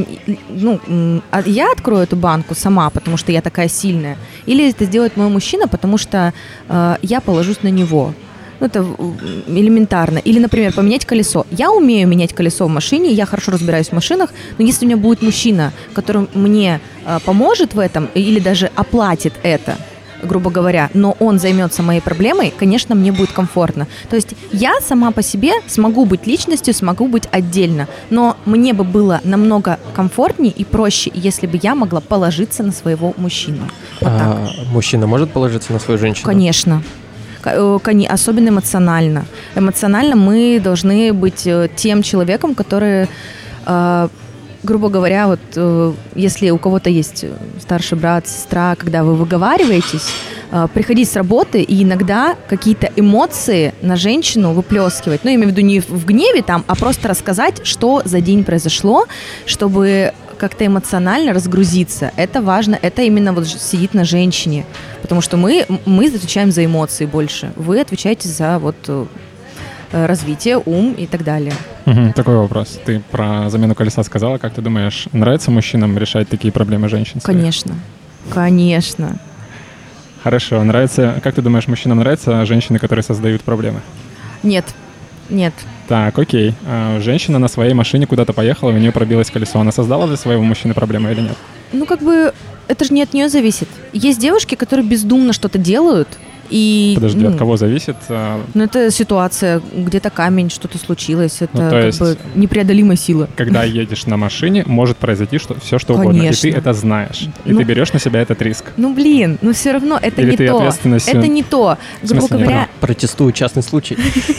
Я открою эту банку сама, потому что я такая сильная, или это сделает мой мужчина, потому что я положусь на него. Это элементарно. Или, например, поменять колесо. Я умею менять колесо в машине, я хорошо разбираюсь в машинах, но если у меня будет мужчина, который мне поможет в этом или даже оплатит это, грубо говоря, но он займется моей проблемой, конечно, мне будет комфортно. То есть я сама по себе смогу быть личностью, смогу быть отдельно, но мне бы было намного комфортнее и проще, если бы я могла положиться на своего мужчину. Вот так. Мужчина может положиться на свою женщину? Конечно. Особенно эмоционально. Эмоционально мы должны быть тем человеком, который, грубо говоря, вот если у кого-то есть старший брат, сестра, когда вы выговариваетесь, приходить с работы и иногда какие-то эмоции на женщину выплескивать. Ну, я имею в виду не в гневе там, а просто рассказать, что за день произошло, чтобы как-то эмоционально разгрузиться. Это важно, это именно вот сидит на женщине. Потому что мы отвечаем за эмоции больше. Вы отвечаете за вот развитие, ум и так далее. Такой вопрос. Ты про замену колеса сказала. Как ты думаешь, нравится мужчинам решать такие проблемы женщин? Конечно. Конечно. Хорошо. Как ты думаешь, мужчинам нравятся женщины, которые создают проблемы? Нет. Так, окей. Женщина на своей машине куда-то поехала, у нее пробилось колесо. Она создала для своего мужчины проблемы или нет? Ну, как бы, это же не от нее зависит. Есть девушки, которые бездумно что-то делают, и... Подожди, от кого зависит? Ну, это ситуация, где-то камень, что-то случилось, это как есть, бы непреодолимая сила. Когда едешь на машине, может произойти все, что угодно, Конечно. и ты это знаешь, и ты берешь на себя этот риск. Ну, блин, ну все равно это или не ты то. Ответственностью... Это не то. Грубо говоря... Протестую, частный случай.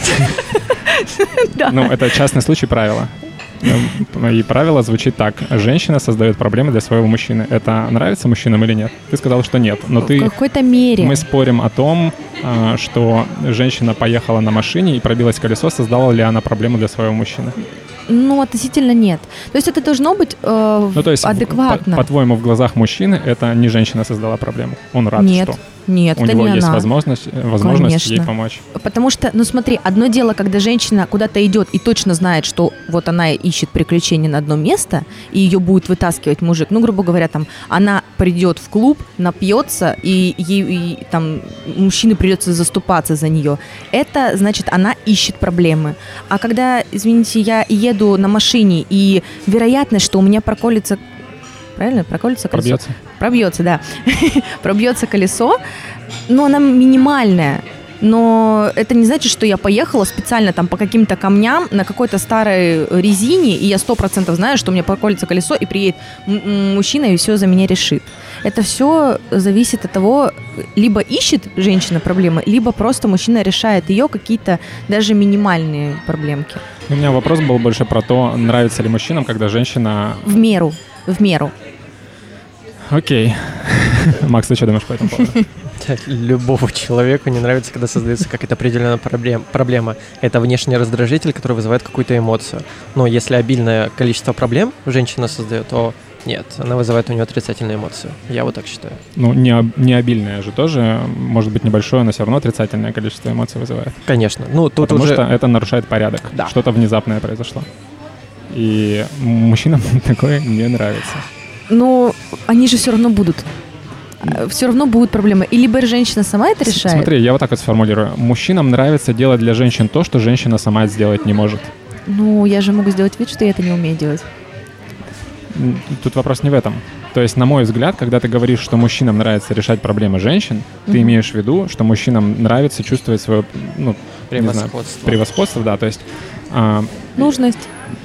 Ну, это частный случай правила. И правило звучит так. Женщина создает проблемы для своего мужчины. Это нравится мужчинам или нет? Ты сказал, что нет. Но В какой-то мере. Мы спорим о том, что женщина поехала на машине и пробилось колесо. Создала ли она проблему для своего мужчины? Ну, относительно нет. То есть это должно быть адекватно. По-твоему, в глазах мужчины это не женщина создала проблему? Он рад, нет. что... Нет, у это него не есть она. возможность ей помочь. Потому что, ну смотри, одно дело, когда женщина куда-то идет и точно знает, что вот она ищет приключения на одно место, и ее будет вытаскивать мужик. Ну, грубо говоря, там, она придет в клуб, напьется, и ей там мужчине придется заступаться за нее. Это значит, она ищет проблемы. А когда, извините, я еду на машине, и вероятность, что у меня проколется... Правильно? Проколется колесо? Пробьется, да. Пробьется колесо, но она минимальная. Но это не значит, что я поехала специально там по каким-то камням на какой-то старой резине, и я 100% знаю, что у меня проколется колесо, и приедет мужчина и все за меня решит. Это все зависит от того, либо ищет женщина проблемы, либо просто мужчина решает ее какие-то даже минимальные проблемки. У меня вопрос был больше про то, нравится ли мужчинам, когда женщина... В меру. Окей. Макс, ты что думаешь по этому поводу? Любому человеку не нравится, когда создается какая-то определенная проблема. Это внешний раздражитель, который вызывает какую-то эмоцию. Но если обильное количество проблем женщина создает, то нет, она вызывает у нее отрицательные эмоции. Я вот так считаю. Ну, не обильное же тоже, может быть, небольшое, но все равно отрицательное количество эмоций вызывает. Конечно. Ну, тут потому уже... что это нарушает порядок. Да. Что-то внезапное произошло. И мужчинам такое не нравится. Ну, они же все равно будут. Все равно будут проблемы. И либо женщина сама это решает. Смотри, я вот так вот сформулирую. Мужчинам нравится делать для женщин то, что женщина сама сделать не может. Ну, я же могу сделать вид, что я это не умею делать. Тут вопрос не в этом. То есть, на мой взгляд, когда ты говоришь, что мужчинам нравится решать проблемы женщин, ты имеешь в виду, что мужчинам нравится чувствовать свое, ну, превосходство, да, то есть... Нужность.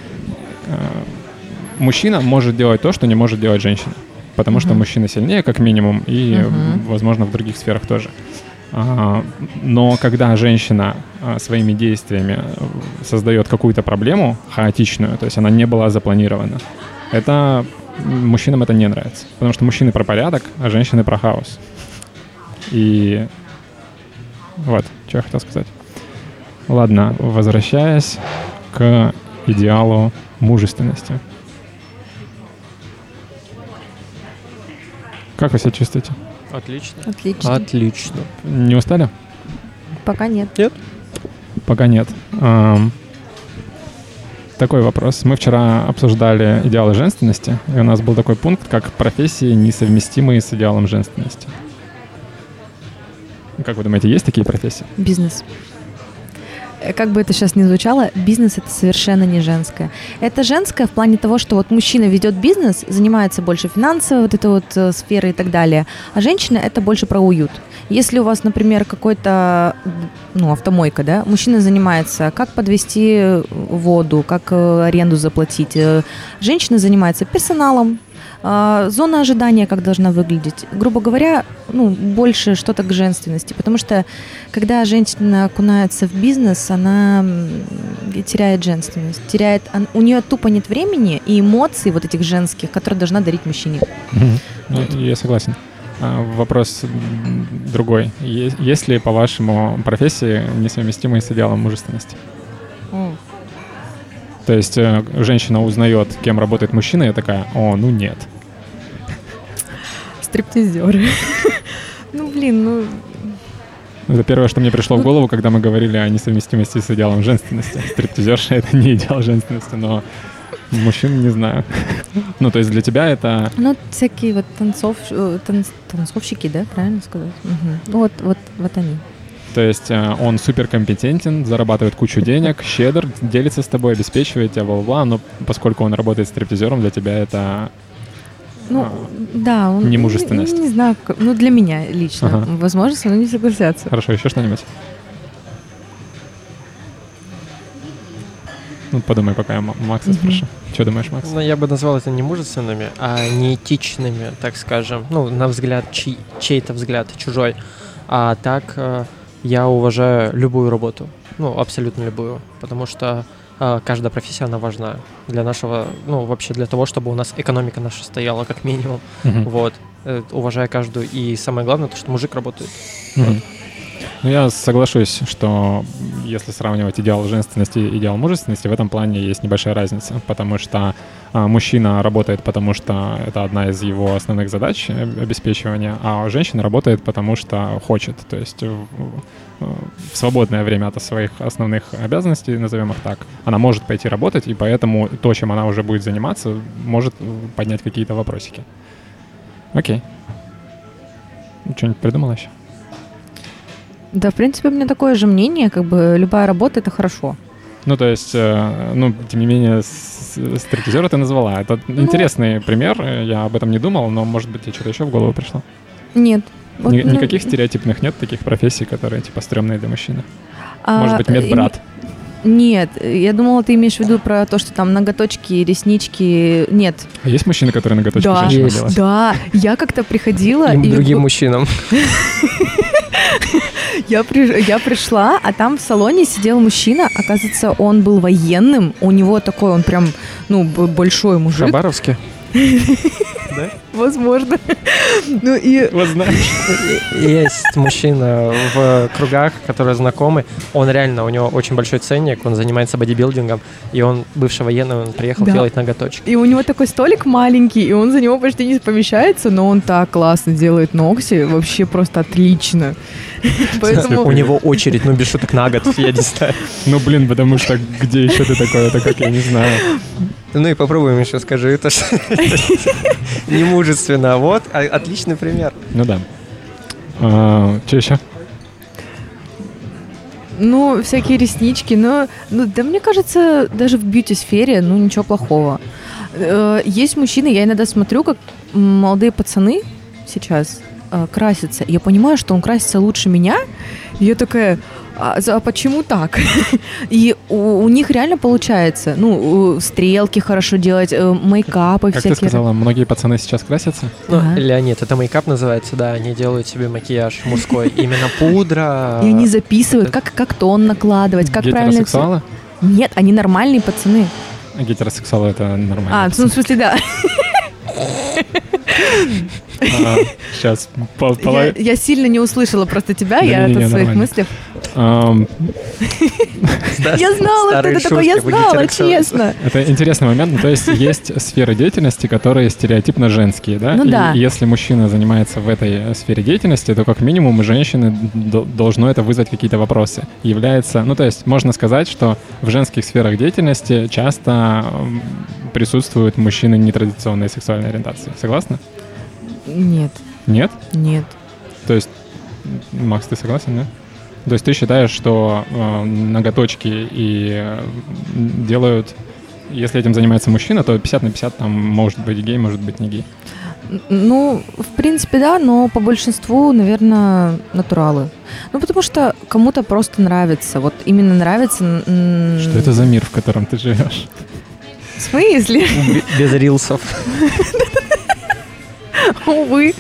Мужчина может делать то, что не может делать женщина. Потому что мужчина сильнее, как минимум, и, возможно, в других сферах тоже. Но когда женщина своими действиями создает какую-то проблему хаотичную, то есть она не была запланирована, это мужчинам это не нравится. Потому что мужчины про порядок, а женщины про хаос. И вот, что я хотел сказать. Ладно, возвращаясь к идеалу мужественности. Как вы себя чувствуете? Отлично. Не устали? Пока нет. Нет? Пока нет. Такой вопрос. Мы вчера обсуждали идеалы женственности, и у нас был такой пункт, как профессии, несовместимые с идеалом женственности. Как вы думаете, есть такие профессии? Бизнес. как бы это сейчас ни звучало, бизнес это совершенно не женское. Это женское в плане того, что вот мужчина ведет бизнес, занимается больше финансовой вот этой вот сферой и так далее, а женщина это больше про уют. Если у вас, например, какой-то, автомойка, да, мужчина занимается, как подвести воду, как аренду заплатить, женщина занимается персоналом, зона ожидания, как должна выглядеть. Грубо говоря, больше что-то к женственности. Потому что, когда женщина окунается в бизнес, она теряет женственность. У нее тупо нет времени и эмоций вот этих женских, которые должна дарить мужчине. Я согласен. Вопрос другой. Есть ли, по-вашему, профессии, несовместимые с идеалом мужественности? То есть женщина узнает, кем работает мужчина, и такая: нет. Стриптизеры. Это первое, что мне пришло в голову, когда мы говорили о несовместимости с идеалом женственности. Стриптизерша — это не идеал женственности, но мужчин не знаю. То есть для тебя это... всякие вот танцовщики, да, правильно сказать? Угу. Вот они. То есть он суперкомпетентен, зарабатывает кучу денег, щедр, делится с тобой, обеспечивает тебя, бла-бла-бла, но поскольку он работает стриптизером, для тебя это он немужественность. Не знаю, для меня лично. Ага. Возможно, со мной не согласятся. Хорошо, еще что-нибудь? Подумай, пока я Макса спрошу. Что думаешь, Макс? Я бы назвал это не мужественными, а неэтичными, так скажем. На взгляд, чей-то взгляд, чужой. А так... Я уважаю любую работу, абсолютно любую, потому что каждая профессия, она важна для нашего, вообще для того, чтобы у нас экономика наша стояла как минимум, вот, уважаю каждую, и самое главное, то, что мужик работает. Вот. Я соглашусь, что если сравнивать идеал женственности и идеал мужественности, в этом плане есть небольшая разница, потому что мужчина работает, потому что это одна из его основных задач обеспечивания, а женщина работает, потому что хочет, то есть в свободное время от своих основных обязанностей, назовем их так, она может пойти работать, и поэтому то, чем она уже будет заниматься, может поднять какие-то вопросики. Окей. Что-нибудь придумала еще? Да, в принципе, у меня такое же мнение, любая работа — это хорошо. То есть, тем не менее, стриптизера ты назвала. Это интересный пример, я об этом не думал, но, может быть, тебе что-то еще в голову пришло? Нет. Никаких стереотипных нет таких профессий, которые, стрёмные для мужчины? Может быть, медбрат? Нет, я думала, ты имеешь в виду про то, что там ноготочки, реснички. Нет. А есть мужчины, которые ноготочки женщинам делают? Да, я как-то приходила... И другим мужчинам. Я пришла, а там в салоне сидел мужчина, оказывается, он был военным, у него такой, он прям, большой мужик. В Хабаровске? Да? Возможно. Вот знаешь. Есть мужчина в кругах, которые знакомы. Он реально, у него очень большой ценник, он занимается бодибилдингом, и он бывший военный, он приехал делать ноготочки. И у него такой столик маленький, и он за него почти не помещается, но он так классно делает ногти, вообще просто отлично. Поэтому... У него очередь, без шуток, на год, я не знаю. Потому что где еще ты такой, это как, я не знаю. И попробуем еще, скажи, это не мужественно. Вот, отличный пример. Да. Что еще? Всякие реснички, да мне кажется, даже в бьюти-сфере, ничего плохого. Есть мужчины, я иногда смотрю, как молодые пацаны сейчас красятся. Я понимаю, что он красится лучше меня, и я такая... А почему так? И у них реально получается. Стрелки хорошо делать, мейкапы всякие. Как ты сказала, многие пацаны сейчас красятся? Леонид, это мейкап называется, да. Они делают себе макияж мужской. Именно пудра. И они записывают, как тон накладывать, как правильно... Гетеросексуалы? Нет, они нормальные пацаны. Гетеросексуалы — это нормально. В смысле, да. Сейчас. Я сильно не услышала просто тебя, я в своих мыслях. Я знала, что это такое, я знала, честно. Это интересный момент. То есть есть сферы деятельности, которые стереотипно женские, да? Да. И если мужчина занимается в этой сфере деятельности, то как минимум у женщины должно это вызвать какие-то вопросы. Является, то есть можно сказать, что в женских сферах деятельности часто присутствуют мужчины нетрадиционной сексуальной ориентации. Согласна? Нет. Нет? Нет. То есть, Макс, ты согласен, да? То есть ты считаешь, что ноготочки и делают, если этим занимается мужчина, то 50/50 там может быть гей, может быть не гей? Ну, в принципе, да, но по большинству, наверное, натуралы. Ну, потому что кому-то просто нравится. Вот именно нравится... Что это за мир, в котором ты живешь? В смысле? Без рилсов. Увы.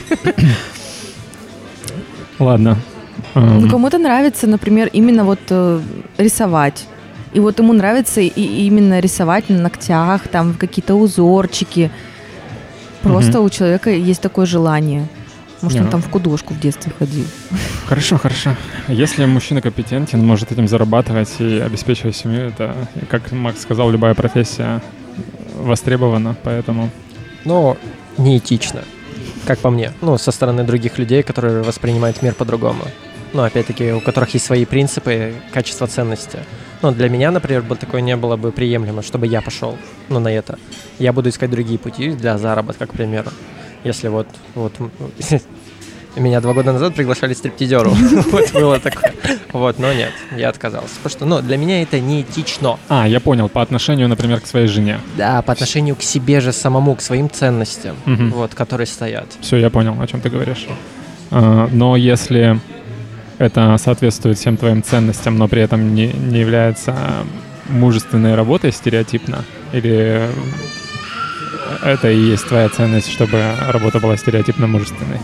Ладно. Ну, кому-то нравится, например, именно вот рисовать. И вот ему нравится именно рисовать на ногтях, там какие-то узорчики. Просто у человека есть такое желание. Может, он там в художку в детстве ходил. Хорошо. Если мужчина компетентен, может этим зарабатывать и обеспечивать семью, это, как Макс сказал, любая профессия востребована, поэтому... Ну, неэтично, как по мне. Ну, со стороны других людей, которые воспринимают мир по-другому. Ну, опять-таки, у которых есть свои принципы, качество, ценности. Ну, для меня, например, бы такое не было бы приемлемо, чтобы я пошел, ну, на это. Я буду искать другие пути для заработка, к примеру. Если вот меня 2 года назад приглашали стриптизеру. Вот было такое. Вот, но нет, я отказался. Потому что, ну, для меня это неэтично. Я понял, по отношению, например, к своей жене. Да, по отношению к себе же самому, к своим ценностям, вот, которые стоят. Все, я понял, о чем ты говоришь. Но если это соответствует всем твоим ценностям, но при этом не является мужественной работой стереотипно, или это и есть твоя ценность, чтобы работа была стереотипно мужественной?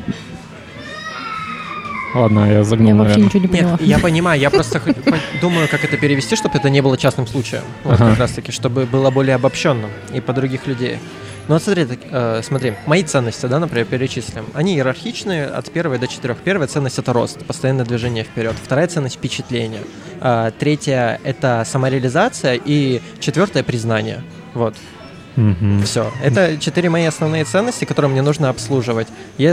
Ладно, я загнул, Я вообще ничего не поняла. Нет, я понимаю, я просто думаю, как это перевести, чтобы это не было частным случаем. Вот как раз-таки, чтобы было более обобщенным и по других людей. Ну вот смотри, мои ценности, да, например, перечислим. Они иерархичные от 1 до 4. Первая ценность — это рост, постоянное движение вперед. Вторая ценность — впечатление. Третья — это самореализация. И 4 — признание. Вот. Все. Это 4 мои основные ценности, которые мне нужно обслуживать.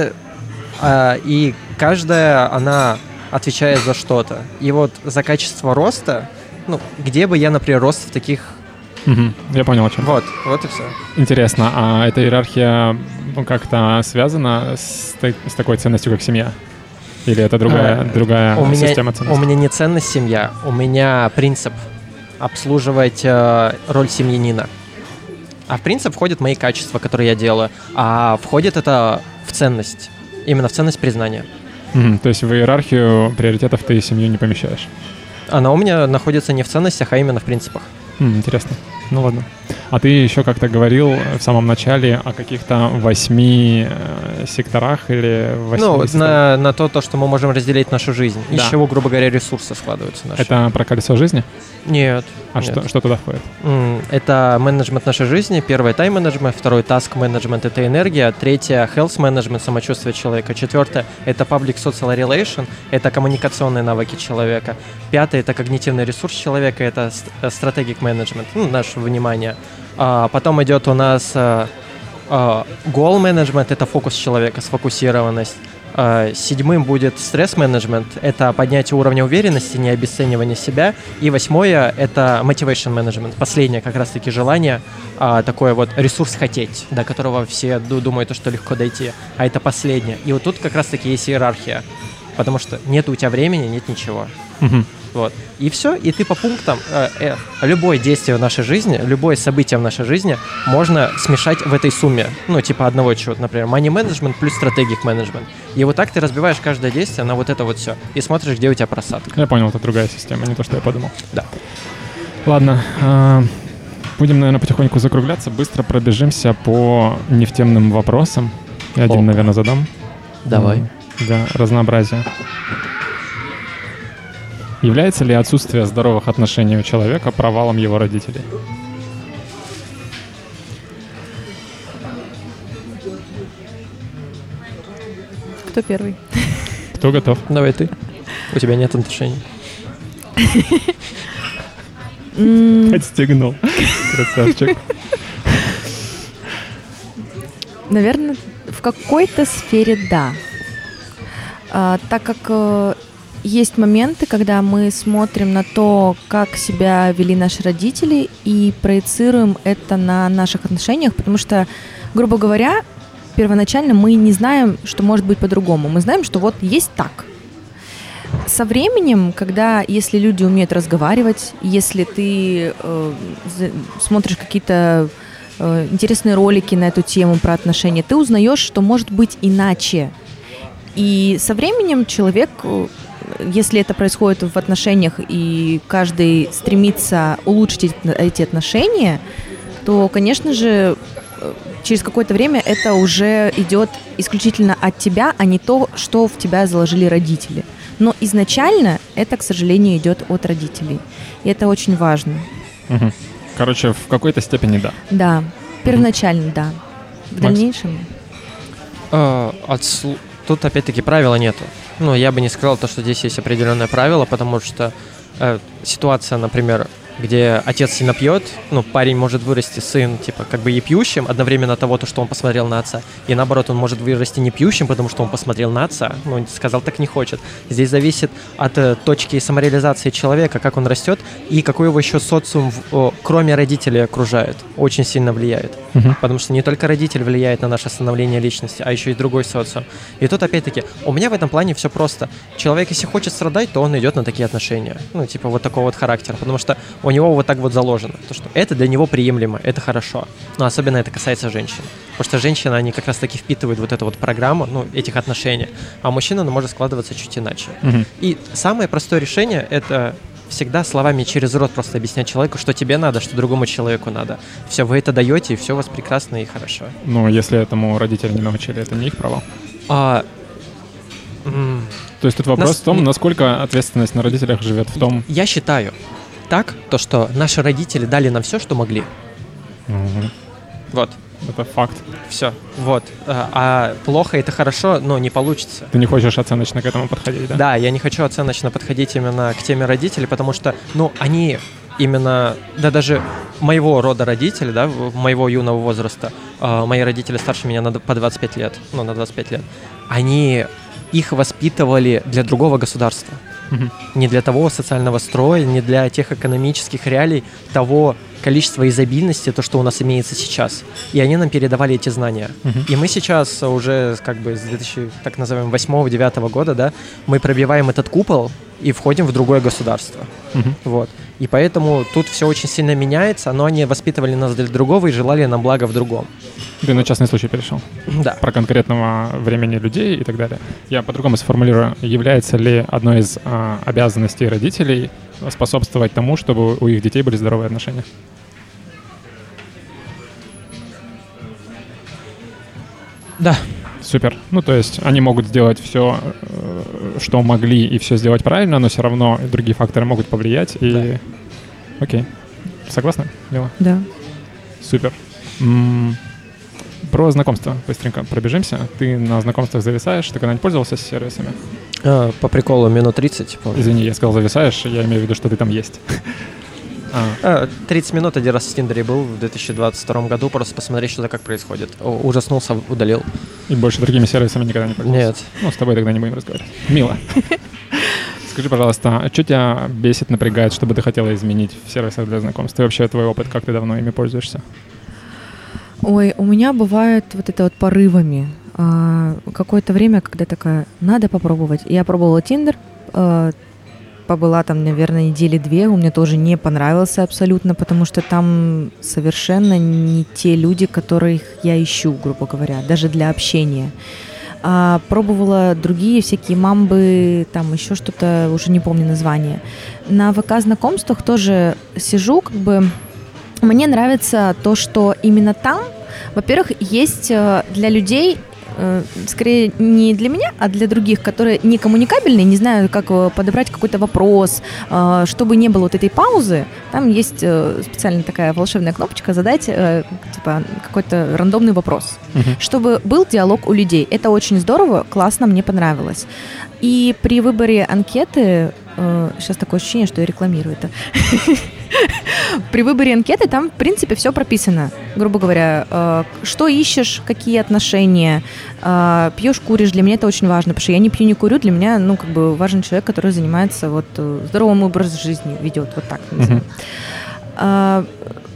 И каждая, она отвечает за что-то. И вот за качество роста, ну, где бы я, например, рос в таких... Я понял, о чем. Вот и все. Интересно, а эта иерархия как-то связана с такой ценностью, как семья? Или это другая система ценностей? У меня не ценность семья, у меня принцип обслуживать роль семьянина. А в принцип входят мои качества, которые я делаю, а входит это в ценность, именно в ценность признания. То есть в иерархию приоритетов ты семью не помещаешь? Она у меня находится не в ценностях, а именно в принципах. Интересно. Ну ладно. А ты еще как-то говорил в самом начале о каких-то 8 секторах или 8... Ну, на то, что мы можем разделить нашу жизнь. Да. Из чего, грубо говоря, ресурсы складываются наши. Это про колесо жизни? Нет. Нет. Что туда входит? Это менеджмент нашей жизни. 1 — тайм-менеджмент. 2 — таск-менеджмент, это энергия. 3 — health-менеджмент, самочувствие человека. 4 — это public social relation, это коммуникационные навыки человека. 5 — это когнитивный ресурс человека, это strategic management, наше внимание. Потом идет у нас goal management, это фокус человека, сфокусированность. 7 будет стресс-менеджмент, это поднятие уровня уверенности, не обесценивание себя. И 8 — это motivation management, последнее как раз-таки желание, такое вот ресурс хотеть, до которого все думают, что легко дойти, а это последнее. И вот тут как раз-таки есть иерархия, потому что нет у тебя времени, нет ничего. Вот. И все, и ты по пунктам любое действие в нашей жизни, любое событие в нашей жизни можно смешать в этой сумме. Ну, типа одного чего-то, например, money management плюс strategic management. И вот так ты разбиваешь каждое действие на вот это вот все. И смотришь, где у тебя просадка. Я понял, это другая система, не то, что я подумал. Да. Ладно, будем, наверное, потихоньку закругляться. Быстро пробежимся по нефтемным вопросам. Я один, наверное, задам. Давай. Да, разнообразие. Является ли отсутствие здоровых отношений у человека провалом его родителей? Кто первый? Кто готов? Давай ты. У тебя нет отношений. Подстегнул. Красавчик. Наверное, в какой-то сфере да. Так как есть моменты, когда мы смотрим на то, как себя вели наши родители, и проецируем это на наших отношениях, потому что, грубо говоря, первоначально мы не знаем, что может быть по-другому. Мы знаем, что вот есть так. Со временем, если люди умеют разговаривать, если ты смотришь какие-то интересные ролики на эту тему про отношения, ты узнаешь, что может быть иначе. И со временем человек, если это происходит в отношениях, и каждый стремится улучшить эти отношения, то, конечно же, через какое-то время это уже идет исключительно от тебя, а не то, что в тебя заложили родители. Но изначально это, к сожалению, идет от родителей. И это очень важно. Угу. Короче, в какой-то степени да. Да, первоначально да. В дальнейшем... Тут, опять-таки, правила нету. Я бы не сказал, что здесь есть определенное правило, потому что ситуация, например, где отец сильно пьет, парень может вырасти, сын, и пьющим, одновременно того, что он посмотрел на отца, и наоборот, он может вырасти не пьющим, потому что он посмотрел на отца, сказал, так не хочет. Здесь зависит от точки самореализации человека, как он растет, и какой его еще социум, кроме родителей, окружает, очень сильно влияет. Потому что не только родитель влияет на наше становление личности, а еще и другой социум. И тут, опять-таки, у меня в этом плане все просто. Человек, если хочет страдать, то он идет на такие отношения, вот такого вот характера, потому что у него вот так вот заложено, то, что это для него приемлемо, это хорошо. Но особенно это касается женщин. Потому что женщины, они как раз-таки впитывают вот эту вот программу, этих отношений, а мужчина, может складываться чуть иначе. И самое простое решение – это всегда словами через рот просто объяснять человеку, что тебе надо, что другому человеку надо. Все, вы это даете, и все у вас прекрасно и хорошо. Если этому родители не научили, это не их право? То есть тут вопрос в том, насколько ответственность на родителях живет в том... Я считаю так, что наши родители дали нам все, что могли. Вот. Это факт. Все, вот. А плохо это хорошо, но не получится. Ты не хочешь оценочно к этому подходить, да? Да, я не хочу оценочно подходить именно к теме родителей, потому что, они именно, даже моего рода родители, моего юного возраста, мои родители старше меня по 25 лет, на 25 лет, они их воспитывали для другого государства. Не для того социального строя, не для тех экономических реалий, того количества изобильности, то, что у нас имеется сейчас. И они нам передавали эти знания. И мы сейчас уже с 2008-2009 года, мы пробиваем этот купол и входим в другое государство. Вот. И поэтому тут все очень сильно меняется, но они воспитывали нас для другого и желали нам блага в другом. Ты на частный случай перешел? Да. Про конкретного времени людей и так далее. Я по-другому сформулирую. Является ли одной из обязанностей родителей способствовать тому, чтобы у их детей были здоровые отношения? Да. Супер. То есть они могут сделать все, что могли, и все сделать правильно, но все равно другие факторы могут повлиять. И... Да. Окей. Согласна, Мила? Да. Супер. Про знакомство быстренько пробежимся. Ты на знакомствах зависаешь? Ты когда-нибудь пользовался сервисами? По приколу минут 30. Извини, я сказал зависаешь, я имею в виду, что ты там есть. 30 минут один раз в Тиндере был в 2022 году, просто посмотреть, что-то как происходит. Ужаснулся, удалил. И больше другими сервисами никогда не пользовался? Нет. С тобой тогда не будем разговаривать. Мила, скажи, пожалуйста, а что тебя бесит, напрягает, что бы ты хотела изменить в сервисах для знакомств? И вообще твой опыт, как ты давно ими пользуешься? Ой, у меня бывает вот это вот порывами. Какое-то время, когда такая, надо попробовать. Я пробовала Тиндер, побыла там, наверное, недели 2, он мне тоже не понравился абсолютно, потому что там совершенно не те люди, которых я ищу, грубо говоря, даже для общения. Пробовала другие всякие мамбы, там еще что-то, уже не помню название. На ВК-знакомствах тоже сижу, мне нравится то, что именно там, во-первых, есть для людей, скорее не для меня, а для других, которые не коммуникабельные, не знаю, как подобрать какой-то вопрос, чтобы не было вот этой паузы. Там есть специально такая волшебная кнопочка «Задать какой-то рандомный вопрос», чтобы был диалог у людей. Это очень здорово, классно, мне понравилось. И при выборе анкеты, сейчас такое ощущение, что я рекламирую это, при выборе анкеты там, в принципе, все прописано. Грубо говоря, что ищешь, какие отношения, пьешь, куришь. Для меня это очень важно, потому что я не пью, не курю. Для меня, важен человек, который занимается здоровым образом жизни, ведет, вот так.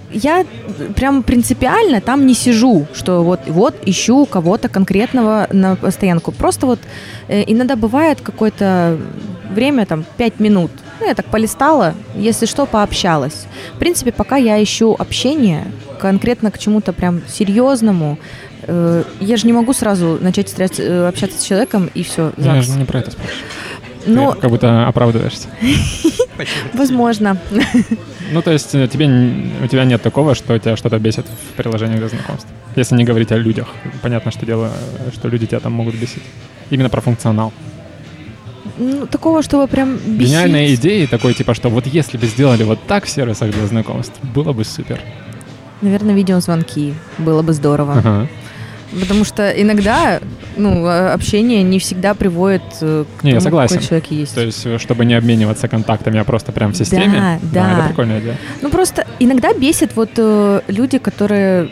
я прям принципиально там не сижу, что вот ищу кого-то конкретного на постоянку. Просто вот иногда бывает какое-то время, там, 5 минут. Я так полистала, если что, пообщалась. В принципе, пока я ищу общение конкретно к чему-то прям серьезному, я же не могу сразу начать общаться с человеком и все. Я же не про это спрашиваю. Но... Ты как будто оправдываешься. Возможно. Ну, то есть у тебя нет такого, что тебя что-то бесит в приложениях для знакомств? Если не говорить о людях. Понятно, что люди тебя там могут бесить. Именно про функционал. Ну, такого, чтобы прям бесить. Гениальные идеи такой, типа, что вот если бы сделали вот так в сервисах для знакомств, было бы супер. Наверное, видеозвонки. Было бы здорово. Ага. Потому что иногда общение не всегда приводит к тому, согласен. какой человек есть. То есть, чтобы не обмениваться контактами, а просто прям в системе. Да. Это прикольная идея. Ну, просто иногда бесит люди, которые...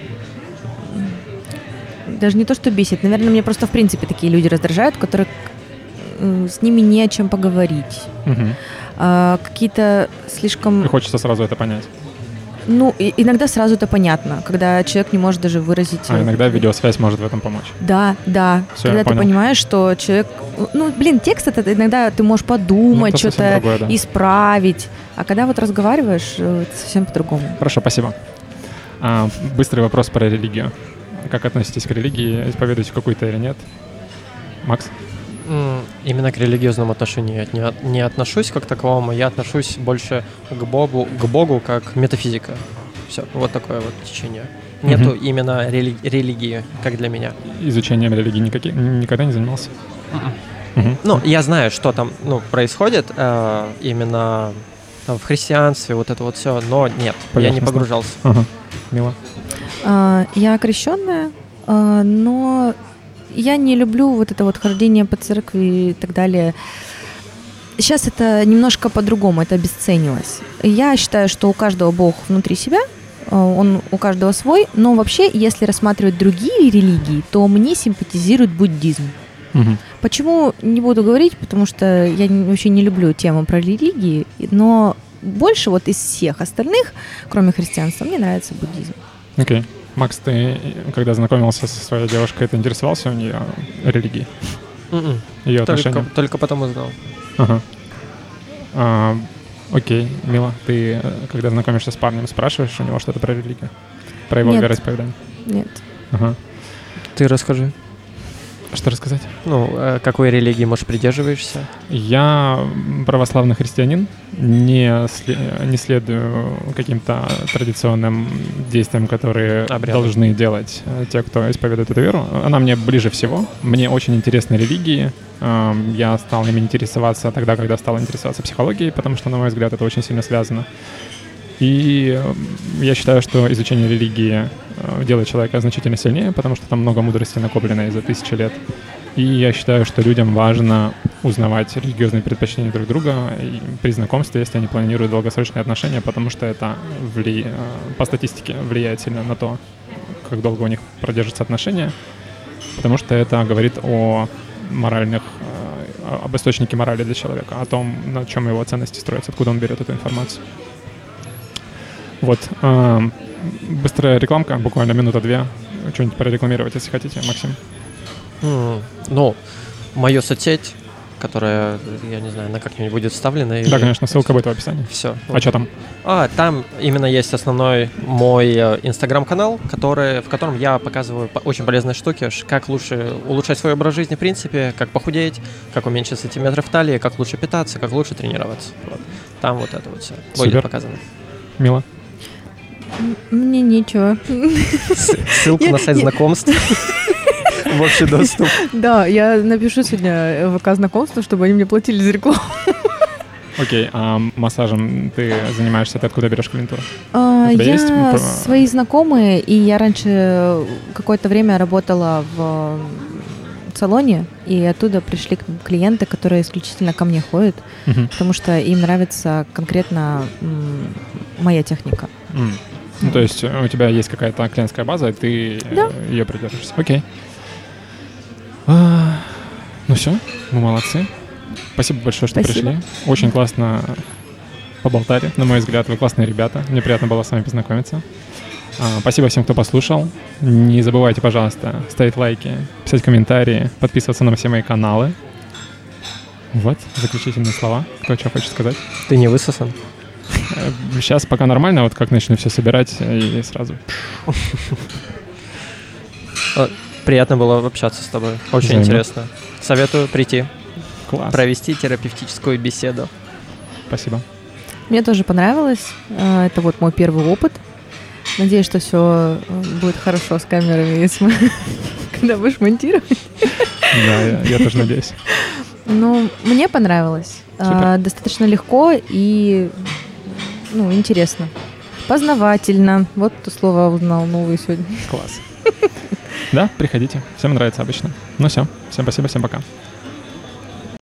Даже не то, что бесит. Наверное, мне просто в принципе такие люди раздражают, которые с ними не о чем поговорить. Угу. Какие-то слишком... И хочется сразу это понять. Ну, иногда сразу это понятно, когда человек не может даже выразить... иногда видеосвязь может в этом помочь. Да. Всё, когда ты понимаешь, что человек... Ну, текст это иногда ты можешь подумать, что-то исправить. А когда вот разговариваешь, это совсем по-другому. Хорошо, спасибо. Быстрый вопрос про религию. Как относитесь к религии? Исповедуете какую-то или нет? Макс? Именно к религиозному отношению я не отношусь как к таковому, я отношусь больше к Богу как метафизика. Все, вот такое вот течение. Нету именно религии, как для меня. Изучением религии никогда не занимался? Ну, я знаю, что там происходит именно там, в христианстве, вот это вот все, но нет, я не погружался. Мила? Я крещенная, но... Я не люблю вот это вот хождение по церкви и так далее. Сейчас это немножко по-другому, это обесценилось. Я считаю, что у каждого Бог внутри себя, он у каждого свой, но вообще, если рассматривать другие религии, то мне симпатизирует буддизм. Угу. Почему, не буду говорить, потому что я вообще не люблю тему про религии, но больше вот из всех остальных, кроме христианства, мне нравится буддизм. Окей. Макс, ты, когда знакомился со своей девушкой, ты интересовался у нее религией? Ее отношением? Только потом узнал. Ага. Окей, Мила, ты, когда знакомишься с парнем, спрашиваешь у него что-то про религию? Про его вероисповедание? Нет. Ага. Ты расскажи. Что рассказать? Какой религии, может, придерживаешься? Я православный христианин, не следую каким-то традиционным действиям, которые должны делать те, кто исповедует эту веру. Она мне ближе всего. Мне очень интересны религии. Я стал ими интересоваться тогда, когда стал интересоваться психологией, потому что, на мой взгляд, это очень сильно связано. И я считаю, что изучение религии делает человека значительно сильнее, потому что там много мудрости накоплено за тысячи лет. И я считаю, что людям важно узнавать религиозные предпочтения друг друга и при знакомстве, если они планируют долгосрочные отношения, потому что это по статистике влияет сильно на то, как долго у них продержатся отношения, потому что это говорит об источнике морали для человека, о том, на чем его ценности строятся, откуда он берет эту информацию. Вот. Быстрая рекламка, буквально минута-две. Что-нибудь прорекламировать, если хотите, Максим. Мою соцсеть, которая, я не знаю, она как-нибудь будет вставлена. Да, конечно, ссылка будет в описании. Все. А что там? Там именно есть основной мой инстаграм-канал, в котором я показываю очень полезные штуки, как лучше улучшать свой образ жизни, в принципе, как похудеть, как уменьшить сантиметры в талии, как лучше питаться, как лучше тренироваться. Вот. Там вот это вот все будет показано. Мила? Мне нечего. Ссылку на сайт знакомств в общий доступ. Да, я напишу сегодня ВК знакомства, чтобы они мне платили за рекламу. Окей, а массажем ты занимаешься? Ты откуда берешь клиентуру? Я свои знакомые, и я раньше какое-то время работала в салоне, и оттуда пришли клиенты, которые исключительно ко мне ходят, потому что им нравится конкретно моя техника. Ну, то есть у тебя есть какая-то клиентская база, и ты ее придерживаешься. Окей. Ну все, мы молодцы. Спасибо большое, что пришли. Очень классно поболтали. На мой взгляд, вы классные ребята. Мне приятно было с вами познакомиться. Спасибо всем, кто послушал. Не забывайте, пожалуйста, ставить лайки, писать комментарии, подписываться на все мои каналы. Вот, заключительные слова. Кто что хочет сказать? Ты не высосан? Сейчас пока нормально, вот как начну все собирать и сразу... Приятно было общаться с тобой. Очень Взаимно. интересно. Советую прийти. Класс. Провести терапевтическую беседу. Спасибо. Мне тоже понравилось. Это вот мой первый опыт. Надеюсь, что все будет хорошо с камерами, если когда будешь монтировать. Да, я тоже надеюсь. Ну, мне понравилось. Достаточно легко и интересно. Познавательно. Вот то слово узнал новое сегодня. Класс. Да, приходите. Всем нравится обычно. Ну все. Всем спасибо, всем пока.